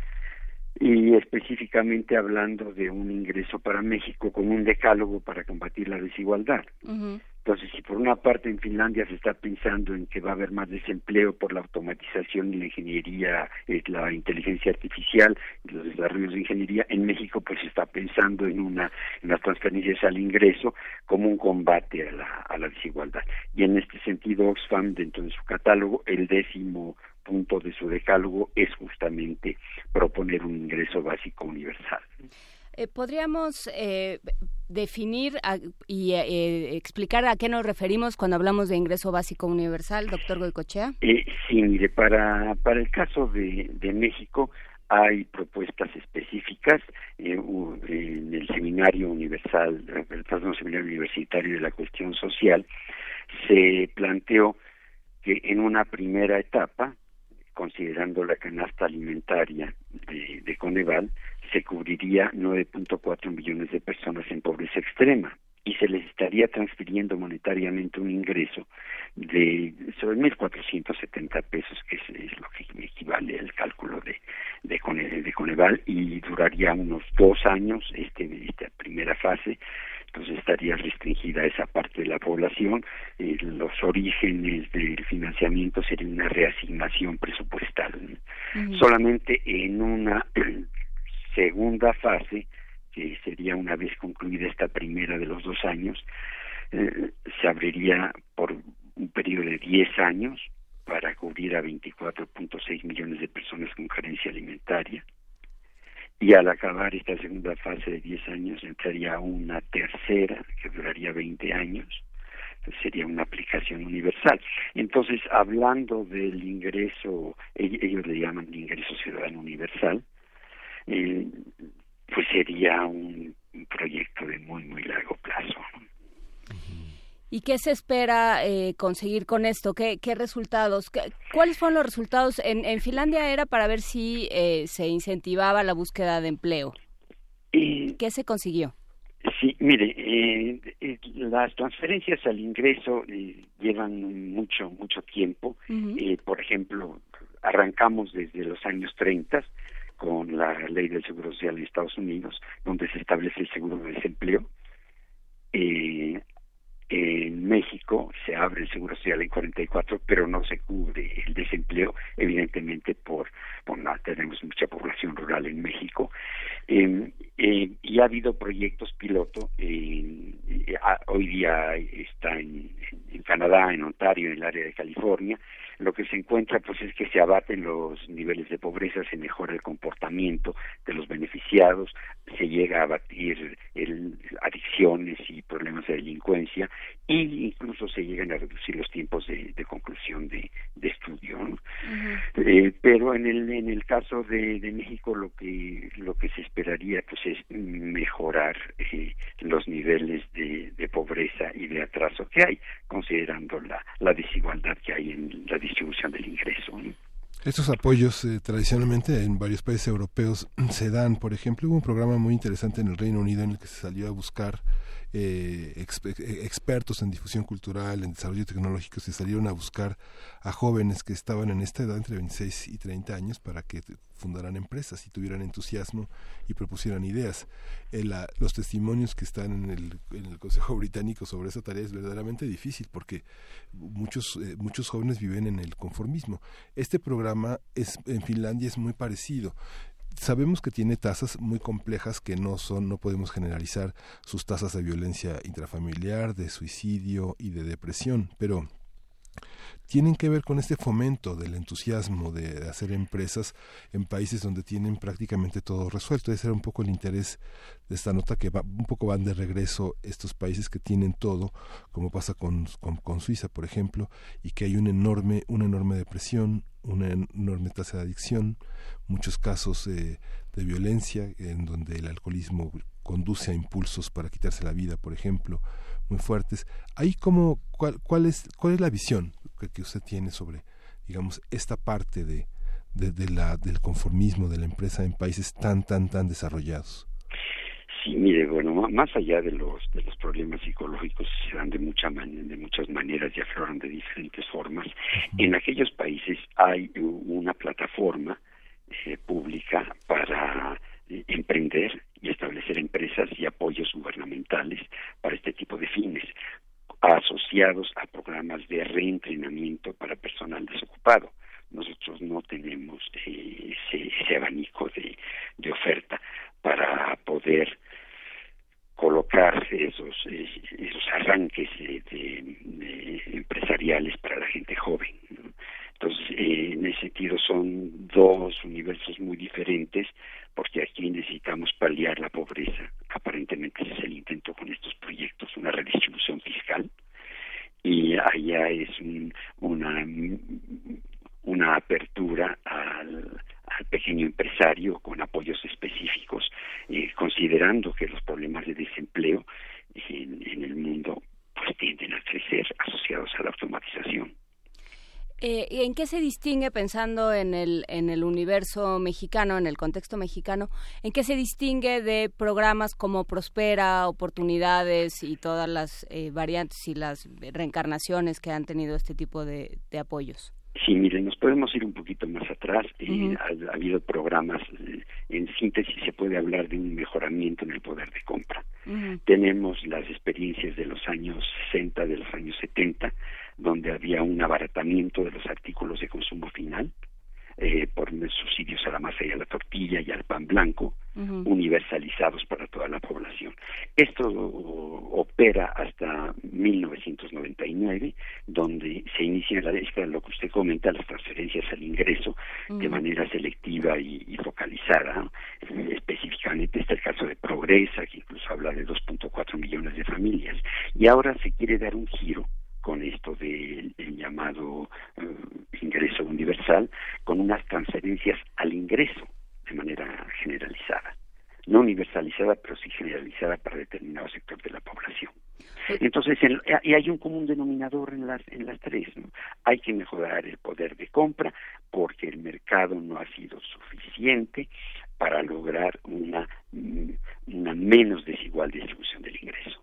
y específicamente hablando de un ingreso para México con un decálogo para combatir la desigualdad. Uh-huh. Entonces, si por una parte en Finlandia se está pensando en que va a haber más desempleo por la automatización y la ingeniería, eh, la inteligencia artificial, y los desarrollos de ingeniería, en México pues se está pensando en una en las transferencias al ingreso como un combate a la, a la desigualdad. Y en este sentido, Oxfam, dentro de su catálogo, el décimo punto de su decálogo es justamente proponer un ingreso básico universal. Eh, ¿Podríamos eh, definir a, y eh, explicar a qué nos referimos cuando hablamos de ingreso básico universal, doctor Goicoechea? Eh, sí, mire, para, para el caso de, de México hay propuestas específicas eh, en el seminario universal, el próximo seminario universitario de la cuestión social, se planteó que en una primera etapa, considerando la canasta alimentaria de, de Coneval, se cubriría nueve punto cuatro millones de personas en pobreza extrema y se les estaría transfiriendo monetariamente un ingreso de sobre mil cuatrocientos setenta pesos, que es, es lo que equivale al cálculo de, de, Cone, de Coneval, y duraría unos dos años este, esta primera fase. Entonces estaría restringida esa parte de la población. Eh, los orígenes del financiamiento sería una reasignación presupuestal. Uh-huh. Solamente en una segunda fase, que sería una vez concluida esta primera de los dos años, eh, se abriría por un periodo de diez años para cubrir a veinticuatro punto seis millones de personas con carencia alimentaria. Y al acabar esta segunda fase de diez años entraría una tercera que duraría veinte años, sería una aplicación universal. Entonces, hablando del ingreso, ellos le llaman ingreso ciudadano universal, eh, pues sería un, un proyecto de muy, muy largo plazo. ¿Y qué se espera eh, conseguir con esto? ¿Qué, qué resultados? ¿Qué, ¿Cuáles fueron los resultados? En, en Finlandia era para ver si eh, se incentivaba la búsqueda de empleo. Eh, ¿Qué se consiguió? Sí, mire, eh, eh, las transferencias al ingreso eh, llevan mucho, mucho tiempo. Uh-huh. Eh, por ejemplo, arrancamos desde los años treinta con la ley del Seguro Social en Estados Unidos, donde se establece el seguro de desempleo. Eh, En México se abre el Seguro Social en cuarenta y cuatro, pero no se cubre el desempleo, evidentemente por, por no tenemos mucha población rural en México. Eh, eh, y ha habido proyectos piloto, eh, eh, hoy día está en, en Canadá, en Ontario, en el área de California. Lo que se encuentra pues es que se abaten los niveles de pobreza, se mejora el comportamiento de los beneficiados, se llega a abatir el, adicciones y problemas de delincuencia, y incluso se llegan a reducir los tiempos de, de conclusión de, de estudio, ¿no? Uh-huh. Eh, pero en el en el caso de, de México lo que lo que se esperaría pues es mejorar eh, los niveles de, de pobreza y de atraso que hay, considerando la, la desigualdad que hay en la distribución del ingreso, ¿no? Estos apoyos eh, tradicionalmente en varios países europeos se dan. Por ejemplo, hubo un programa muy interesante en el Reino Unido en el que se salió a buscar eh, exp- expertos en difusión cultural, en desarrollo tecnológico, se salieron a buscar a jóvenes que estaban en esta edad entre veintiséis y treinta años para que fundaran empresas y tuvieran entusiasmo y propusieran ideas. Eh, la, los testimonios que están en el, en el Consejo Británico sobre esa tarea es verdaderamente difícil porque muchos eh, muchos jóvenes viven en el conformismo. Este programa es en Finlandia es muy parecido. Sabemos que tiene tasas muy complejas que no son, no podemos generalizar sus tasas de violencia intrafamiliar, de suicidio y de depresión, pero tienen que ver con este fomento del entusiasmo de hacer empresas en países donde tienen prácticamente todo resuelto. Ese era un poco el interés de esta nota, que va, un poco van de regreso estos países que tienen todo, como pasa con, con, con Suiza, por ejemplo, y que hay una enorme, una enorme depresión, una enorme tasa de adicción, muchos casos eh, de violencia en donde el alcoholismo conduce a impulsos para quitarse la vida, por ejemplo, muy fuertes. Ahí como cuál, cuál es cuál es la visión que, que usted tiene sobre, digamos, esta parte de, de, de la del conformismo de la empresa en países tan tan tan desarrollados. Sí, mire, bueno, más allá de los de los problemas psicológicos, se dan de mucha man, de muchas maneras y afloran de diferentes formas. Uh-huh. En aquellos países hay una plataforma eh, pública para eh, emprender y establecer empresas y apoyos gubernamentales para este tipo de fines, asociados a programas de reentrenamiento para personal desocupado. Nosotros no tenemos eh, ese, ese abanico de, de oferta para poder colocar esos eh, esos arranques eh, de, de empresariales para la gente joven, ¿no? Entonces, eh, en ese sentido son dos universos muy diferentes, porque aquí necesitamos paliar la pobreza. Aparentemente ese es el intento con estos proyectos, una redistribución fiscal, y allá es un, una una apertura al, al pequeño empresario con apoyos específicos, eh, considerando que los problemas de desempleo en, en el mundo pues tienden a crecer asociados a la automatización. Eh, ¿En qué se distingue, pensando en el en el universo mexicano, en el contexto mexicano, en qué se distingue de programas como Prospera, Oportunidades y todas las eh, variantes y las reencarnaciones que han tenido este tipo de, de apoyos? Sí, miren, nos podemos ir un poquito más atrás. Eh, uh-huh. ha, ha habido programas, eh, en síntesis se puede hablar de un mejoramiento en el poder de compra. Uh-huh. Tenemos las experiencias de los años sesenta, de los años setenta, donde había un abaratamiento de los artículos de consumo final, eh, por subsidios a la masa y a la tortilla y al pan blanco, uh-huh. universalizados para toda la población. Esto opera hasta mil novecientos noventa y nueve, donde se inicia la década, lo que usted comenta, las transferencias al ingreso, uh-huh. de manera selectiva y, y focalizada, ¿no? Eh, específicamente está el caso de Progresa, que incluso habla de dos punto cuatro millones de familias, y ahora se quiere dar un giro con esto del llamado uh, ingreso universal, con unas transferencias al ingreso de manera generalizada, no universalizada, pero sí generalizada para determinado sector de la población. Entonces, el, y hay un común denominador en las en las tres, ¿no? Hay que mejorar el poder de compra porque el mercado no ha sido suficiente para lograr una, una menos desigual distribución del ingreso.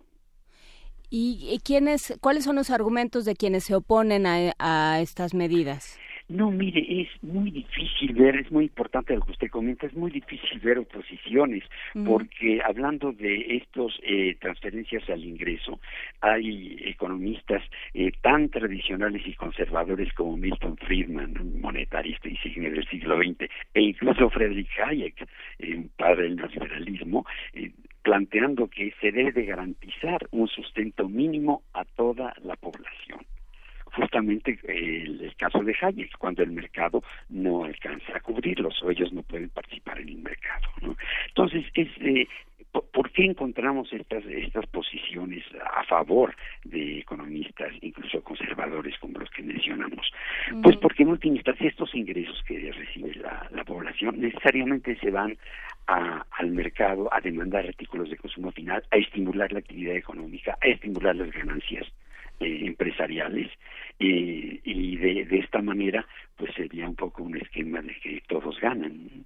¿Y quiénes, cuáles son los argumentos de quienes se oponen a, a estas medidas? No, mire, es muy difícil ver, es muy importante lo que usted comenta, es muy difícil ver oposiciones, uh-huh. porque hablando de estos eh, transferencias al ingreso, hay economistas eh, tan tradicionales y conservadores como Milton Friedman, un monetarista insigne del siglo veinte, e incluso Friedrich Hayek, eh, un padre del neoliberalismo, eh, planteando que se debe de garantizar un sustento mínimo a toda la población. Justamente eh, el, el caso de Hayek, cuando el mercado no alcanza a cubrirlos o ellos no pueden participar en el mercado, ¿no? Entonces, es eh, ¿por qué encontramos estas estas posiciones a favor de economistas, incluso conservadores como los que mencionamos? Uh-huh. Pues porque en última instancia estos ingresos que recibe la, la población necesariamente se van a, al mercado a demandar artículos de consumo final, a estimular la actividad económica, a estimular las ganancias Eh, empresariales, eh, y de, de esta manera pues sería un poco un esquema de que todos ganan.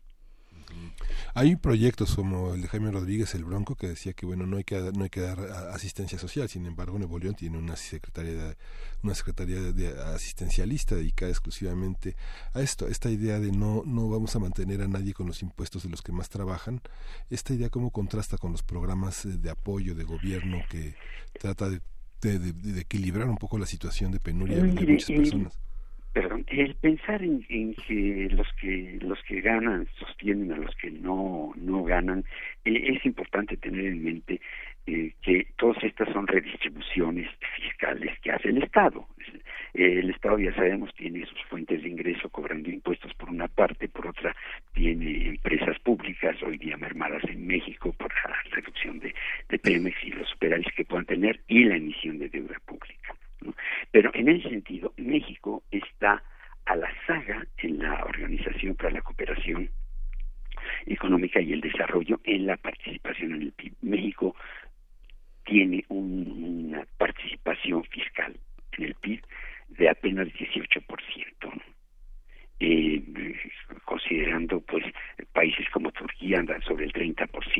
Hay proyectos como el de Jaime Rodríguez, el Bronco, que decía que bueno, no hay que no hay que dar asistencia social. Sin embargo, Nuevo León tiene una secretaría de, una secretaría de asistencialista dedicada exclusivamente a esto, esta idea de no no vamos a mantener a nadie con los impuestos de los que más trabajan. Esta idea cómo contrasta con los programas de apoyo de gobierno que trata de De, de, de equilibrar un poco la situación de penuria de muchas personas. Perdón, el pensar en, en que los que los que ganan sostienen a los que no no ganan, eh, es importante tener en mente eh, que todas estas son redistribuciones fiscales que hace el Estado. Eh, el Estado, ya sabemos, tiene sus fuentes de ingreso cobrando impuestos por una parte, por otra tiene empresas públicas hoy día mermadas en México por la reducción de, de Pemex y los superávits que puedan tener y la emisión de deuda pública, ¿no? Pero en ese sentido, México está a la saga en la Organización para la Cooperación Económica y el Desarrollo en la participación en el P I B. México tiene un, una participación fiscal en el P I B de apenas dieciocho por ciento, ¿no? Eh, considerando pues países como Turquía andan sobre el treinta por ciento, la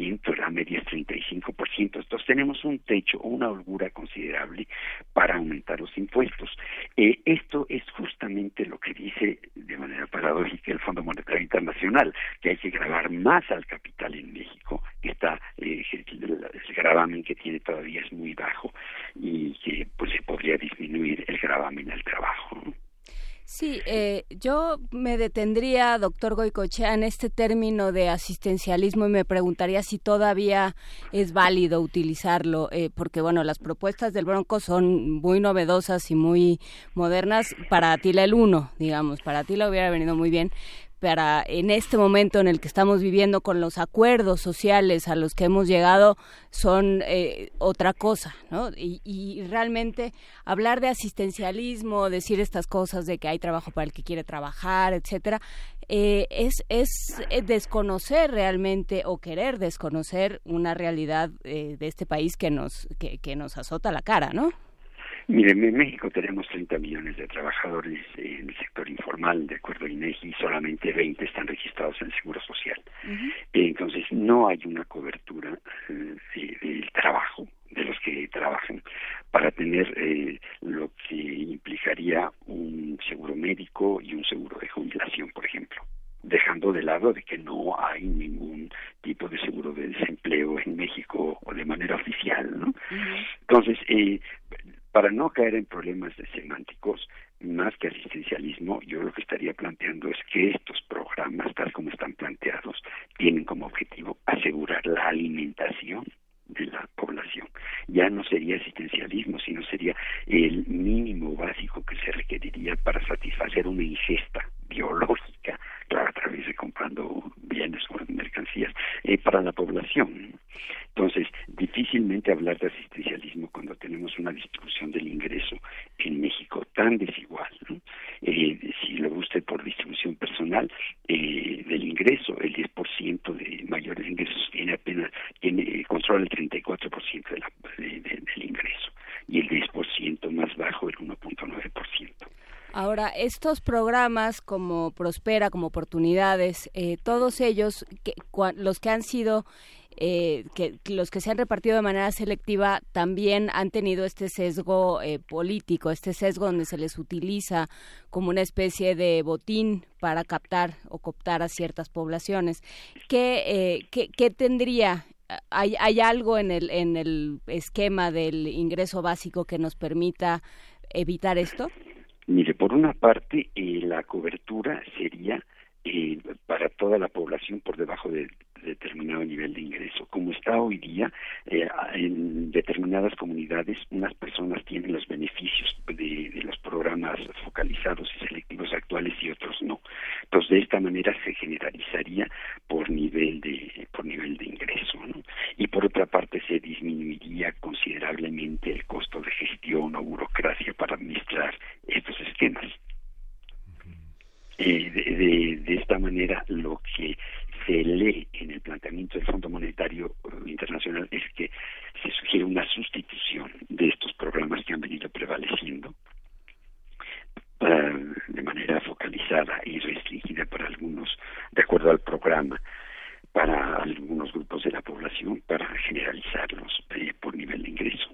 la media es treinta y cinco por ciento. Entonces tenemos un techo o una holgura considerable para aumentar los impuestos. Eh, esto es justamente lo que dice de manera paradójica el Fondo Monetario Internacional, que hay que gravar más al capital en México, que está eh, el, el gravamen que tiene todavía es muy bajo y que pues se podría disminuir el gravamen al trabajo, ¿no? Sí, eh, yo me detendría, doctor Goicoechea, en este término de asistencialismo y me preguntaría si todavía es válido utilizarlo, eh, porque bueno, las propuestas del Bronco son muy novedosas y muy modernas. Para Atila el uno, digamos, para Atila hubiera venido muy bien. Para en este momento en el que estamos viviendo, con los acuerdos sociales a los que hemos llegado, son eh, otra cosa, ¿no? Y, y realmente hablar de asistencialismo, decir estas cosas de que hay trabajo para el que quiere trabajar, etcétera, eh, es es desconocer realmente o querer desconocer una realidad eh, de este país que nos que, que nos azota la cara, ¿no? Miren, en México tenemos treinta millones de trabajadores en el sector informal, de acuerdo a INEGI, y solamente veinte están registrados en el Seguro Social. Uh-huh. Entonces, no hay una cobertura eh, del trabajo, de los que trabajan, para tener eh, lo que implicaría un seguro médico y un seguro de jubilación, por ejemplo, dejando de lado de que no hay ningún tipo de seguro de desempleo en México o de manera oficial, ¿no? Uh-huh. Entonces, eh, para no caer en problemas de semánticos, más que asistencialismo, yo lo que estaría planteando es que estos programas, tal como están planteados, tienen como objetivo asegurar la alimentación de la población. Ya no sería asistencialismo, sino sería el mínimo básico que se requeriría para satisfacer una ingesta biológica, claro, a través de comprando bienes o mercancías, eh, para la población. Entonces, difícilmente hablar de asistencialismo cuando tenemos una distribución del ingreso en México tan desigual, ¿no? Eh, si lo guste por distribución personal eh, del ingreso, el diez por ciento de mayores ingresos tiene apenas tiene eh, controla el treinta y cuatro por ciento de la, de, de, del ingreso y el diez por ciento más bajo el uno punto nueve por ciento. Ahora, estos programas como Prospera, como Oportunidades, eh, todos ellos, que, cua, los que han sido, eh, que los que se han repartido de manera selectiva, también han tenido este sesgo eh, político, este sesgo donde se les utiliza como una especie de botín para captar o cooptar a ciertas poblaciones. ¿Qué, eh, qué, qué tendría? ¿Hay, hay algo en el, en el esquema del ingreso básico que nos permita evitar esto? Mire, por una parte, eh, la cobertura sería eh, para toda la población por debajo de, de determinado nivel de ingreso. Como está hoy día, eh, en determinadas comunidades, unas personas tienen los beneficios de, de los programas focalizados y selectivos actuales y otros no. Entonces, de esta manera se generalizaría por nivel de por nivel de ingreso, ¿no? Y por otra parte, se disminuiría considerablemente el costo de gestión o burocracia para administrar estos esquemas. Eh, de, de, de esta manera, lo que se lee en el planteamiento del Fondo Monetario Internacional es que se sugiere una sustitución de estos programas que han venido prevaleciendo uh, de manera focalizada y restringida para algunos, de acuerdo al programa, para algunos grupos de la población, para generalizarlos eh, por nivel de ingreso.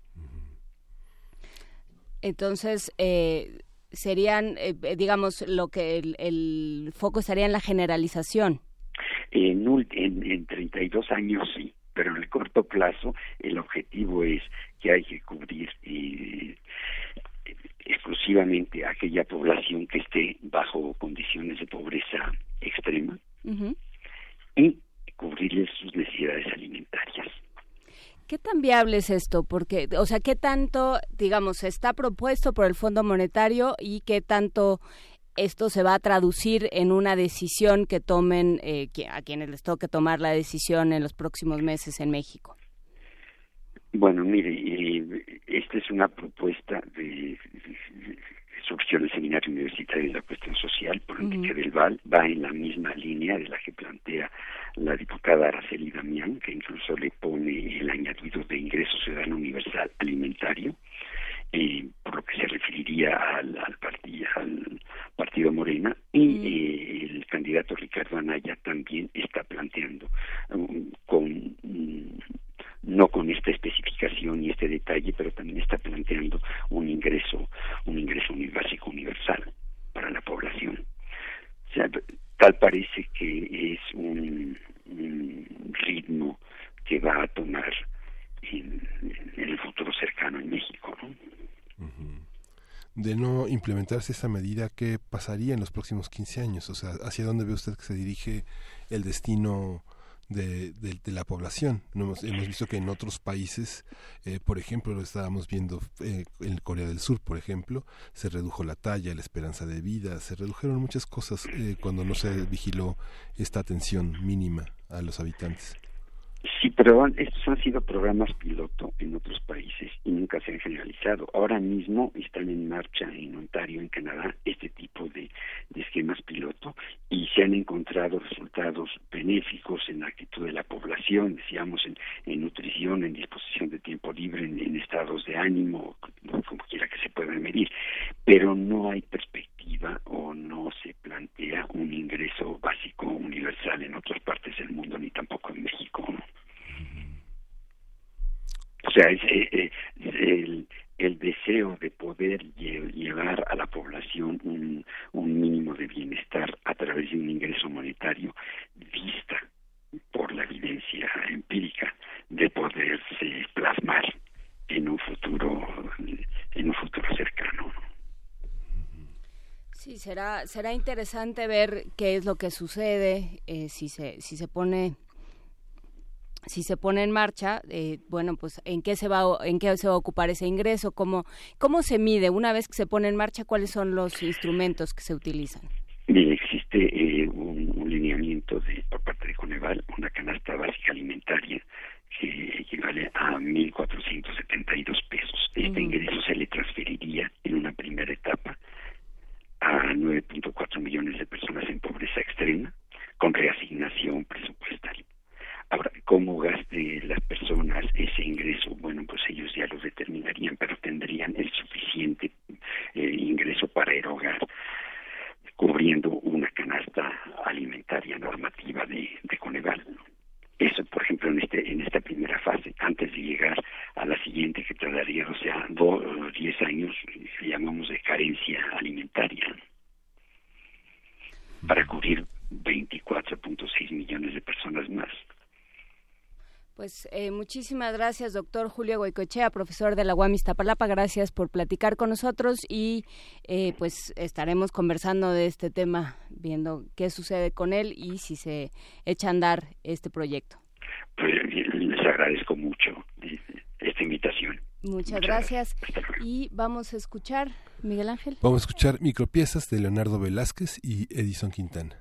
Entonces, eh, serían, eh, digamos, lo que el, el foco estaría en la generalización. En, en, en treinta y dos años sí, pero en el corto plazo el objetivo es que hay que cubrir eh, exclusivamente a aquella población que esté bajo condiciones de pobreza extrema. Uh-huh. Y cubrirles sus necesidades alimentarias. ¿Qué tan viable es esto? Porque, o sea, ¿qué tanto, digamos, está propuesto por el Fondo Monetario y qué tanto esto se va a traducir en una decisión que tomen, eh, a quienes les toque tomar la decisión en los próximos meses en México? Bueno, mire, eh, esta es una propuesta de, de surgió en el Seminario Universitario de la Cuestión Social por Enrique uh-huh. del Val, va en la misma línea de la que plantea la diputada Araceli Damián, que incluso le pone el añadido de ingreso ciudadano universal alimentario, eh, por lo que se referiría al, al, partido, al partido Morena, y uh-huh. eh, el candidato Ricardo Anaya también está planteando um, con con esta especificación y este detalle, pero también está planteando un ingreso, un ingreso básico universal para la población. O sea, tal parece que es un, un ritmo que va a tomar en, en el futuro cercano en México, ¿no? Uh-huh. De no implementarse esta medida, ¿qué pasaría en los próximos quince años? O sea, ¿hacia dónde ve usted que se dirige el destino de, de, de la población? No hemos, hemos visto que en otros países, eh, por ejemplo, lo estábamos viendo eh, en Corea del Sur, por ejemplo, se redujo la talla, la esperanza de vida, se redujeron muchas cosas eh, cuando no se vigiló esta atención mínima a los habitantes. Sí, pero estos han sido programas piloto en otros países y nunca se han generalizado. Ahora mismo están en marcha en Ontario, en Canadá, este tipo de, de esquemas piloto y se han encontrado resultados benéficos en la actitud de la población, decíamos, en, en nutrición, en disposición de tiempo libre, en, en estados de ánimo, como quiera que se puedan medir, pero no hay perspectiva o no se plantea un ingreso básico universal en otras partes del mundo, ni tampoco en México, ¿no? O sea, es, es, es el, el deseo de poder llevar a la población un, un mínimo de bienestar a través de un ingreso monetario vista por la evidencia empírica de poderse plasmar en un futuro en un futuro cercano. Sí, será será interesante ver qué es lo que sucede eh, si se si se pone si se pone en marcha, eh, bueno, pues en qué se va en qué se va a ocupar ese ingreso, cómo cómo se mide una vez que se pone en marcha, cuáles son los instrumentos que se utilizan. Bien, existe eh, un, un lineamiento de por parte de Coneval, una canasta básica alimentaria que equivale a mil cuatrocientos setenta y dos pesos. Este uh-huh. ingreso se le transferiría en una primera etapa a nueve punto cuatro millones de personas en pobreza extrema con reasignación presupuestaria. Ahora, ¿cómo gaste las personas ese ingreso? Bueno, pues ellos ya lo determinarían, pero tendrían el suficiente eh, ingreso para erogar, cubriendo una canasta alimentaria normativa de, de Coneval, ¿no? Eso, por ejemplo, en este en esta primera fase, antes de llegar a la siguiente, que tardaría, o sea, dos, diez años, que llamamos de carencia alimentaria, ¿no? Para cubrir veinticuatro punto seis millones de personas más. Pues eh, muchísimas gracias, doctor Julio Goicoechea, profesor de la U A M Iztapalapa. Gracias por platicar con nosotros y eh, pues estaremos conversando de este tema, viendo qué sucede con él y si se echa a andar este proyecto. Pues les agradezco mucho esta invitación. Muchas, Muchas gracias. gracias. Y vamos a escuchar, Miguel Ángel. Vamos a escuchar Micropiezas de Leonardo Velázquez y Edison Quintana.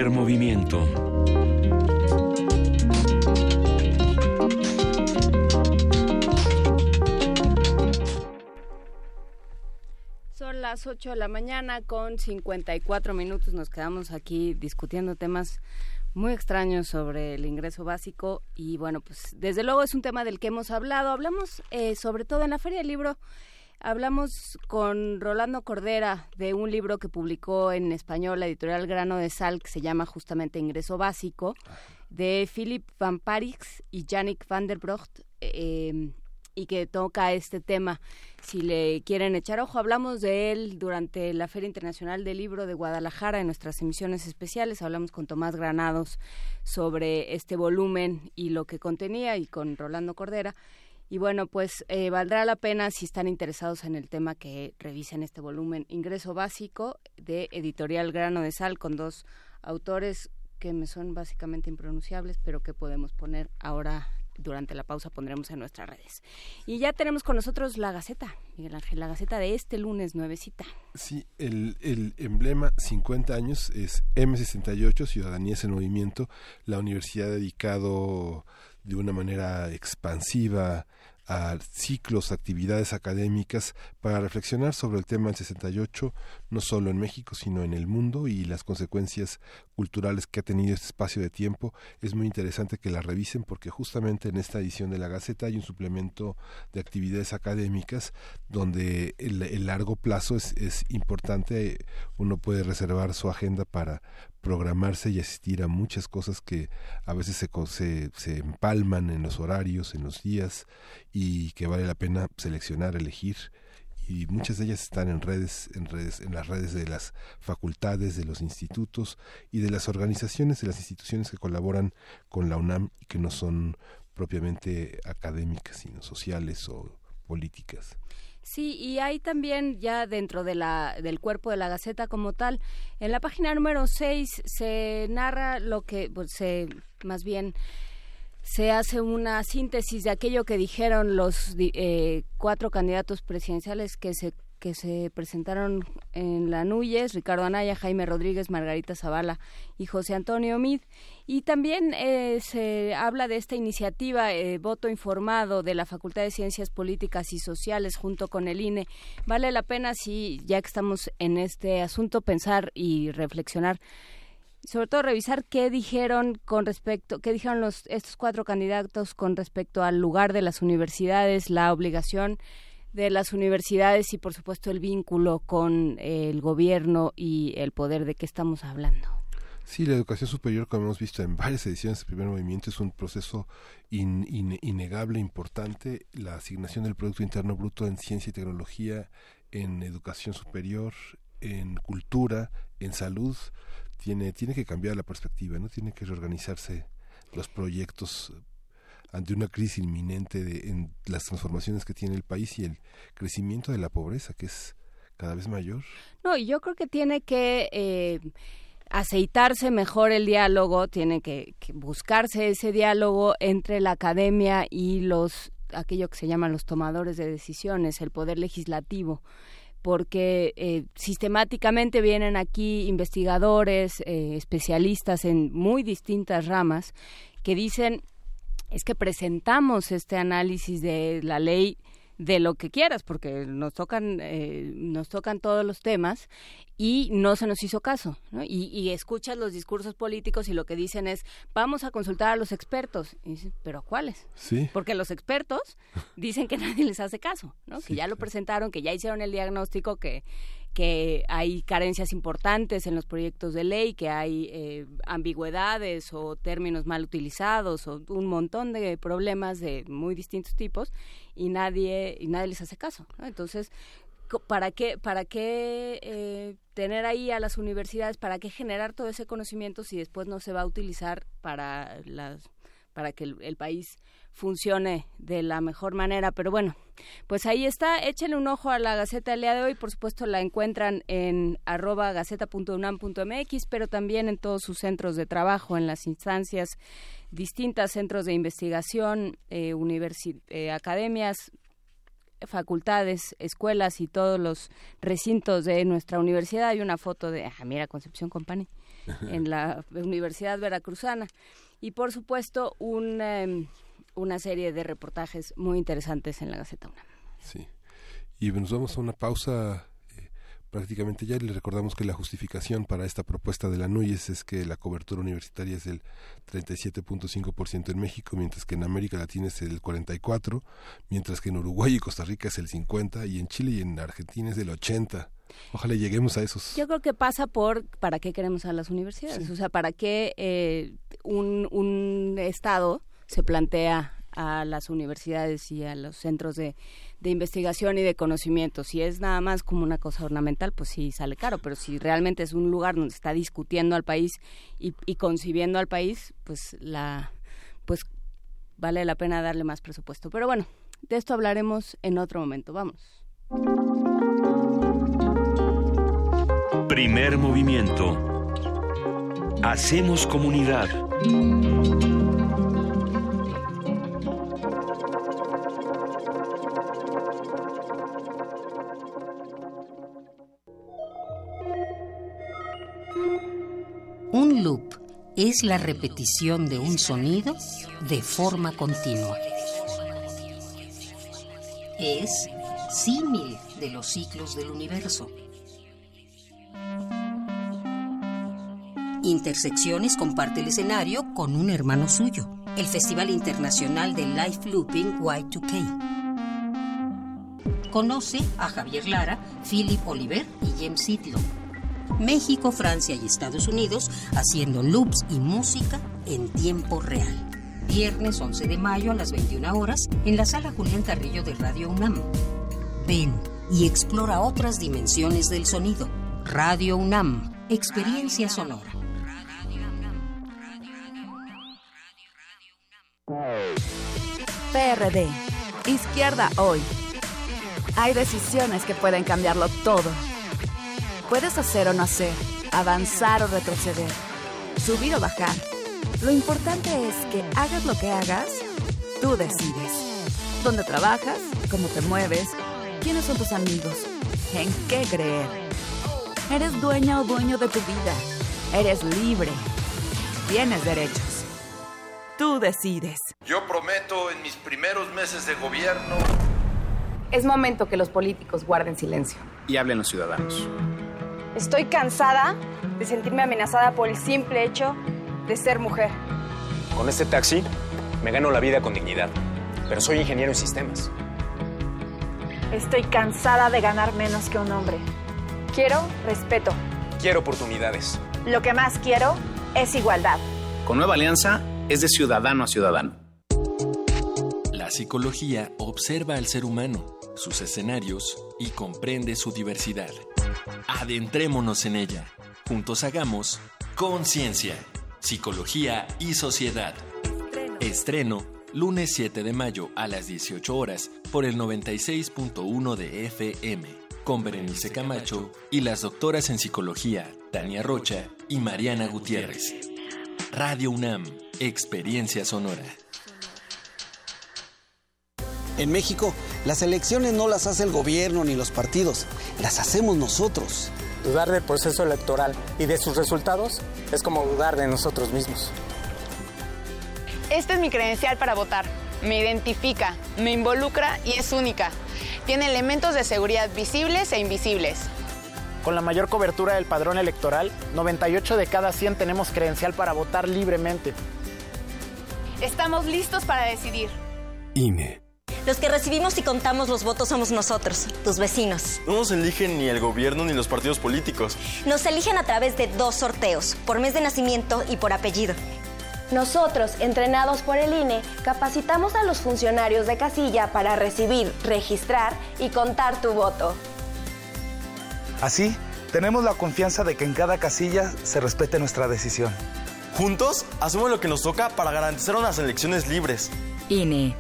Primer movimiento. Son las ocho de la mañana con cincuenta y cuatro minutos. Nos quedamos aquí discutiendo temas muy extraños sobre el ingreso básico y bueno, pues desde luego es un tema del que hemos hablado. Hablamos eh, sobre todo en la Feria del Libro. Hablamos con Rolando Cordera de un libro que publicó en español la editorial Grano de Sal, que se llama justamente Ingreso Básico, de Philip Van Parix y Yannick van der Brocht, eh, y que toca este tema. Si le quieren echar ojo, hablamos de él durante la Feria Internacional del Libro de Guadalajara en nuestras emisiones especiales. Hablamos con Tomás Granados sobre este volumen y lo que contenía, y con Rolando Cordera. Y bueno, pues eh, valdrá la pena, si están interesados en el tema, que revisen este volumen, Ingreso Básico, de Editorial Grano de Sal, con dos autores que me son básicamente impronunciables, pero que podemos poner ahora, durante la pausa pondremos en nuestras redes. Y ya tenemos con nosotros la Gaceta, Miguel Ángel, la Gaceta de este lunes, nuevecita. Sí, el, el emblema cincuenta años es eme sesenta y ocho, Ciudadanías en Movimiento. La universidad ha dedicado de una manera expansiva a ciclos, actividades académicas para reflexionar sobre el tema del sesenta y ocho, no solo en México, sino en el mundo, y las consecuencias culturales que ha tenido este espacio de tiempo. Es muy interesante que la revisen, porque justamente en esta edición de la Gaceta hay un suplemento de actividades académicas donde el, el largo plazo es, es importante. Uno puede reservar su agenda para programarse y asistir a muchas cosas que a veces se, se, se empalman en los horarios, en los días, y que vale la pena seleccionar, elegir, y muchas de ellas están en redes, en redes, en las redes de las facultades, de los institutos y de las organizaciones, de las instituciones que colaboran con la UNAM y que no son propiamente académicas, sino sociales o políticas. Sí, y hay también, ya dentro de la del cuerpo de la Gaceta como tal, en la página número seis se narra lo que, pues, se, más bien, se hace una síntesis de aquello que dijeron los eh, cuatro candidatos presidenciales que se que se presentaron en la Núñez: Ricardo Anaya, Jaime Rodríguez, Margarita Zavala y José Antonio Meade. Y también eh, se habla de esta iniciativa, eh, Voto Informado, de la Facultad de Ciencias Políticas y Sociales junto con el I N E. Vale la pena, si ya que estamos en este asunto, pensar y reflexionar, sobre todo revisar qué dijeron con respecto, qué dijeron los estos cuatro candidatos con respecto al lugar de las universidades, la obligación de las universidades y, por supuesto, el vínculo con eh, el gobierno y el poder. ¿De qué estamos hablando? Sí, la educación superior, como hemos visto en varias ediciones del Primer Movimiento, es un proceso in, in, innegable, importante. La asignación del Producto Interno Bruto en ciencia y tecnología, en educación superior, en cultura, en salud, tiene, tiene que cambiar la perspectiva, ¿no? Tiene que reorganizarse los proyectos ante una crisis inminente de, en las transformaciones que tiene el país y el crecimiento de la pobreza, que es cada vez mayor. No, y yo creo que tiene que eh, aceitarse mejor el diálogo, tiene que, que buscarse ese diálogo entre la academia y los aquello que se llaman los tomadores de decisiones, el poder legislativo, porque eh, sistemáticamente vienen aquí investigadores, eh, especialistas en muy distintas ramas, que dicen: es que presentamos este análisis de la ley de lo que quieras, porque nos tocan eh, nos tocan todos los temas y no se nos hizo caso, ¿no? Y, y escuchas los discursos políticos y lo que dicen es: vamos a consultar a los expertos. Y dices: ¿pero cuáles? Sí. Porque los expertos dicen que nadie les hace caso, ¿no? Sí, que ya lo presentaron, que ya hicieron el diagnóstico, que que hay carencias importantes en los proyectos de ley, que hay eh, ambigüedades o términos mal utilizados o un montón de problemas de muy distintos tipos, y nadie y nadie les hace caso, ¿no? Entonces, ¿para qué para qué eh, tener ahí a las universidades? ¿Para qué generar todo ese conocimiento si después no se va a utilizar para las para que el, el país funcione de la mejor manera? Pero bueno, pues ahí está, échenle un ojo a la Gaceta del día de hoy. Por supuesto la encuentran en arroba gaceta punto unam punto mx, pero también en todos sus centros de trabajo, en las instancias distintas, centros de investigación, eh, universi- eh, academias, facultades, escuelas y todos los recintos de nuestra universidad. Hay una foto de, ah, mira, Concepción Company, en la Universidad Veracruzana. Y por supuesto, un, eh, una serie de reportajes muy interesantes en la Gaceta UNAM. Sí. Y nos vamos a una pausa. Prácticamente ya les recordamos que la justificación para esta propuesta de la NUYES es que la cobertura universitaria es del treinta y siete punto cinco por ciento en México, mientras que en América Latina es el cuarenta y cuatro por ciento, mientras que en Uruguay y Costa Rica es el cincuenta por ciento y en Chile y en Argentina es del ochenta por ciento. Ojalá lleguemos a esos. Yo creo que pasa por para qué queremos a las universidades, sí. O sea, para qué eh, un, un Estado se plantea a las universidades y a los centros de, de investigación y de conocimiento. Si es nada más como una cosa ornamental, pues sí sale caro, pero si realmente es un lugar donde está discutiendo al país y, y concibiendo al país, pues la pues vale la pena darle más presupuesto. Pero bueno, de esto hablaremos en otro momento. Vamos. Primer movimiento. Hacemos comunidad. Un loop es la repetición de un sonido de forma continua. Es símil de los ciclos del universo. Intersecciones comparte el escenario con un hermano suyo, el Festival Internacional de Life Looping Y dos K. Conoce a Javier Lara, Philip Oliver y James Sidlow. México, Francia y Estados Unidos haciendo loops y música en tiempo real. Viernes once de mayo a las veintiuna horas en la Sala Julián Carrillo de Radio UNAM. Ven y explora otras dimensiones del sonido. Radio UNAM, experiencia sonora. P R D, Izquierda Hoy. Hay decisiones que pueden cambiarlo todo. Puedes hacer o no hacer, avanzar o retroceder, subir o bajar. Lo importante es que hagas lo que hagas, tú decides. ¿Dónde trabajas? ¿Cómo te mueves? ¿Quiénes son tus amigos? ¿En qué creer? Eres dueña o dueño de tu vida. Eres libre. Tienes derechos. Tú decides. Yo prometo en mis primeros meses de gobierno... Es momento que los políticos guarden silencio. Y hablen los ciudadanos. Estoy cansada de sentirme amenazada por el simple hecho de ser mujer. Con este taxi me gano la vida con dignidad, pero soy ingeniero en sistemas. Estoy cansada de ganar menos que un hombre. Quiero respeto. Quiero oportunidades. Lo que más quiero es igualdad. Con Nueva Alianza es de ciudadano a ciudadano. La psicología observa al ser humano, sus escenarios y comprende su diversidad. Adentrémonos en ella. Juntos hagamos Conciencia, Psicología y Sociedad. Estreno. Estreno, lunes siete de mayo a las dieciocho horas por el noventa y seis punto uno de F M, con Berenice Camacho y las doctoras en Psicología, Tania Rocha y Mariana Gutiérrez. Radio UNAM, Experiencia Sonora. En México, las elecciones no las hace el gobierno ni los partidos, las hacemos nosotros. Dudar del proceso electoral y de sus resultados es como dudar de nosotros mismos. Esta es mi credencial para votar. Me identifica, me involucra y es única. Tiene elementos de seguridad visibles e invisibles. Con la mayor cobertura del padrón electoral, noventa y ocho de cada cien tenemos credencial para votar libremente. Estamos listos para decidir. I N E. Los que recibimos y contamos los votos somos nosotros, tus vecinos. No nos eligen ni el gobierno ni los partidos políticos. Nos eligen a través de dos sorteos, por mes de nacimiento y por apellido. Nosotros, entrenados por el I N E, capacitamos a los funcionarios de casilla para recibir, registrar y contar tu voto. Así, tenemos la confianza de que en cada casilla se respete nuestra decisión. Juntos, hacemos lo que nos toca para garantizar unas elecciones libres. I N E.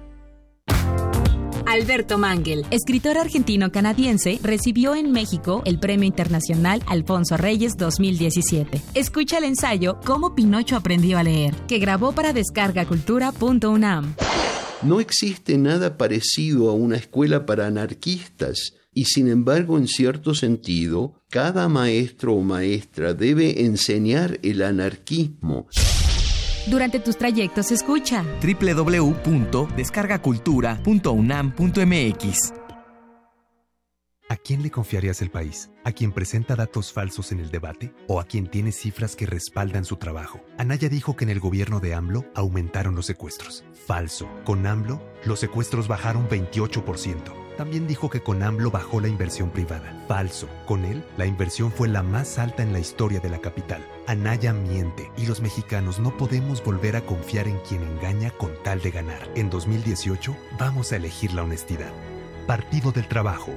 Alberto Mangel, escritor argentino-canadiense, recibió en México el Premio Internacional Alfonso Reyes dos mil diecisiete. Escucha el ensayo Cómo Pinocho aprendió a leer, que grabó para descarga cultura punto unam. No existe nada parecido a una escuela para anarquistas y sin embargo, en cierto sentido, cada maestro o maestra debe enseñar el anarquismo. Durante tus trayectos escucha doble u doble u doble u punto descarga cultura punto u n a m punto m x. ¿A quién le confiarías el país? ¿A quien presenta datos falsos en el debate? ¿O a quien tiene cifras que respaldan su trabajo? Anaya dijo que en el gobierno de AMLO aumentaron los secuestros. Falso. Con AMLO, los secuestros bajaron veintiocho por ciento. También dijo que con AMLO bajó la inversión privada. Falso. Con él, la inversión fue la más alta en la historia de la capital. Anaya miente y los mexicanos no podemos volver a confiar en quien engaña con tal de ganar. En dos mil dieciocho, vamos a elegir la honestidad. Partido del Trabajo.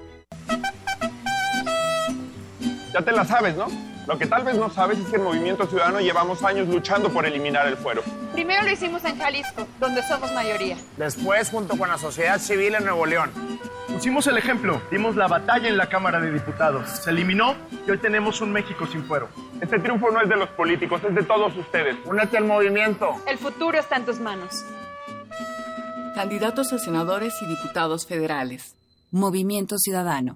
Ya te la sabes, ¿no? Lo que tal vez no sabes es que en Movimiento Ciudadano llevamos años luchando por eliminar el fuero. Primero lo hicimos en Jalisco, donde somos mayoría. Después, junto con la sociedad civil en Nuevo León. Pusimos el ejemplo, dimos la batalla en la Cámara de Diputados. Se eliminó y hoy tenemos un México sin fuero. Este triunfo no es de los políticos, es de todos ustedes. Únete al movimiento. El futuro está en tus manos. Candidatos a senadores y diputados federales. Movimiento Ciudadano.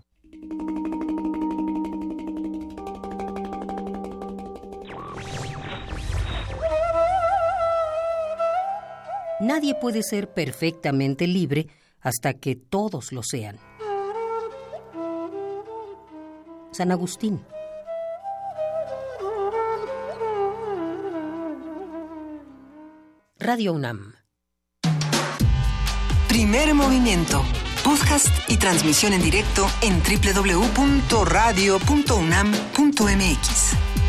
Nadie puede ser perfectamente libre hasta que todos lo sean. San Agustín. Radio UNAM. Primer movimiento. Podcast y transmisión en directo en doble u doble u doble u punto radio punto u n a m punto m x.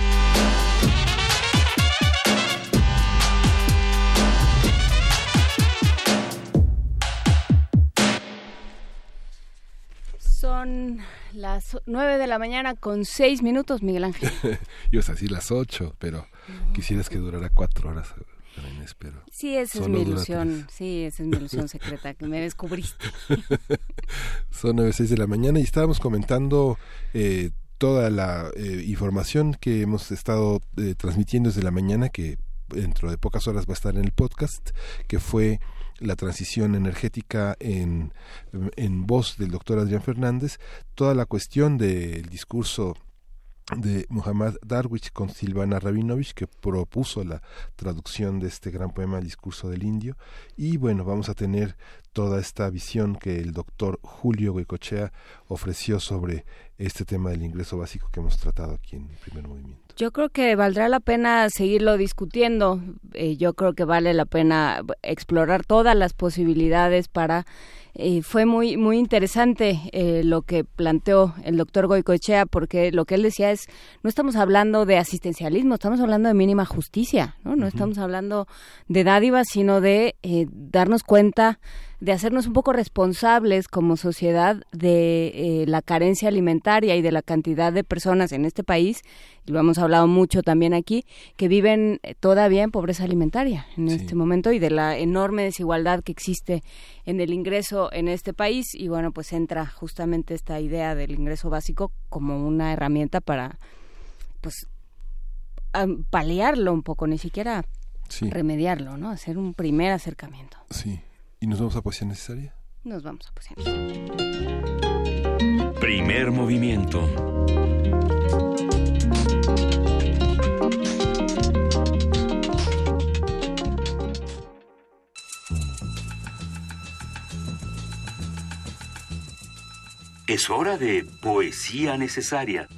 Son las nueve de la mañana con seis minutos, Miguel Ángel. Ibas a decir las ocho, pero no. Quisieras que durara cuatro horas. Pero sí, esa es mi ilusión. Sí, esa es mi ilusión secreta, que me descubriste. Son nueve, seis de la mañana y estábamos comentando eh, toda la eh, información que hemos estado eh, transmitiendo desde la mañana, que dentro de pocas horas va a estar en el podcast, que fue la transición energética en, en voz del doctor Adrián Fernández, toda la cuestión del discurso de Muhammad Darwish con Silvana Rabinovich, que propuso la traducción de este gran poema El discurso del indio, y bueno, vamos a tener toda esta visión que el doctor Julio Goicoechea ofreció sobre este tema del ingreso básico que hemos tratado aquí en Primer Movimiento. Yo creo que valdrá la pena seguirlo discutiendo, eh, yo creo que vale la pena explorar todas las posibilidades para... Eh, fue muy muy interesante eh, lo que planteó el doctor Goicoechea, porque lo que él decía es, no estamos hablando de asistencialismo, estamos hablando de mínima justicia, no, no uh-huh. estamos hablando de dádivas, sino de eh, darnos cuenta, de hacernos un poco responsables como sociedad de eh, la carencia alimentaria y de la cantidad de personas en este país, y lo hemos hablado mucho también aquí, que viven todavía en pobreza alimentaria en sí. este momento, y de la enorme desigualdad que existe en el ingreso en este país. Y bueno, pues entra justamente esta idea del ingreso básico como una herramienta para pues paliarlo un poco, ni siquiera sí. remediarlo, ¿no? Hacer un primer acercamiento. Sí. ¿Y nos vamos a poesía necesaria? Nos vamos a poesía necesaria. Primer movimiento. Es hora de poesía necesaria.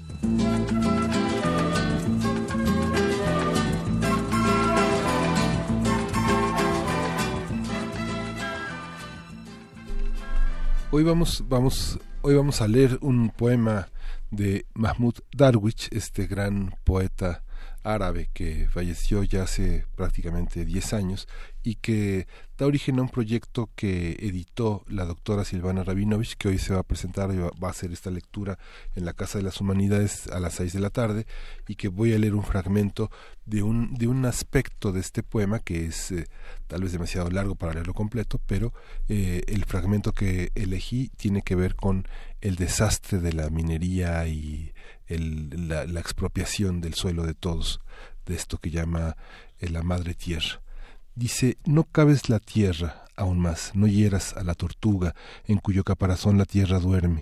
Hoy vamos, vamos, hoy vamos a leer un poema de Mahmoud Darwish, este gran poeta árabe que falleció ya hace prácticamente diez años y que da origen a un proyecto que editó la doctora Silvana Rabinovich, que hoy se va a presentar y va a hacer esta lectura en la Casa de las Humanidades a las seis de la tarde, y que voy a leer un fragmento de un, de un aspecto de este poema que es eh, tal vez demasiado largo para leerlo completo, pero eh, el fragmento que elegí tiene que ver con el desastre de la minería y el, la, la expropiación del suelo de todos, de esto que llama eh, la madre tierra. Dice: no cabes la tierra aún más, no hieras a la tortuga en cuyo caparazón la tierra duerme.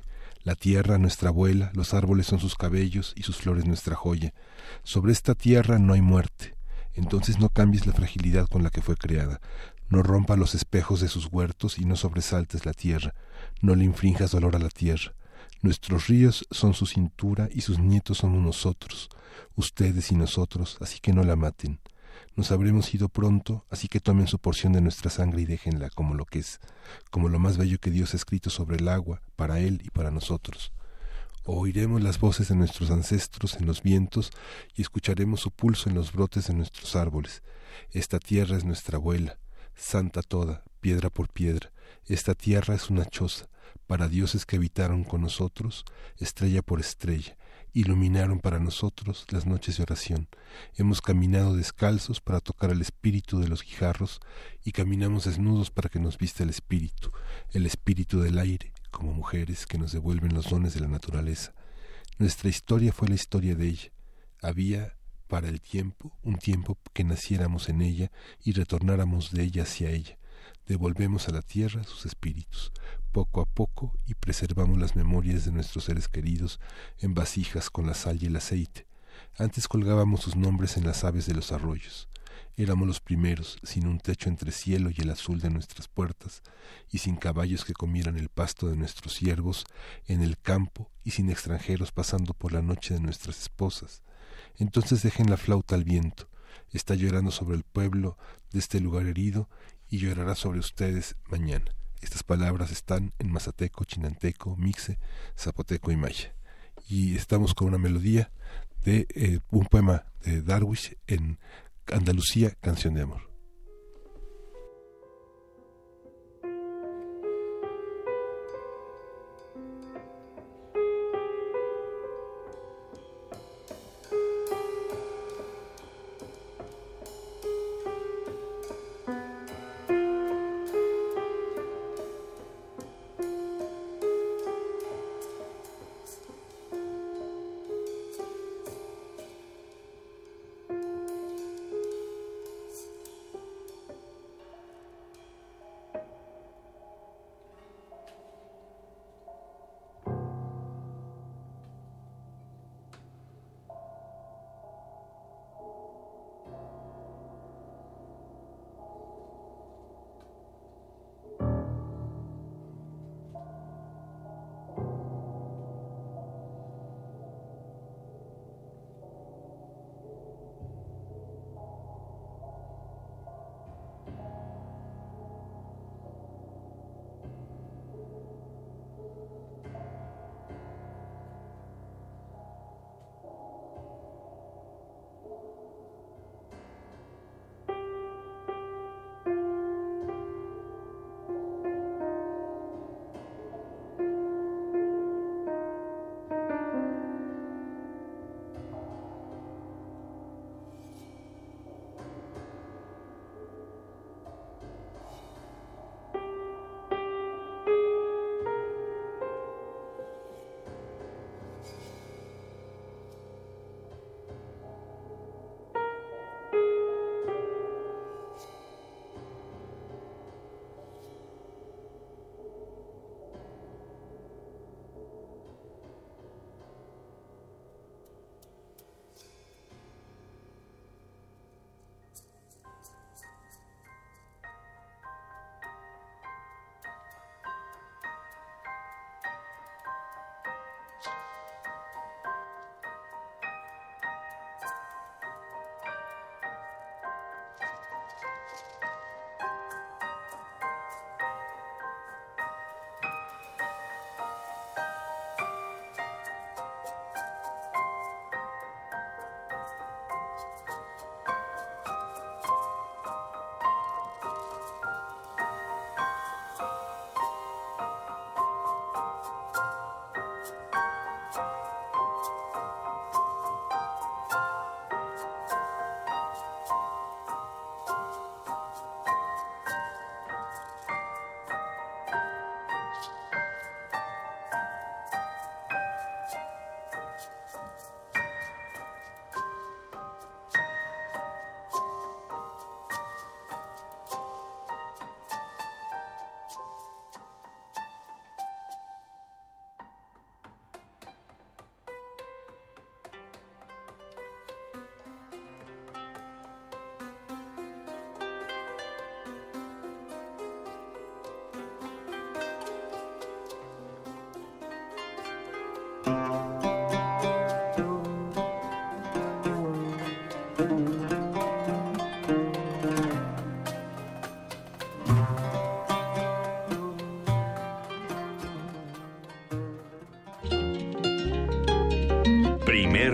La tierra, nuestra abuela, los árboles son sus cabellos y sus flores nuestra joya. Sobre esta tierra no hay muerte. Entonces no cambies la fragilidad con la que fue creada. No rompa los espejos de sus huertos y no sobresaltes la tierra. No le infrinjas dolor a la tierra. Nuestros ríos son su cintura y sus nietos somos nosotros, ustedes y nosotros, así que no la maten. Nos habremos ido pronto, así que tomen su porción de nuestra sangre y déjenla como lo que es, como lo más bello que Dios ha escrito sobre el agua, para Él y para nosotros. Oiremos las voces de nuestros ancestros en los vientos y escucharemos su pulso en los brotes de nuestros árboles. Esta tierra es nuestra abuela, santa toda, piedra por piedra. Esta tierra es una choza, para dioses que habitaron con nosotros, estrella por estrella, iluminaron para nosotros las noches de oración. Hemos caminado descalzos para tocar el espíritu de los guijarros y caminamos desnudos para que nos vista el espíritu, el espíritu del aire, como mujeres que nos devuelven los dones de la naturaleza. Nuestra historia fue la historia de ella. Había para el tiempo un tiempo que naciéramos en ella y retornáramos de ella hacia ella. Devolvemos a la tierra sus espíritus, poco a poco, y preservamos las memorias de nuestros seres queridos en vasijas con la sal y el aceite. Antes colgábamos sus nombres en las aves de los arroyos. Éramos los primeros, sin un techo entre cielo y el azul de nuestras puertas, y sin caballos que comieran el pasto de nuestros siervos en el campo, y sin extranjeros pasando por la noche de nuestras esposas. Entonces dejen la flauta al viento. Está llorando sobre el pueblo de este lugar herido, y llorará sobre ustedes mañana. Estas palabras están en mazateco, chinanteco, mixe, zapoteco y maya. Y estamos con una melodía de eh, un poema de Darwish en Andalucía, canción de amor.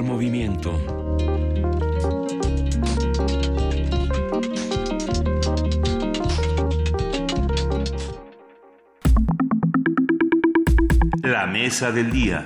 Primer movimiento. La mesa del día.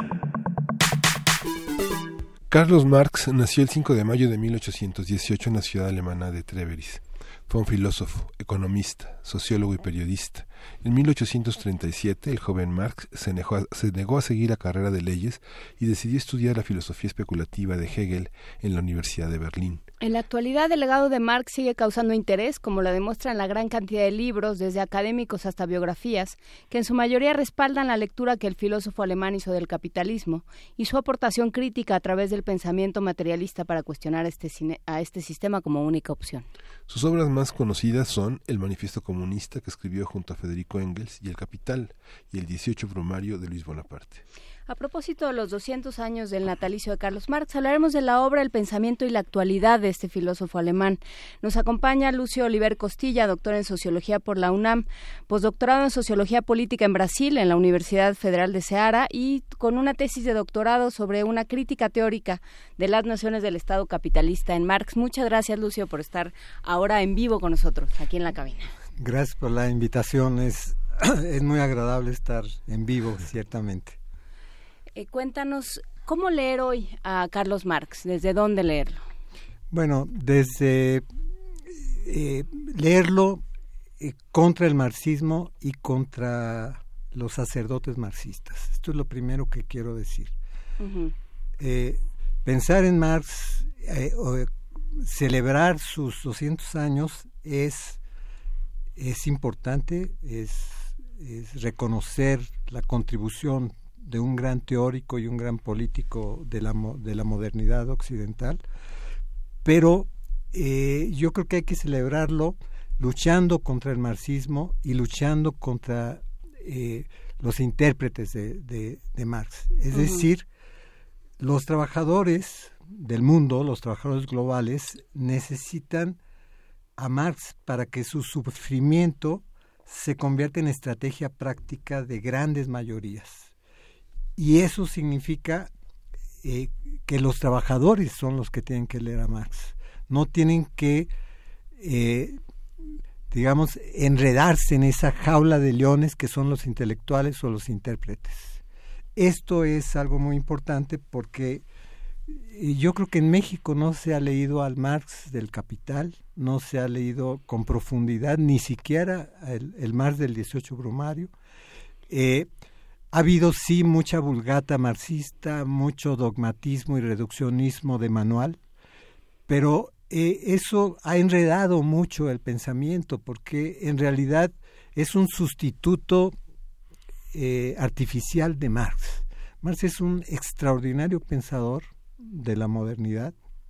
Carlos Marx nació el cinco de mayo de mil ochocientos dieciocho en la ciudad alemana de Treveris. Fue un filósofo, economista, sociólogo y periodista. En mil ochocientos treinta y siete, el joven Marx se negó, a, se negó a seguir la carrera de leyes y decidió estudiar la filosofía especulativa de Hegel en la Universidad de Berlín. En la actualidad, el legado de Marx sigue causando interés, como lo demuestran la gran cantidad de libros, desde académicos hasta biografías, que en su mayoría respaldan la lectura que el filósofo alemán hizo del capitalismo y su aportación crítica a través del pensamiento materialista para cuestionar este cine, a este sistema como única opción. Sus obras más conocidas son El Manifiesto Comunista, que escribió junto a Federico Engels, y El Capital, y El dieciocho Brumario de Luis Bonaparte. A propósito de los doscientos años del natalicio de Carlos Marx, hablaremos de la obra, el pensamiento y la actualidad de este filósofo alemán. Nos acompaña Lucio Oliver Costilla, doctor en Sociología por la UNAM, postdoctorado en Sociología Política en Brasil, en la Universidad Federal de Ceará, y con una tesis de doctorado sobre una crítica teórica de las naciones del Estado capitalista en Marx. Muchas gracias, Lucio, por estar ahora en vivo con nosotros, aquí en la cabina. Gracias por la invitación. Es, es muy agradable estar en vivo, ciertamente. Eh, cuéntanos, ¿cómo leer hoy a Carlos Marx? ¿Desde dónde leerlo? Bueno, desde eh, leerlo eh, contra el marxismo y contra los sacerdotes marxistas. Esto es lo primero que quiero decir. Uh-huh. Eh, pensar en Marx, eh, o, celebrar sus doscientos años es, es importante, es, es reconocer la contribución de un gran teórico y un gran político de la, de la modernidad occidental, pero eh, yo creo que hay que celebrarlo luchando contra el marxismo y luchando contra eh, los intérpretes de, de, de Marx. Es uh-huh. decir, los trabajadores del mundo, los trabajadores globales, necesitan a Marx para que su sufrimiento se convierta en estrategia práctica de grandes mayorías. Y eso significa eh, que los trabajadores son los que tienen que leer a Marx. No tienen que, eh, digamos, enredarse en esa jaula de leones que son los intelectuales o los intérpretes. Esto es algo muy importante porque yo creo que en México no se ha leído al Marx del Capital, no se ha leído con profundidad, ni siquiera el, el Marx del dieciocho Brumario. Eh, Ha habido sí mucha vulgata marxista, mucho dogmatismo y reduccionismo de manual, pero eh, eso ha enredado mucho el pensamiento porque en realidad es un sustituto eh, artificial de Marx. Marx es un extraordinario pensador de la modernidad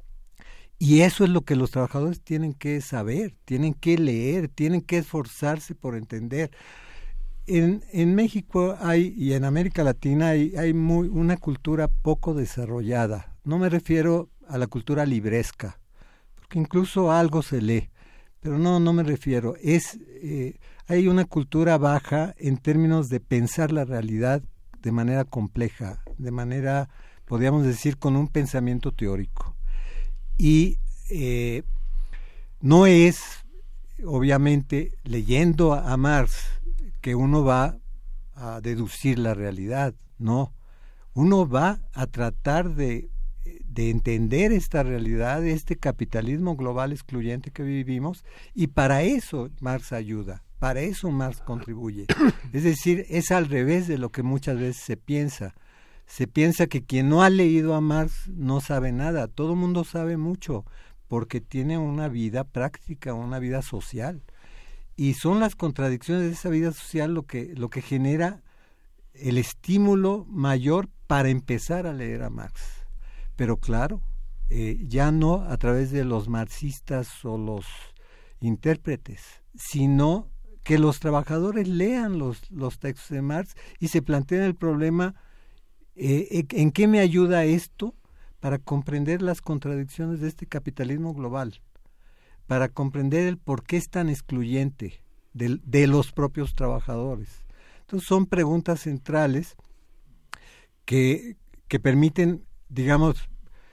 y eso es lo que los trabajadores tienen que saber, tienen que leer, tienen que esforzarse por entender. En, en México hay y en América Latina hay, hay muy, una cultura poco desarrollada. No me refiero a la cultura libresca, porque incluso algo se lee, pero no, no me refiero. Es eh, hay una cultura baja en términos de pensar la realidad de manera compleja, de manera, podríamos decir, con un pensamiento teórico. Y eh, no es, obviamente, leyendo a, a Marx, que uno va a deducir la realidad, no. Uno va a tratar de, de entender esta realidad, este capitalismo global excluyente que vivimos, y para eso Marx ayuda, para eso Marx contribuye. Es decir, es al revés de lo que muchas veces se piensa. Se piensa que quien no ha leído a Marx no sabe nada. Todo el mundo sabe mucho, porque tiene una vida práctica, una vida social. Y son las contradicciones de esa vida social lo que, lo que genera el estímulo mayor para empezar a leer a Marx. Pero claro, eh, ya no a través de los marxistas o los intérpretes, sino que los trabajadores lean los, los textos de Marx y se planteen el problema, eh, ¿en qué me ayuda esto para comprender las contradicciones de este capitalismo global? Para comprender el por qué es tan excluyente de, de los propios trabajadores. Entonces son preguntas centrales que, que permiten, digamos,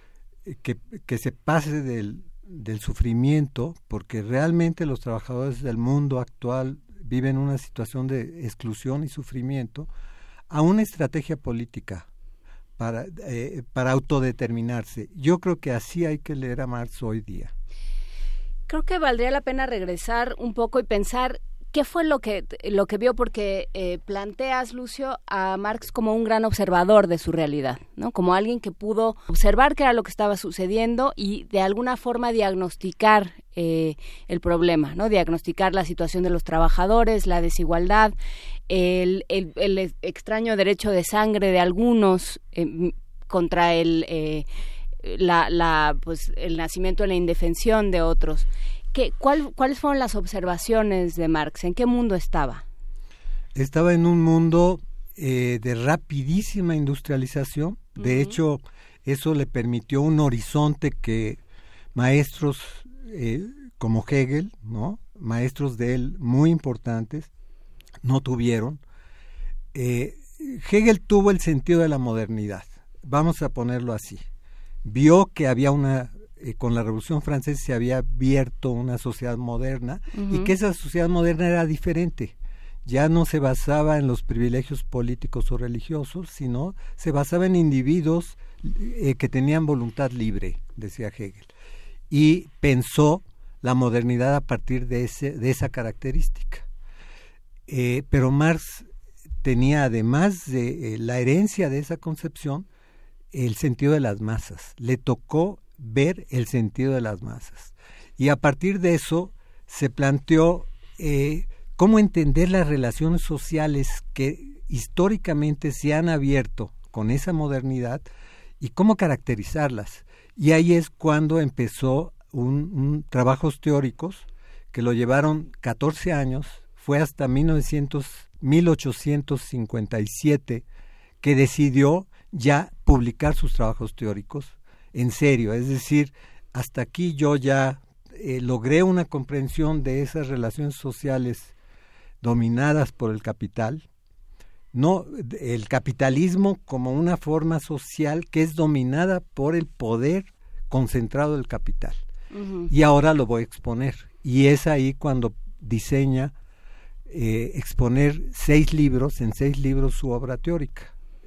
que, que se pase del, del sufrimiento, porque realmente los trabajadores del mundo actual viven una situación de exclusión y sufrimiento, a una estrategia política para, eh, para autodeterminarse. Yo creo que así hay que leer a Marx hoy día. Creo que valdría la pena regresar un poco y pensar qué fue lo que lo que vio, porque eh, planteas, Lucio, a Marx como un gran observador de su realidad, ¿no? Como alguien que pudo observar qué era lo que estaba sucediendo y de alguna forma diagnosticar eh, el problema, ¿no? Diagnosticar la situación de los trabajadores, la desigualdad, el, el, el extraño derecho de sangre de algunos eh, contra el eh, la, la pues el nacimiento de la indefensión de otros. ¿Qué, cuál, ¿Cuáles fueron las observaciones de Marx? ¿En qué mundo estaba? Estaba en un mundo eh, de rapidísima industrialización. De uh-huh. hecho, eso le permitió un horizonte que maestros eh, como Hegel, ¿no? Maestros de él muy importantes, no tuvieron. Eh, Hegel tuvo el sentido de la modernidad, vamos a ponerlo así. Vio que había una... Eh, con la Revolución Francesa se había abierto una sociedad moderna uh-huh. y que esa sociedad moderna era diferente. Ya no se basaba en los privilegios políticos o religiosos, sino se basaba en individuos eh, que tenían voluntad libre, decía Hegel. Y pensó la modernidad a partir de, ese, de esa característica. Eh, pero Marx tenía, además de eh, la herencia de esa concepción, el sentido de las masas. Le tocó ver el sentido de las masas. Y a partir de eso se planteó eh, cómo entender las relaciones sociales que históricamente se han abierto con esa modernidad y cómo caracterizarlas. Y ahí es cuando empezó un, un trabajos teóricos que lo llevaron catorce años, fue hasta mil ochocientos cincuenta y siete que decidió ya publicar sus trabajos teóricos en serio, es decir, hasta aquí yo ya eh, logré una comprensión de esas relaciones sociales dominadas por el capital, no el capitalismo como una forma social que es dominada por el poder concentrado del capital. Uh-huh. Y ahora lo voy a exponer, y es ahí cuando diseña eh, exponer seis libros, en seis libros su obra teórica.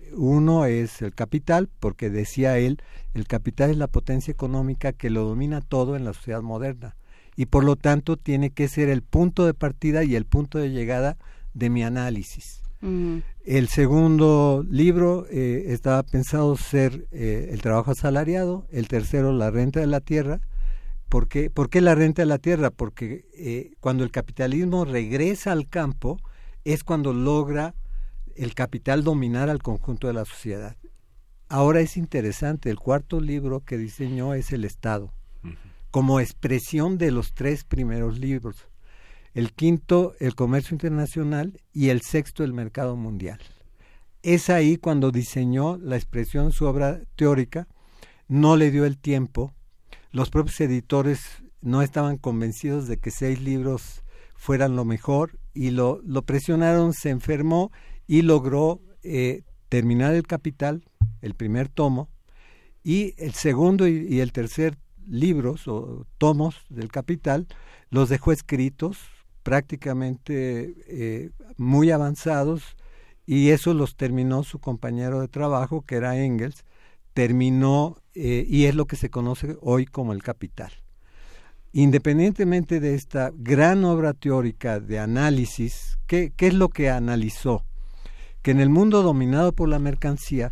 Uno es el capital, porque decía él, el capital es la potencia económica que lo domina todo en la sociedad moderna y por lo tanto tiene que ser el punto de partida y el punto de llegada de mi análisis. Uh-huh. El segundo libro eh, estaba pensado ser eh, el trabajo asalariado, el tercero la renta de la tierra. ¿Por qué, ¿Por qué la renta de la tierra? Porque eh, cuando el capitalismo regresa al campo es cuando logra el capital dominar al conjunto de la sociedad. Ahora es interesante, el cuarto libro que diseñó es el Estado, uh-huh. como expresión de los tres primeros libros. El quinto, el comercio internacional, y el sexto, el mercado mundial. Es ahí cuando diseñó la expresión de su obra teórica, no le dio el tiempo, los propios editores no estaban convencidos de que seis libros fueran lo mejor, y lo, lo presionaron, se enfermó, y logró eh, terminar el Capital, el primer tomo, y el segundo y, y el tercer libros o tomos del Capital los dejó escritos, prácticamente eh, muy avanzados, y eso los terminó su compañero de trabajo, que era Engels, terminó, eh, y es lo que se conoce hoy como el Capital. Independientemente de esta gran obra teórica de análisis, ¿qué, qué es lo que analizó? Que en el mundo dominado por la mercancía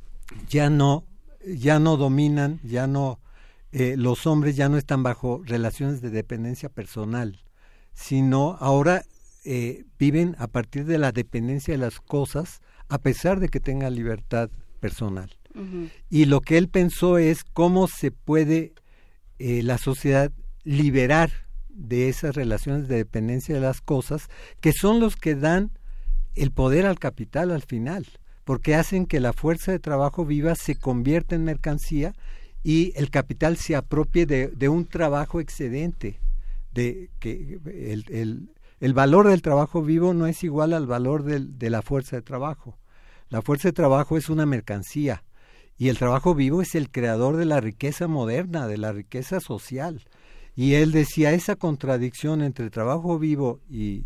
ya no ya no dominan, ya no eh, los hombres ya no están bajo relaciones de dependencia personal, sino ahora eh, viven a partir de la dependencia de las cosas, a pesar de que tengan libertad personal. Uh-huh. Y lo que él pensó es cómo se puede eh, la sociedad liberar de esas relaciones de dependencia de las cosas, que son los que dan el poder al capital al final, porque hacen que la fuerza de trabajo viva se convierta en mercancía y el capital se apropie de, de un trabajo excedente, de que el, el, el valor del trabajo vivo no es igual al valor del, de la fuerza de trabajo. La fuerza de trabajo es una mercancía Y el trabajo vivo es el creador de la riqueza moderna, de la riqueza social. Y él decía, esa contradicción entre trabajo vivo y,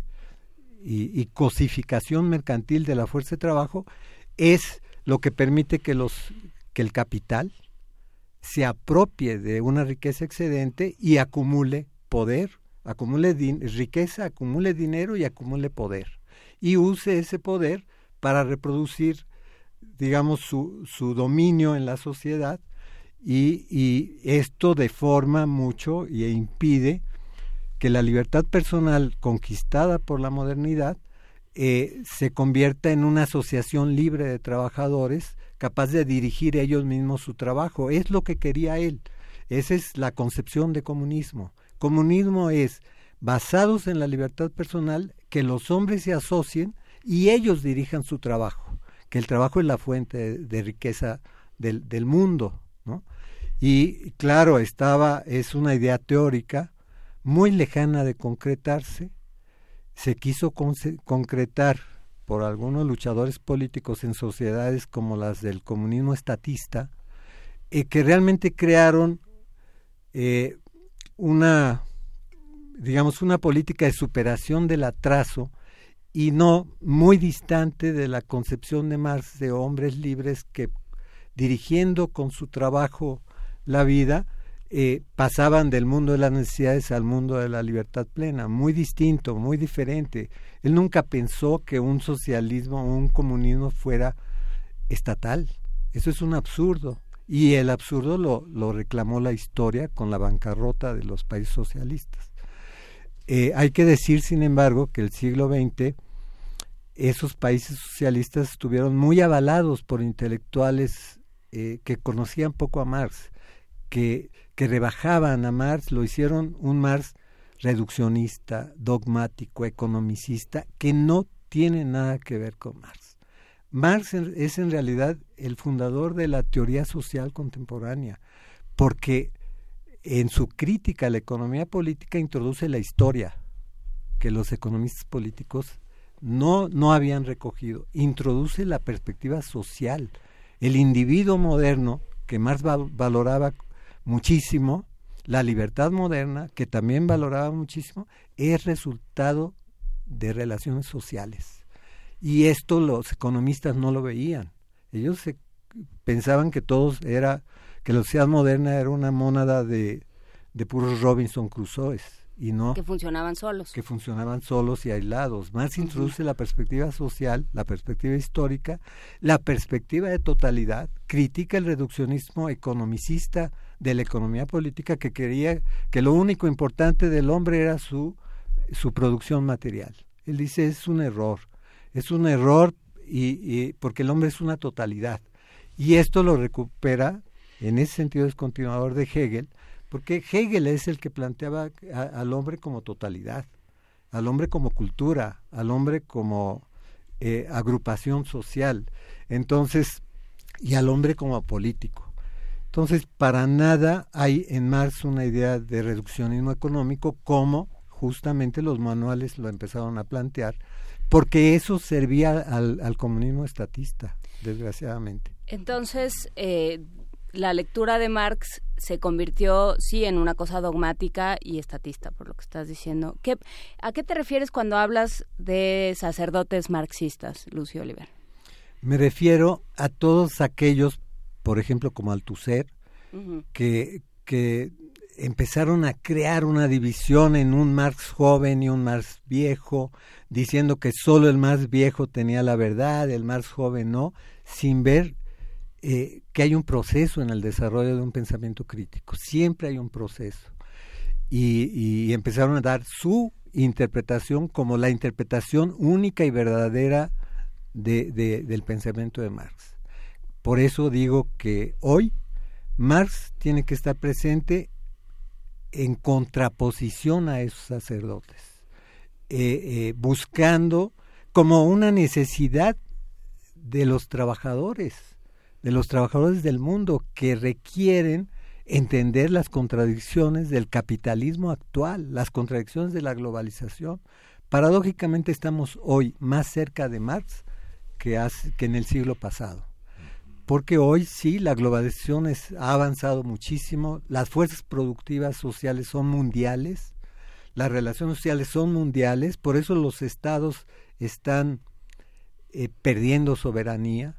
y, y cosificación mercantil de la fuerza de trabajo es lo que permite que, los, que el capital se apropie de una riqueza excedente y acumule poder, acumule din- riqueza, acumule dinero y acumule poder. Y use ese poder para reproducir, digamos, su, su dominio en la sociedad, y, y esto deforma mucho e impide que la libertad personal conquistada por la modernidad eh, se convierta en una asociación libre de trabajadores capaz de dirigir ellos mismos su trabajo. Es lo que quería él. Esa es la concepción de comunismo. Comunismo es, basados en la libertad personal, que los hombres se asocien y ellos dirijan su trabajo, que el trabajo es la fuente de, de riqueza del, del mundo, ¿no? Y claro, estaba, es una idea teórica muy lejana de concretarse. Se quiso conce- concretar por algunos luchadores políticos en sociedades como las del comunismo estatista, eh, que realmente crearon eh, una, digamos, una política de superación del atraso, y no muy distante de la concepción de Marx de hombres libres que, dirigiendo con su trabajo la vida, eh, pasaban del mundo de las necesidades al mundo de la libertad plena. Muy distinto, muy diferente. Él nunca pensó que un socialismo o un comunismo fuera estatal. Eso es un absurdo. Y el absurdo lo, lo reclamó la historia con la bancarrota de los países socialistas. Eh, hay que decir, sin embargo, que el siglo veinte, esos países socialistas estuvieron muy avalados por intelectuales eh, que conocían poco a Marx, que, que rebajaban a Marx, lo hicieron un Marx reduccionista, dogmático, economicista, que no tiene nada que ver con Marx. Marx es en realidad el fundador de la teoría social contemporánea, porque en su crítica a la economía política introduce la historia, que los economistas políticos no, no habían recogido. Introduce la perspectiva social. El individuo moderno, que Marx val- valoraba muchísimo, la libertad moderna, que también valoraba muchísimo, es resultado de relaciones sociales. Y esto los economistas no lo veían. Ellos se, pensaban que todos era, que la sociedad moderna era una mónada de, de puros Robinson Crusoes, y no que funcionaban solos. Que funcionaban solos y aislados. Marx uh-huh. introduce la perspectiva social, la perspectiva histórica, la perspectiva de totalidad, critica el reduccionismo economicista de la economía política, que quería que lo único importante del hombre era su, su producción material. Él dice, es un error, es un error y, y porque el hombre es una totalidad. Y esto lo recupera, en ese sentido es continuador de Hegel, porque Hegel es el que planteaba a, al hombre como totalidad, al hombre como cultura, al hombre como eh, agrupación social, entonces, y al hombre como político. Entonces, para nada hay en Marx una idea de reduccionismo económico, como justamente los manuales lo empezaron a plantear, porque eso servía al, al comunismo estatista, desgraciadamente. Entonces, eh, la lectura de Marx se convirtió, sí, en una cosa dogmática y estatista, por lo que estás diciendo. ¿Qué, ¿A qué te refieres cuando hablas de sacerdotes marxistas, Lucio Oliver? Me refiero a todos aquellos, por ejemplo, como Althusser, uh-huh. que, que empezaron a crear una división en un Marx joven y un Marx viejo, diciendo que solo el Marx viejo tenía la verdad, el Marx joven no, sin ver eh, que hay un proceso en el desarrollo de un pensamiento crítico. Siempre hay un proceso. Y, y empezaron a dar su interpretación como la interpretación única y verdadera de, de, del pensamiento de Marx. Por eso digo que hoy Marx tiene que estar presente en contraposición a esos sacerdotes, eh, eh, buscando como una necesidad de los trabajadores, de los trabajadores del mundo, que requieren entender las contradicciones del capitalismo actual, las contradicciones de la globalización. Paradójicamente estamos hoy más cerca de Marx que, hace, que en el siglo pasado. porque hoy sí, la globalización es, ha avanzado muchísimo, las fuerzas productivas sociales son mundiales, las relaciones sociales son mundiales, por eso los estados están eh, perdiendo soberanía,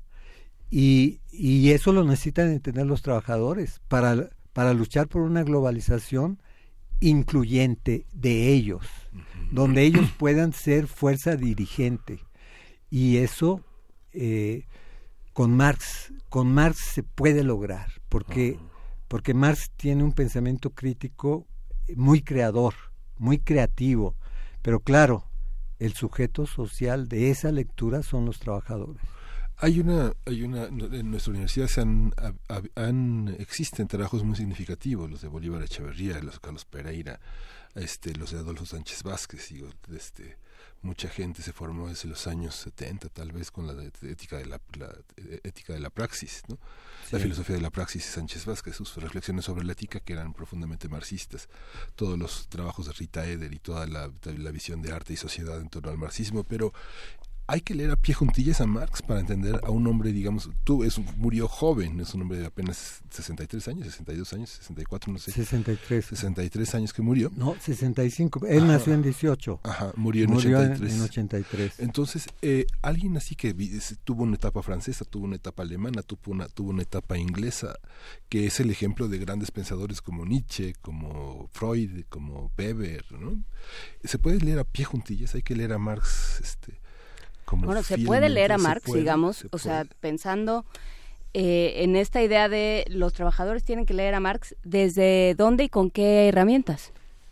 y, y eso lo necesitan entender los trabajadores para, para luchar por una globalización incluyente de ellos, uh-huh. donde ellos puedan ser fuerza dirigente. Y eso eh, con Marx, con Marx se puede lograr, porque, uh-huh. porque Marx tiene un pensamiento crítico muy creador, muy creativo, pero claro, el sujeto social de esa lectura son los trabajadores. Hay una, hay una, en nuestra universidad se han, han, existen trabajos muy significativos, los de Bolívar Echeverría, los de Carlos Pereira, este, los de Adolfo Sánchez Vázquez, digo, este, mucha gente se formó desde los años setenta, tal vez, con la ética de la, la ética de la praxis, ¿no? Sí. La filosofía de la praxis de Sánchez Vázquez, sus reflexiones sobre la ética que eran profundamente marxistas, todos los trabajos de Rita Eder y toda la, la visión de arte y sociedad en torno al marxismo, pero hay que leer a pie juntillas a Marx para entender a un hombre, digamos, tú es un, murió joven, es un hombre de apenas sesenta y tres años, sesenta y dos años, sesenta y cuatro, no sé. sesenta y tres. sesenta y tres años que murió. No, sesenta y cinco. Él ajá, nació en dieciocho. Ajá, murió en murió ochenta y tres. En, en ochenta y tres. Entonces, eh, alguien así que tuvo una etapa francesa, tuvo una etapa alemana, tuvo una, tuvo una etapa inglesa, que es el ejemplo de grandes pensadores como Nietzsche, como Freud, como Weber, ¿no? Se puede leer a pie juntillas, hay que leer a Marx, este... Bueno, se puede leer a Marx, puede, digamos, o sea, pensando eh, en esta idea de los trabajadores tienen que leer a Marx, ¿desde dónde y con qué herramientas?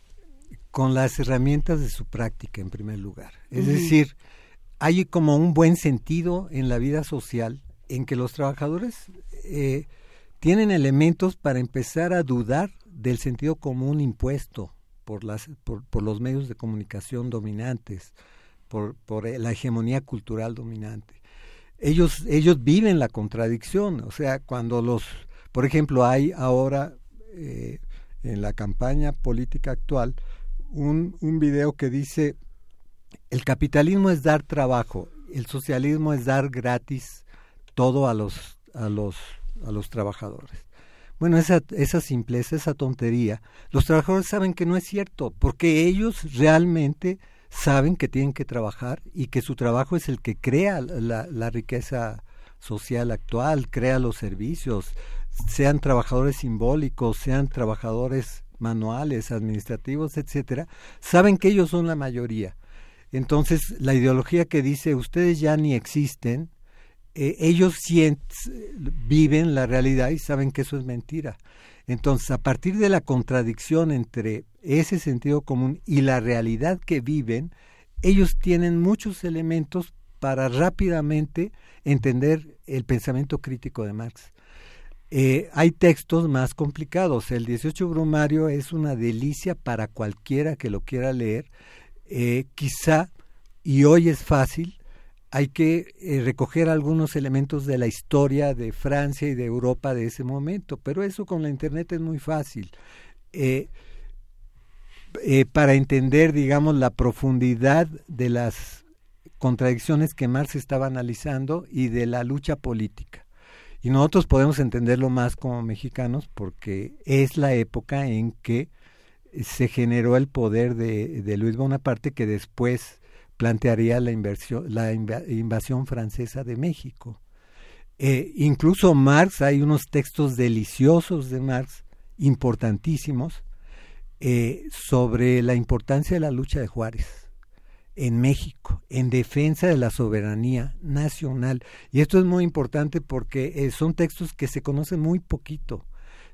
Con las herramientas de su práctica, en primer lugar. Es uh-huh. decir, hay como un buen sentido en la vida social en que los trabajadores eh, tienen elementos para empezar a dudar del sentido común impuesto por, las, por, por los medios de comunicación dominantes, Por, por la hegemonía cultural dominante. Ellos, ellos viven la contradicción, o sea, cuando los, por ejemplo, hay ahora eh, en la campaña política actual un, un video que dice: el capitalismo es dar trabajo, el socialismo es dar gratis todo a los, a los, a los trabajadores. Bueno, esa, esa simpleza, esa tontería, los trabajadores saben que no es cierto, porque ellos realmente saben que tienen que trabajar y que su trabajo es el que crea la, la riqueza social actual, crea los servicios, sean trabajadores simbólicos, sean trabajadores manuales, administrativos, etcétera, saben que ellos son la mayoría. Entonces, la ideología que dice ustedes ya ni existen, eh, ellos sienten, viven la realidad y saben que eso es mentira. Entonces, a partir de la contradicción entre ese sentido común y la realidad que viven, ellos tienen muchos elementos para rápidamente entender el pensamiento crítico de Marx. Eh, hay textos más complicados. El dieciocho Brumario es una delicia para cualquiera que lo quiera leer. Eh, quizá, y hoy es fácil, hay que eh, recoger algunos elementos de la historia de Francia y de Europa de ese momento, pero eso con la internet es muy fácil. Eh, eh, para entender, digamos, la profundidad de las contradicciones que Marx estaba analizando y de la lucha política. Y nosotros podemos entenderlo más como mexicanos porque es la época en que se generó el poder de, de Luis Bonaparte, que después plantearía la, inversión, la inv- invasión francesa de México. Eh, incluso Marx, hay unos textos deliciosos de Marx, importantísimos, eh, sobre la importancia de la lucha de Juárez en México, en defensa de la soberanía nacional. Y esto es muy importante porque eh, son textos que se conocen muy poquito.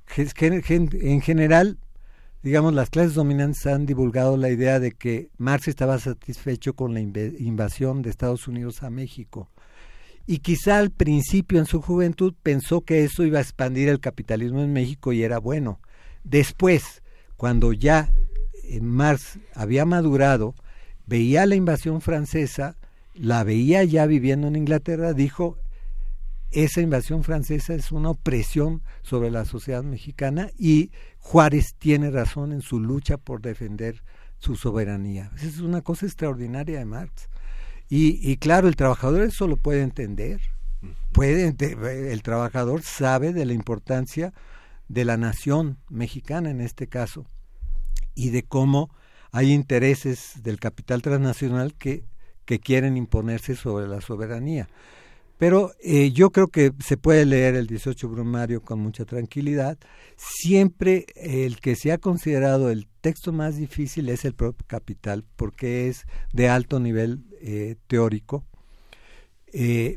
En general, digamos, las clases dominantes han divulgado la idea de que Marx estaba satisfecho con la inv- invasión de Estados Unidos a México. Y quizá al principio, en su juventud, pensó que eso iba a expandir el capitalismo en México y era bueno. Después, cuando ya eh, Marx había madurado, veía la invasión francesa, la veía ya viviendo en Inglaterra, dijo: esa invasión francesa es una opresión sobre la sociedad mexicana y Juárez tiene razón en su lucha por defender su soberanía. Esa es una cosa extraordinaria de Marx. Y, y claro, el trabajador eso lo puede entender, Puede, el trabajador sabe de la importancia de la nación mexicana en este caso y de cómo hay intereses del capital transnacional que, que quieren imponerse sobre la soberanía. Pero eh, yo creo que se puede leer el dieciocho Brumario con mucha tranquilidad. Siempre eh, el que se ha considerado el texto más difícil es el propio Capital, porque es de alto nivel eh, teórico eh,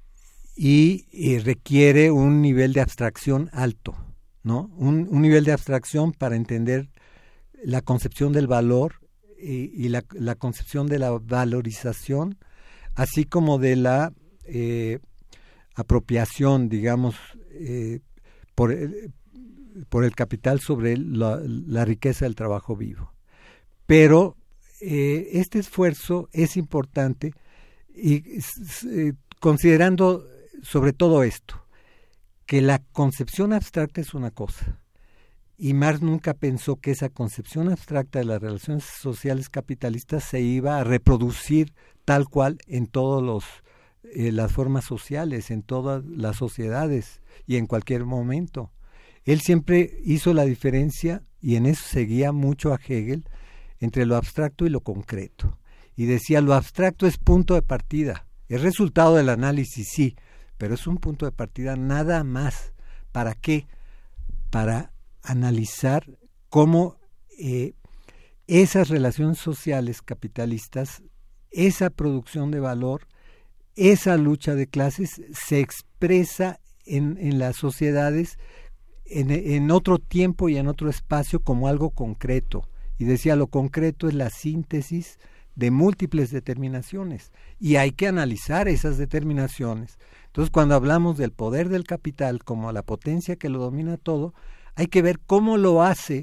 y, y requiere un nivel de abstracción alto, ¿no? Un, un nivel de abstracción para entender la concepción del valor y, y la, la concepción de la valorización, así como de la Eh, apropiación, digamos, eh, por, el, por el capital sobre la, la riqueza del trabajo vivo. Pero eh, este esfuerzo es importante y eh, considerando sobre todo esto, que la concepción abstracta es una cosa, y Marx nunca pensó que esa concepción abstracta de las relaciones sociales capitalistas se iba a reproducir tal cual en todos los Eh, las formas sociales, en todas las sociedades y en cualquier momento. Él siempre hizo la diferencia, y en eso seguía mucho a Hegel, entre lo abstracto y lo concreto. Y decía, lo abstracto es punto de partida, es resultado del análisis, sí, pero es un punto de partida nada más. ¿Para qué? Para analizar cómo eh, esas relaciones sociales capitalistas, esa producción de valor, esa lucha de clases se expresa en, en las sociedades en, en otro tiempo y en otro espacio como algo concreto. Y decía, lo concreto es la síntesis de múltiples determinaciones y hay que analizar esas determinaciones. Entonces, cuando hablamos del poder del capital como la potencia que lo domina todo, hay que ver cómo lo hace,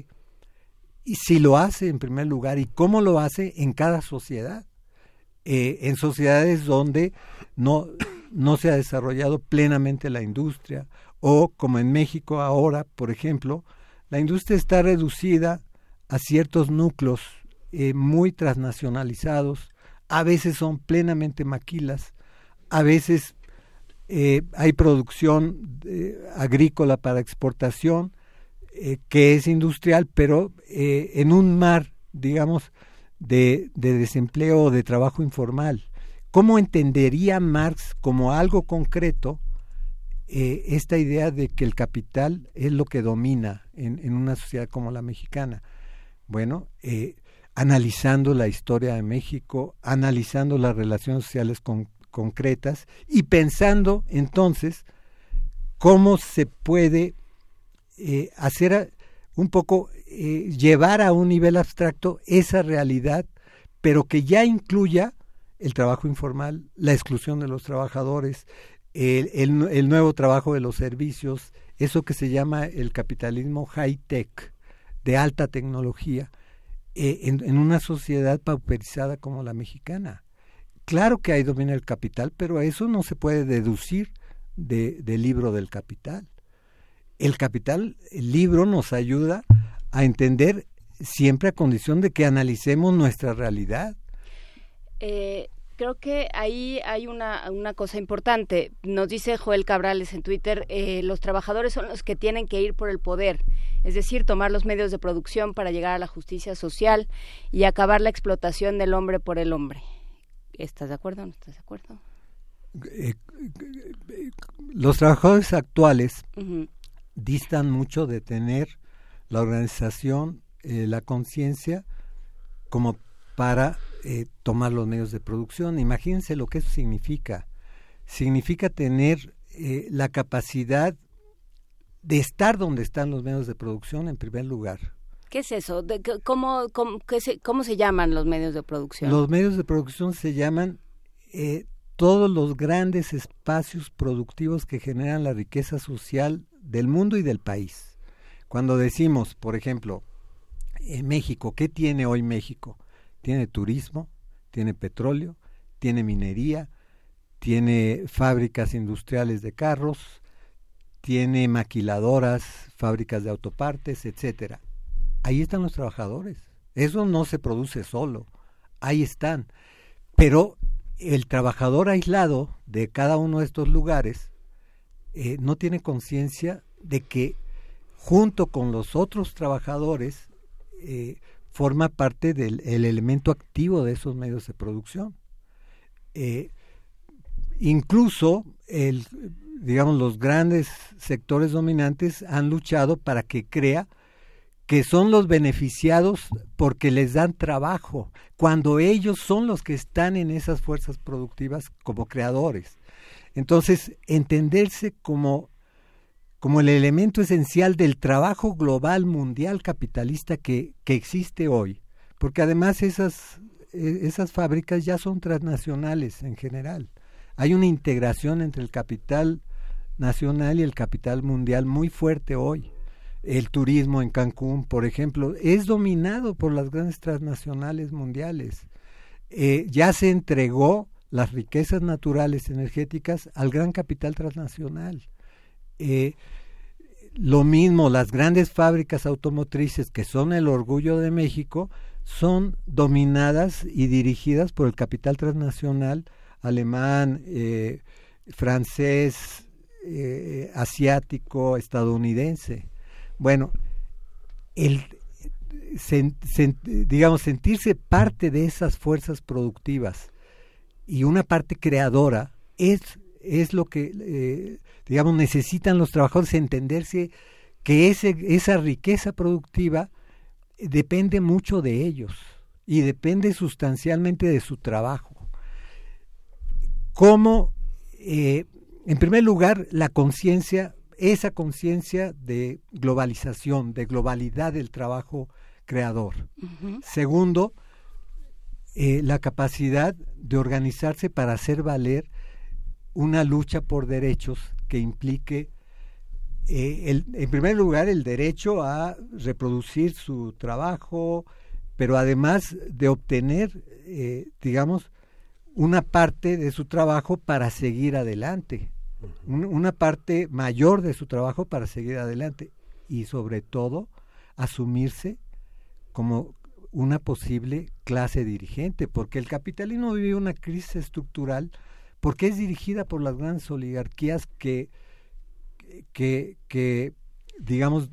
y si lo hace en primer lugar, y cómo lo hace en cada sociedad. Eh, en sociedades donde no, no se ha desarrollado plenamente la industria, o como en México ahora, por ejemplo, la industria está reducida a ciertos núcleos eh, muy transnacionalizados, a veces son plenamente maquilas, a veces eh, hay producción eh, agrícola para exportación, eh, que es industrial, pero eh, en un mar, digamos, De, de desempleo o de trabajo informal. ¿Cómo entendería Marx como algo concreto eh, esta idea de que el capital es lo que domina en, en una sociedad como la mexicana? Bueno, eh, analizando la historia de México, analizando las relaciones sociales con, concretas y pensando entonces cómo se puede eh, hacer a, un poco eh, llevar a un nivel abstracto esa realidad, pero que ya incluya el trabajo informal, la exclusión de los trabajadores, el, el, el nuevo trabajo de los servicios, eso que se llama el capitalismo high-tech, de alta tecnología, eh, en, en una sociedad pauperizada como la mexicana. Claro que ahí domina el capital, pero eso no se puede deducir de, del libro del Capital. El Capital, el libro nos ayuda a entender siempre a condición de que analicemos nuestra realidad. Eh, creo que ahí hay una, una cosa importante. Nos dice Joel Cabrales en Twitter, eh, los trabajadores son los que tienen que ir por el poder, es decir, tomar los medios de producción para llegar a la justicia social y acabar la explotación del hombre por el hombre. ¿Estás de acuerdo o no estás de acuerdo? Eh, los trabajadores actuales Uh-huh. distan mucho de tener la organización, eh, la conciencia, como para eh, tomar los medios de producción. Imagínense lo que eso significa. Significa tener eh, la capacidad de estar donde están los medios de producción en primer lugar. ¿Qué es eso? ¿De, cómo, cómo, qué se, ¿Cómo se llaman los medios de producción? Los medios de producción se llaman eh, todos los grandes espacios productivos que generan la riqueza social del mundo y del país. Cuando decimos, por ejemplo, en México, ¿qué tiene hoy México? Tiene turismo, tiene petróleo, tiene minería, tiene fábricas industriales de carros, tiene maquiladoras, fábricas de autopartes, etcétera. Ahí están los trabajadores. Eso no se produce solo, ahí están. Pero el trabajador aislado de cada uno de estos lugares eh, no tiene conciencia de que junto con los otros trabajadores eh, forma parte del el elemento activo de esos medios de producción. Eh, incluso el, digamos, los grandes sectores dominantes han luchado para que crea que son los beneficiados porque les dan trabajo, cuando ellos son los que están en esas fuerzas productivas como creadores. Entonces, entenderse como, como el elemento esencial del trabajo global mundial capitalista que, que existe hoy, porque además esas, esas fábricas ya son transnacionales en general. Hay una integración entre el capital nacional y el capital mundial muy fuerte hoy. El turismo en Cancún, por ejemplo, es dominado por las grandes transnacionales mundiales. Eh, ya se entregó las riquezas naturales energéticas al gran capital transnacional. Eh, lo mismo, las grandes fábricas automotrices, que son el orgullo de México, son dominadas y dirigidas por el capital transnacional alemán, eh, francés, eh, asiático, estadounidense. Bueno, el, sen, sen, digamos, sentirse parte de esas fuerzas productivas y una parte creadora es, es lo que, eh, digamos, necesitan los trabajadores, entenderse que ese, esa riqueza productiva depende mucho de ellos y depende sustancialmente de su trabajo. Como, eh, en primer lugar, la conciencia, esa conciencia de globalización, de globalidad del trabajo creador. Uh-huh. Segundo, eh, la capacidad de organizarse para hacer valer una lucha por derechos que implique, eh, el, en primer lugar, el derecho a reproducir su trabajo, pero además de obtener, eh, digamos, una parte de su trabajo para seguir adelante. Una parte mayor de su trabajo para seguir adelante y sobre todo asumirse como una posible clase dirigente, porque el capitalismo vive una crisis estructural porque es dirigida por las grandes oligarquías que, que, que digamos,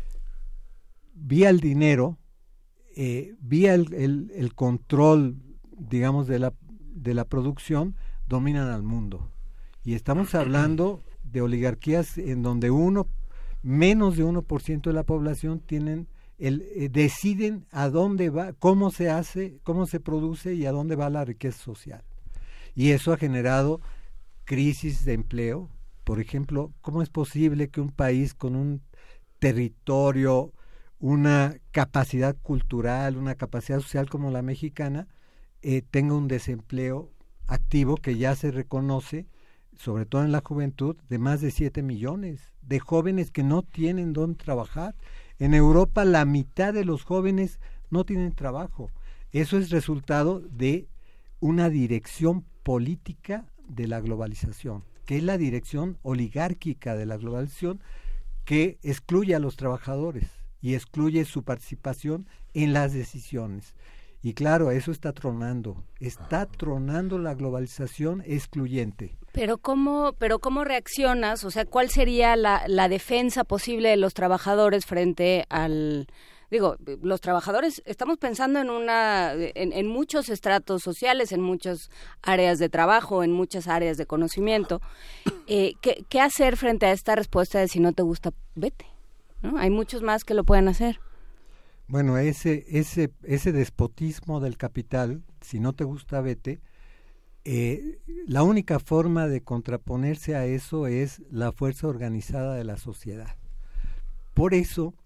vía el dinero, eh, vía el, el, el control, digamos, de la, de la producción, dominan al mundo. Y estamos hablando de oligarquías en donde uno, menos de uno por ciento de la población tienen el, eh, deciden a dónde va, cómo se hace, cómo se produce y a dónde va la riqueza social. Y eso ha generado crisis de empleo. Por ejemplo, ¿cómo es posible que un país con un territorio, una capacidad cultural, una capacidad social como la mexicana, eh, tenga un desempleo activo que ya se reconoce, sobre todo en la juventud, de más de siete millones de jóvenes que no tienen dónde trabajar? En Europa la mitad de los jóvenes no tienen trabajo. Eso es resultado de una dirección política de la globalización, que es la dirección oligárquica de la globalización, que excluye a los trabajadores y excluye su participación en las decisiones. Y claro, eso está tronando, está tronando la globalización excluyente. Pero cómo, pero cómo reaccionas, o sea, ¿cuál sería la, la defensa posible de los trabajadores frente al, digo, los trabajadores, estamos pensando en una, en, en muchos estratos sociales, en muchas áreas de trabajo, en muchas áreas de conocimiento, eh, ¿qué, qué hacer frente a esta respuesta de si no te gusta, vete, ¿no? Hay muchos más que lo pueden hacer. Bueno, ese, ese, ese despotismo del capital, si no te gusta, vete, eh, la única forma de contraponerse a eso es la fuerza organizada de la sociedad. Por eso,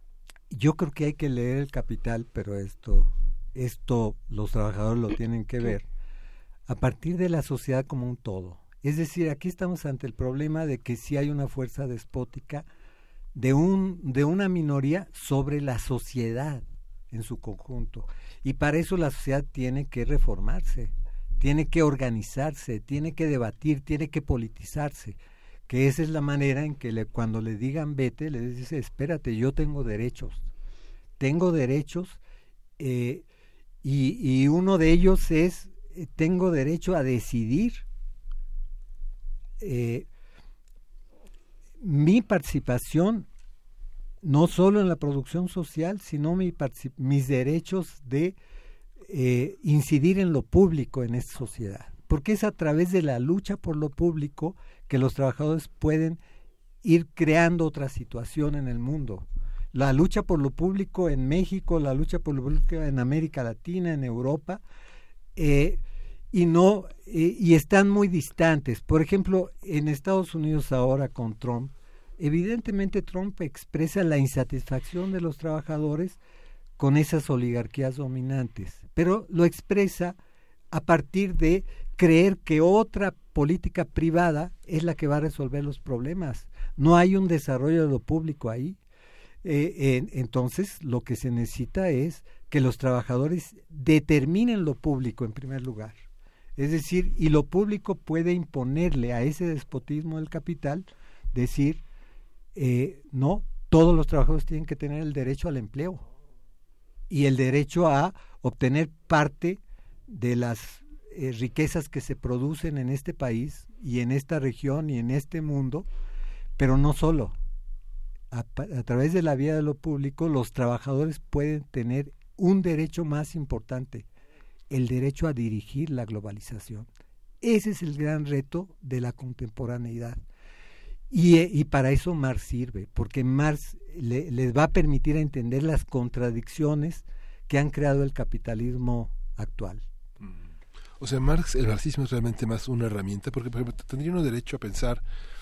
yo creo que hay que leer El Capital, pero esto, esto los trabajadores lo tienen que ver, a partir de la sociedad como un todo. Es decir, aquí estamos ante el problema de que si hay una fuerza despótica de un de una minoría sobre la sociedad en su conjunto, y para eso la sociedad tiene que reformarse, tiene que organizarse, tiene que debatir, tiene que politizarse, que esa es la manera en que le, cuando le digan vete, le dice espérate, yo tengo derechos, tengo derechos eh, y, y uno de ellos es eh, tengo derecho a decidir eh, mi participación no solo en la producción social, sino mi mis derechos de eh, incidir en lo público en esta sociedad. Porque es a través de la lucha por lo público que los trabajadores pueden ir creando otra situación en el mundo. La lucha por lo público en México, la lucha por lo público en América Latina, en Europa, eh, y no eh, y están muy distantes. Por ejemplo, en Estados Unidos ahora con Trump, evidentemente Trump expresa la insatisfacción de los trabajadores con esas oligarquías dominantes, pero lo expresa a partir de creer que otra política privada es la que va a resolver los problemas. No hay un desarrollo de lo público ahí. Eh, eh, entonces, lo que se necesita es que los trabajadores determinen lo público en primer lugar. Es decir, y lo público puede imponerle a ese despotismo del capital, decir, eh, no, todos los trabajadores tienen que tener el derecho al empleo y el derecho a obtener parte de las eh, riquezas que se producen en este país y en esta región y en este mundo, pero no solo. A, a través de la vía de lo público, los trabajadores pueden tener un derecho más importante, el derecho a dirigir la globalización. Ese es el gran reto de la contemporaneidad. Y, y para eso Marx sirve, porque Marx le, les va a permitir entender las contradicciones que han creado el capitalismo actual. O sea, Marx, el marxismo es realmente más una herramienta, porque por ejemplo, tendría uno derecho a pensar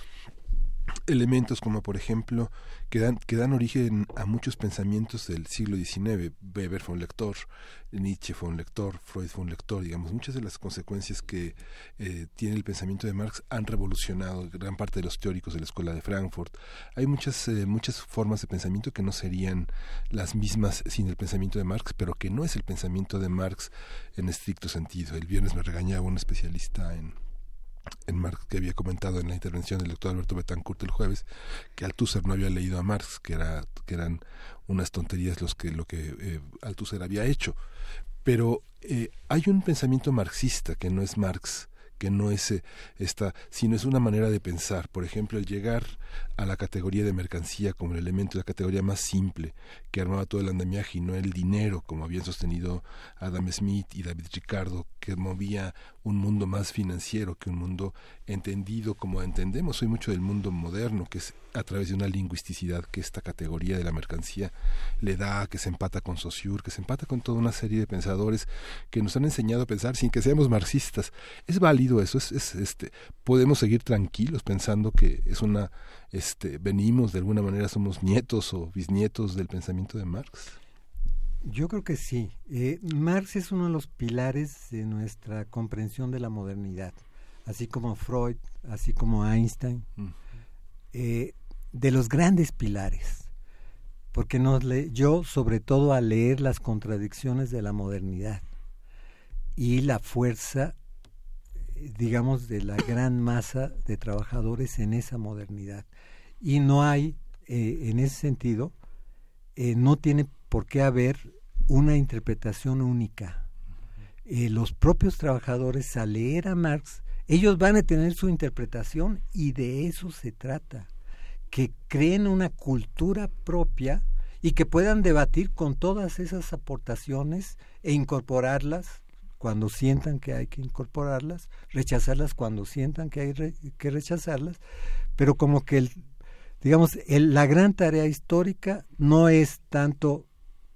elementos como por ejemplo que dan, que dan origen a muchos pensamientos del siglo diecinueve. Weber fue un lector, Nietzsche fue un lector, Freud fue un lector, digamos, muchas de las consecuencias que eh, tiene el pensamiento de Marx han revolucionado gran parte de los teóricos de la escuela de Frankfurt. Hay muchas, eh, muchas formas de pensamiento que no serían las mismas sin el pensamiento de Marx, pero que no es el pensamiento de Marx en estricto sentido. El viernes me regañaba un especialista en en Marx, que había comentado en la intervención del doctor Alberto Betancourt el jueves, que Althusser no había leído a Marx, que era que eran unas tonterías los que lo que eh, Althusser había hecho. Pero eh, hay un pensamiento marxista que no es Marx, que no es eh, esta, sino es una manera de pensar. Por ejemplo, el llegar a la categoría de mercancía como el elemento, la categoría más simple que armaba todo el andamiaje, y no el dinero, como habían sostenido Adam Smith y David Ricardo, que movía un mundo más financiero que un mundo entendido como entendemos hoy mucho del mundo moderno, que es a través de una lingüisticidad que esta categoría de la mercancía le da, que se empata con Saussure, que se empata con toda una serie de pensadores que nos han enseñado a pensar sin que seamos marxistas. Es válido eso, es, es este podemos seguir tranquilos pensando que es una este venimos de alguna manera, somos nietos o bisnietos del pensamiento de Marx. Yo creo que sí. Eh, Marx es uno de los pilares de nuestra comprensión de la modernidad, así como Freud, así como Einstein, mm. eh, de los grandes pilares, porque nos leyó sobre todo a leer las contradicciones de la modernidad y la fuerza, digamos, de la gran masa de trabajadores en esa modernidad. Y no hay, eh, en ese sentido, eh, no tiene por qué haber una interpretación única. Eh, los propios trabajadores, al leer a Marx, ellos van a tener su interpretación, y de eso se trata, que creen una cultura propia y que puedan debatir con todas esas aportaciones e incorporarlas cuando sientan que hay que incorporarlas, rechazarlas cuando sientan que hay re, que rechazarlas, pero como que el, digamos, el, la gran tarea histórica no es tanto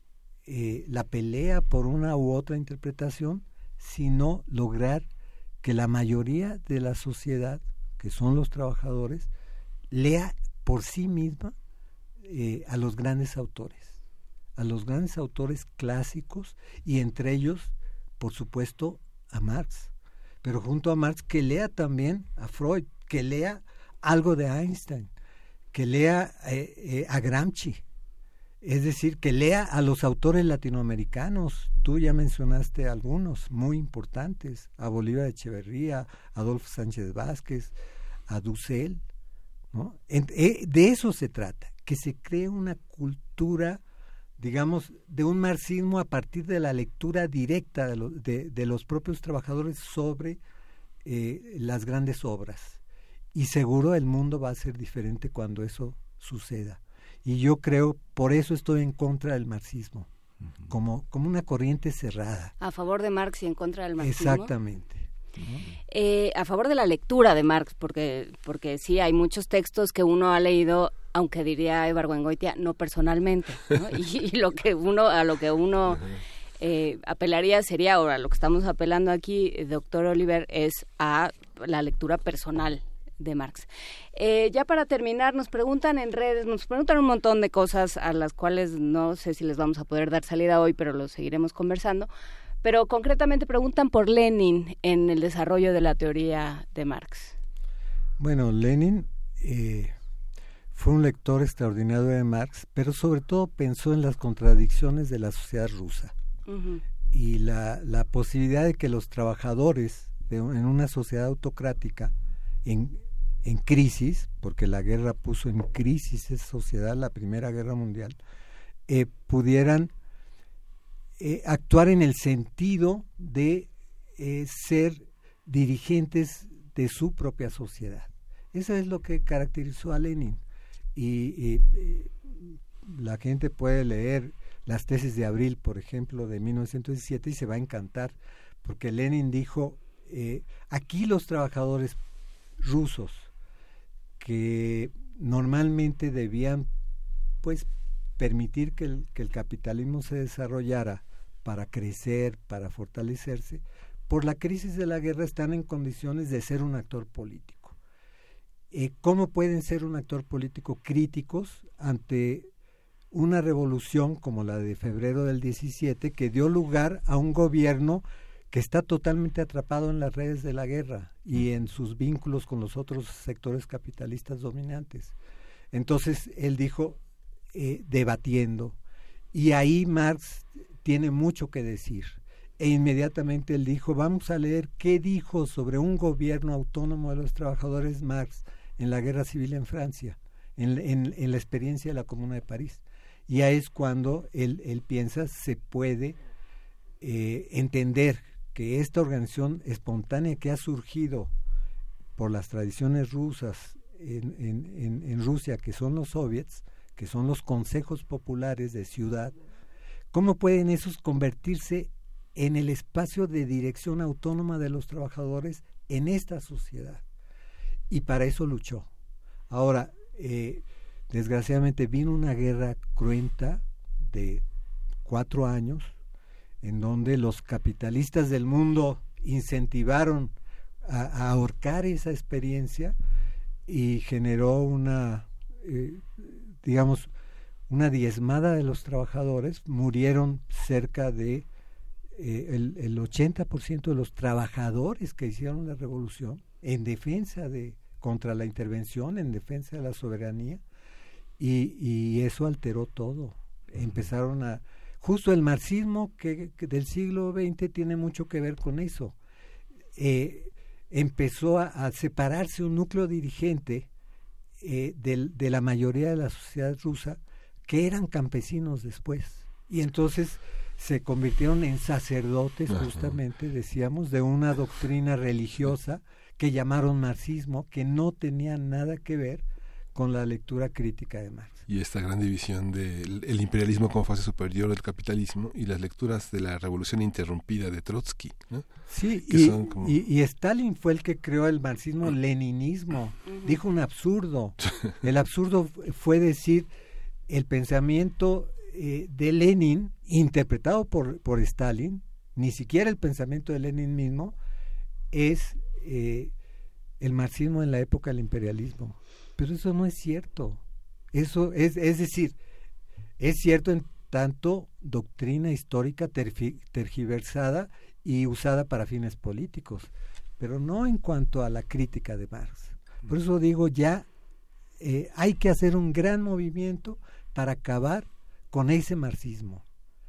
eh, la pelea por una u otra interpretación, sino lograr que la mayoría de la sociedad, que son los trabajadores, lea por sí misma eh, a los grandes autores, a los grandes autores clásicos, y entre ellos, por supuesto, a Marx, pero junto a Marx que lea también a Freud, que lea algo de Einstein, que lea eh, eh, a Gramsci, es decir, que lea a los autores latinoamericanos. Tú ya mencionaste algunos muy importantes, a Bolívar Echeverría, a Adolfo Sánchez Vázquez, a Dussel, ¿no? En, eh, de eso se trata, que se cree una cultura digamos, de un marxismo a partir de la lectura directa de, lo, de, de los propios trabajadores sobre eh, las grandes obras. Y seguro el mundo va a ser diferente cuando eso suceda. Y yo creo, por eso estoy en contra del marxismo, uh-huh. como, como una corriente cerrada. A favor de Marx y en contra del marxismo. Exactamente. Eh, a favor de la lectura de Marx, porque porque sí, hay muchos textos que uno ha leído, aunque diría Ibargüengoitia, no personalmente, ¿no? y, y lo que uno, a lo que uno eh, apelaría sería, ahora a lo que estamos apelando aquí, doctor Oliver, es a la lectura personal de Marx. Eh, ya para terminar, nos preguntan en redes, nos preguntan un montón de cosas a las cuales no sé si les vamos a poder dar salida hoy, pero lo seguiremos conversando. Pero concretamente preguntan por Lenin en el desarrollo de la teoría de Marx. Bueno, Lenin eh, fue un lector extraordinario de Marx, pero sobre todo pensó en las contradicciones de la sociedad rusa uh-huh. y la, la posibilidad de que los trabajadores de, en una sociedad autocrática en, en crisis, porque la guerra puso en crisis esa sociedad, la Primera Guerra Mundial, eh, pudieran Eh, actuar en el sentido de eh, ser dirigentes de su propia sociedad. Eso es lo que caracterizó a Lenin. Y, y eh, la gente puede leer las tesis de Abril, por ejemplo, de mil novecientos diecisiete y se va a encantar, porque Lenin dijo, eh, aquí los trabajadores rusos que normalmente debían pues permitir que el, que el capitalismo se desarrollara para crecer, para fortalecerse, por la crisis de la guerra están en condiciones de ser un actor político. Eh, ¿Cómo pueden ser un actor político críticos ante una revolución como la de febrero del diecisiete que dio lugar a un gobierno que está totalmente atrapado en las redes de la guerra y en sus vínculos con los otros sectores capitalistas dominantes? Entonces él dijo, eh, debatiendo, y ahí Marx tiene mucho que decir. E inmediatamente él dijo, vamos a leer qué dijo sobre un gobierno autónomo de los trabajadores Marx en la guerra civil en Francia, en, en, en la experiencia de la Comuna de París. Y ahí es cuando él, él piensa, se puede eh, entender que esta organización espontánea que ha surgido por las tradiciones rusas en, en, en, en Rusia, que son los soviets, que son los consejos populares de ciudad, ¿cómo pueden esos convertirse en el espacio de dirección autónoma de los trabajadores en esta sociedad? Y para eso luchó. Ahora, eh, desgraciadamente vino una guerra cruenta de cuatro años, en donde los capitalistas del mundo incentivaron a, a ahorcar esa experiencia y generó una, eh, digamos, una diezmada de los trabajadores. Murieron cerca de eh, el, el ochenta por ciento de los trabajadores que hicieron la revolución en defensa de, contra la intervención, en defensa de la soberanía, y, y eso alteró todo. Empezaron a, justo el marxismo que, que del siglo veinte tiene mucho que ver con eso. Eh, empezó a, a separarse un núcleo dirigente eh, del, de la mayoría de la sociedad rusa, que eran campesinos después, y entonces se convirtieron en sacerdotes, justamente, decíamos, de una doctrina religiosa que llamaron marxismo, que no tenía nada que ver con la lectura crítica de Marx. Y esta gran división del el imperialismo como fase superior del capitalismo y las lecturas de la revolución interrumpida de Trotsky, ¿no? Sí, que y, son como... y, y Stalin fue el que creó el marxismo-leninismo, dijo un absurdo. El absurdo fue decir, el pensamiento eh, de Lenin, interpretado por, por Stalin, ni siquiera el pensamiento de Lenin mismo, es eh, el marxismo en la época del imperialismo. Pero eso no es cierto. Eso es, es decir, es cierto en tanto doctrina histórica terfi, tergiversada y usada para fines políticos, pero no en cuanto a la crítica de Marx. Por eso digo, ya eh, hay que hacer un gran movimiento para acabar con ese marxismo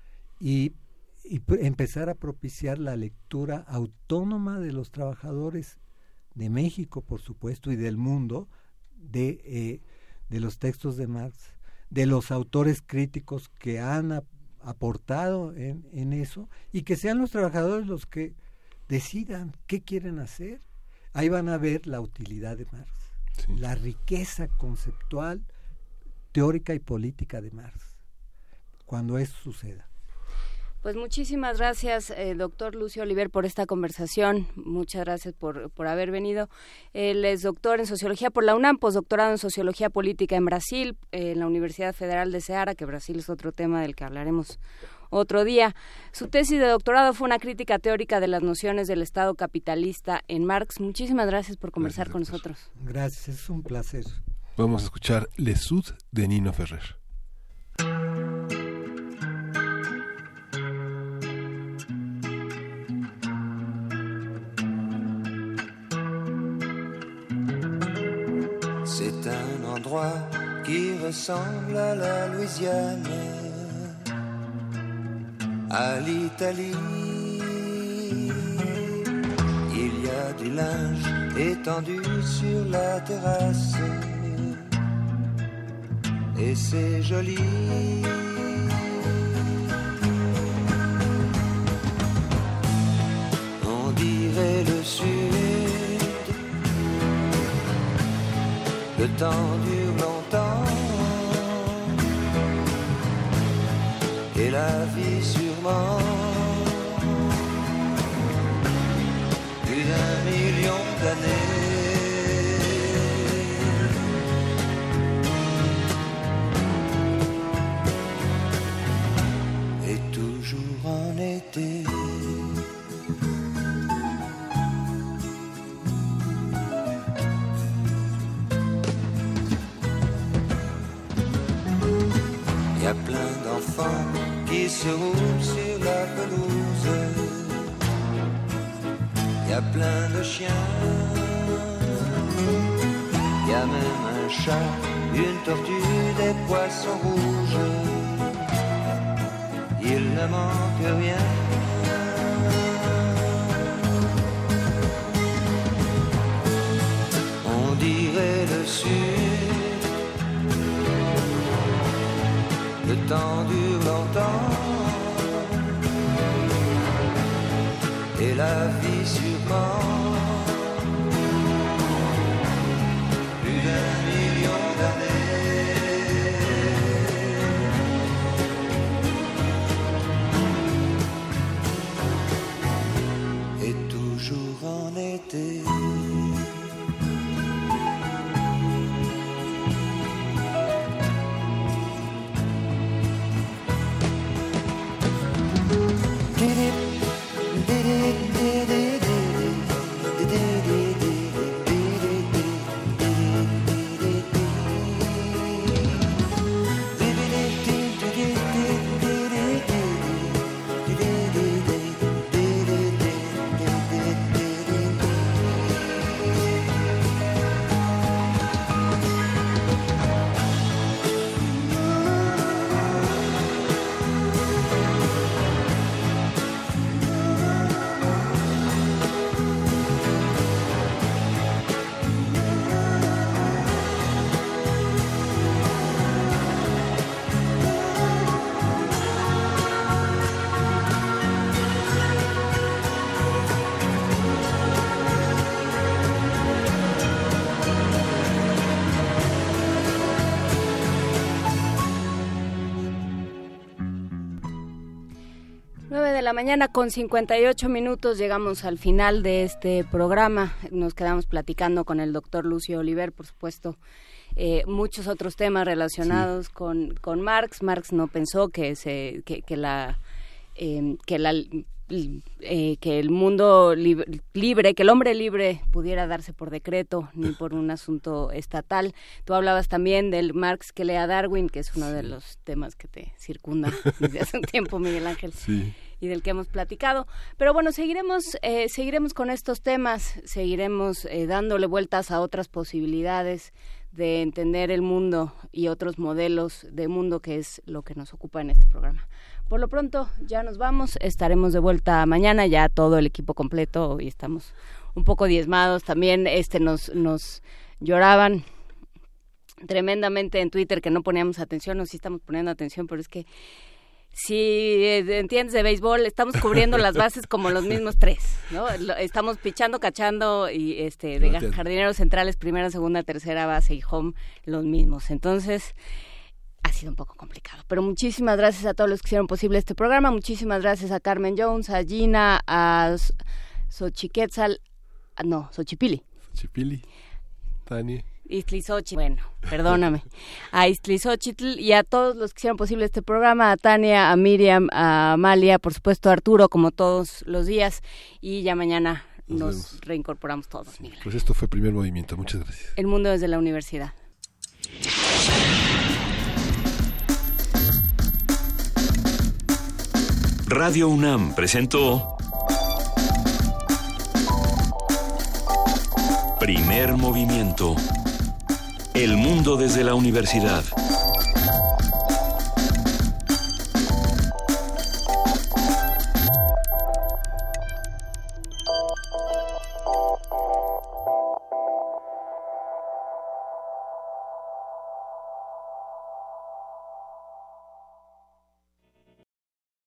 y, y pr- empezar a propiciar la lectura autónoma de los trabajadores de México, por supuesto, y del mundo, de, eh, de los textos de Marx, de los autores críticos que han ap- aportado en, en eso, y que sean los trabajadores los que decidan qué quieren hacer. Ahí van a ver la utilidad de Marx, sí. la riqueza conceptual, teórica y política de Marx, cuando eso suceda. Pues muchísimas gracias, eh, doctor Lucio Oliver, por esta conversación. Muchas gracias por, por haber venido. Él es doctor en Sociología por la UNAM, postdoctorado en Sociología Política en Brasil, eh, en la Universidad Federal de Ceará, que Brasil es otro tema del que hablaremos otro día. Su tesis de doctorado fue una crítica teórica de las nociones del Estado capitalista en Marx. Muchísimas gracias por conversar gracias, con nosotros. Gracias, es un placer. Vamos a escuchar Les Sud de Nino Ferrer. C'est un endroit qui ressemble à la Louisiane, à l'Italie. Il y a du linge étendu sur la terrasse, et c'est joli. On dirait le sud. Le temps dure longtemps et la vie sûrement plus d'un million d'années. Et toujours en été. Y a plein d'enfants qui se roulent sur la pelouse. Y a plein de chiens. Y a même un chat, une tortue, des poissons rouges. Il ne manque rien. On dirait le sud. Le temps dure longtemps et la vie sûrement plus d'un million d'années. Et toujours en été. La mañana con cincuenta y ocho minutos, llegamos al final de este programa. Nos quedamos platicando con el doctor Lucio Oliver, por supuesto, eh, muchos otros temas relacionados sí. con, con Marx. Marx no pensó que se que, que la eh, que la eh, que el mundo libre, libre, que el hombre libre pudiera darse por decreto ni por un asunto estatal. Tú hablabas también del Marx que lea Darwin, que es uno sí. de los temas que te circundan desde hace un tiempo, Miguel Ángel. Sí. Y del que hemos platicado, pero bueno, seguiremos eh, seguiremos con estos temas, seguiremos eh, dándole vueltas a otras posibilidades de entender el mundo y otros modelos de mundo, que es lo que nos ocupa en este programa. Por lo pronto ya nos vamos, estaremos de vuelta mañana, ya todo el equipo completo, y estamos un poco diezmados también. Este nos nos lloraban tremendamente en Twitter que no poníamos atención, o sí estamos poniendo atención, pero es que si eh, entiendes de béisbol, estamos cubriendo las bases como los mismos tres, ¿no? Lo, estamos pichando, cachando y este de Gracias. jardineros centrales, primera, segunda, tercera base y home, los mismos. Entonces, ha sido un poco complicado. Pero muchísimas gracias a todos los que hicieron posible este programa. Muchísimas gracias a Carmen Jones, a Gina, a Xochiquetzal, no, Xochipili. Xochipili, Tania. Iztlizochitl, bueno, perdóname, a Iztlizochitl y a todos los que hicieron posible este programa, a Tania, a Miriam, a Amalia, por supuesto a Arturo, como todos los días, y ya mañana nos, nos reincorporamos todos. Sí, pues esto fue Primer Movimiento, muchas gracias. El mundo desde la universidad. Radio UNAM presentó Primer Movimiento. El mundo desde la universidad.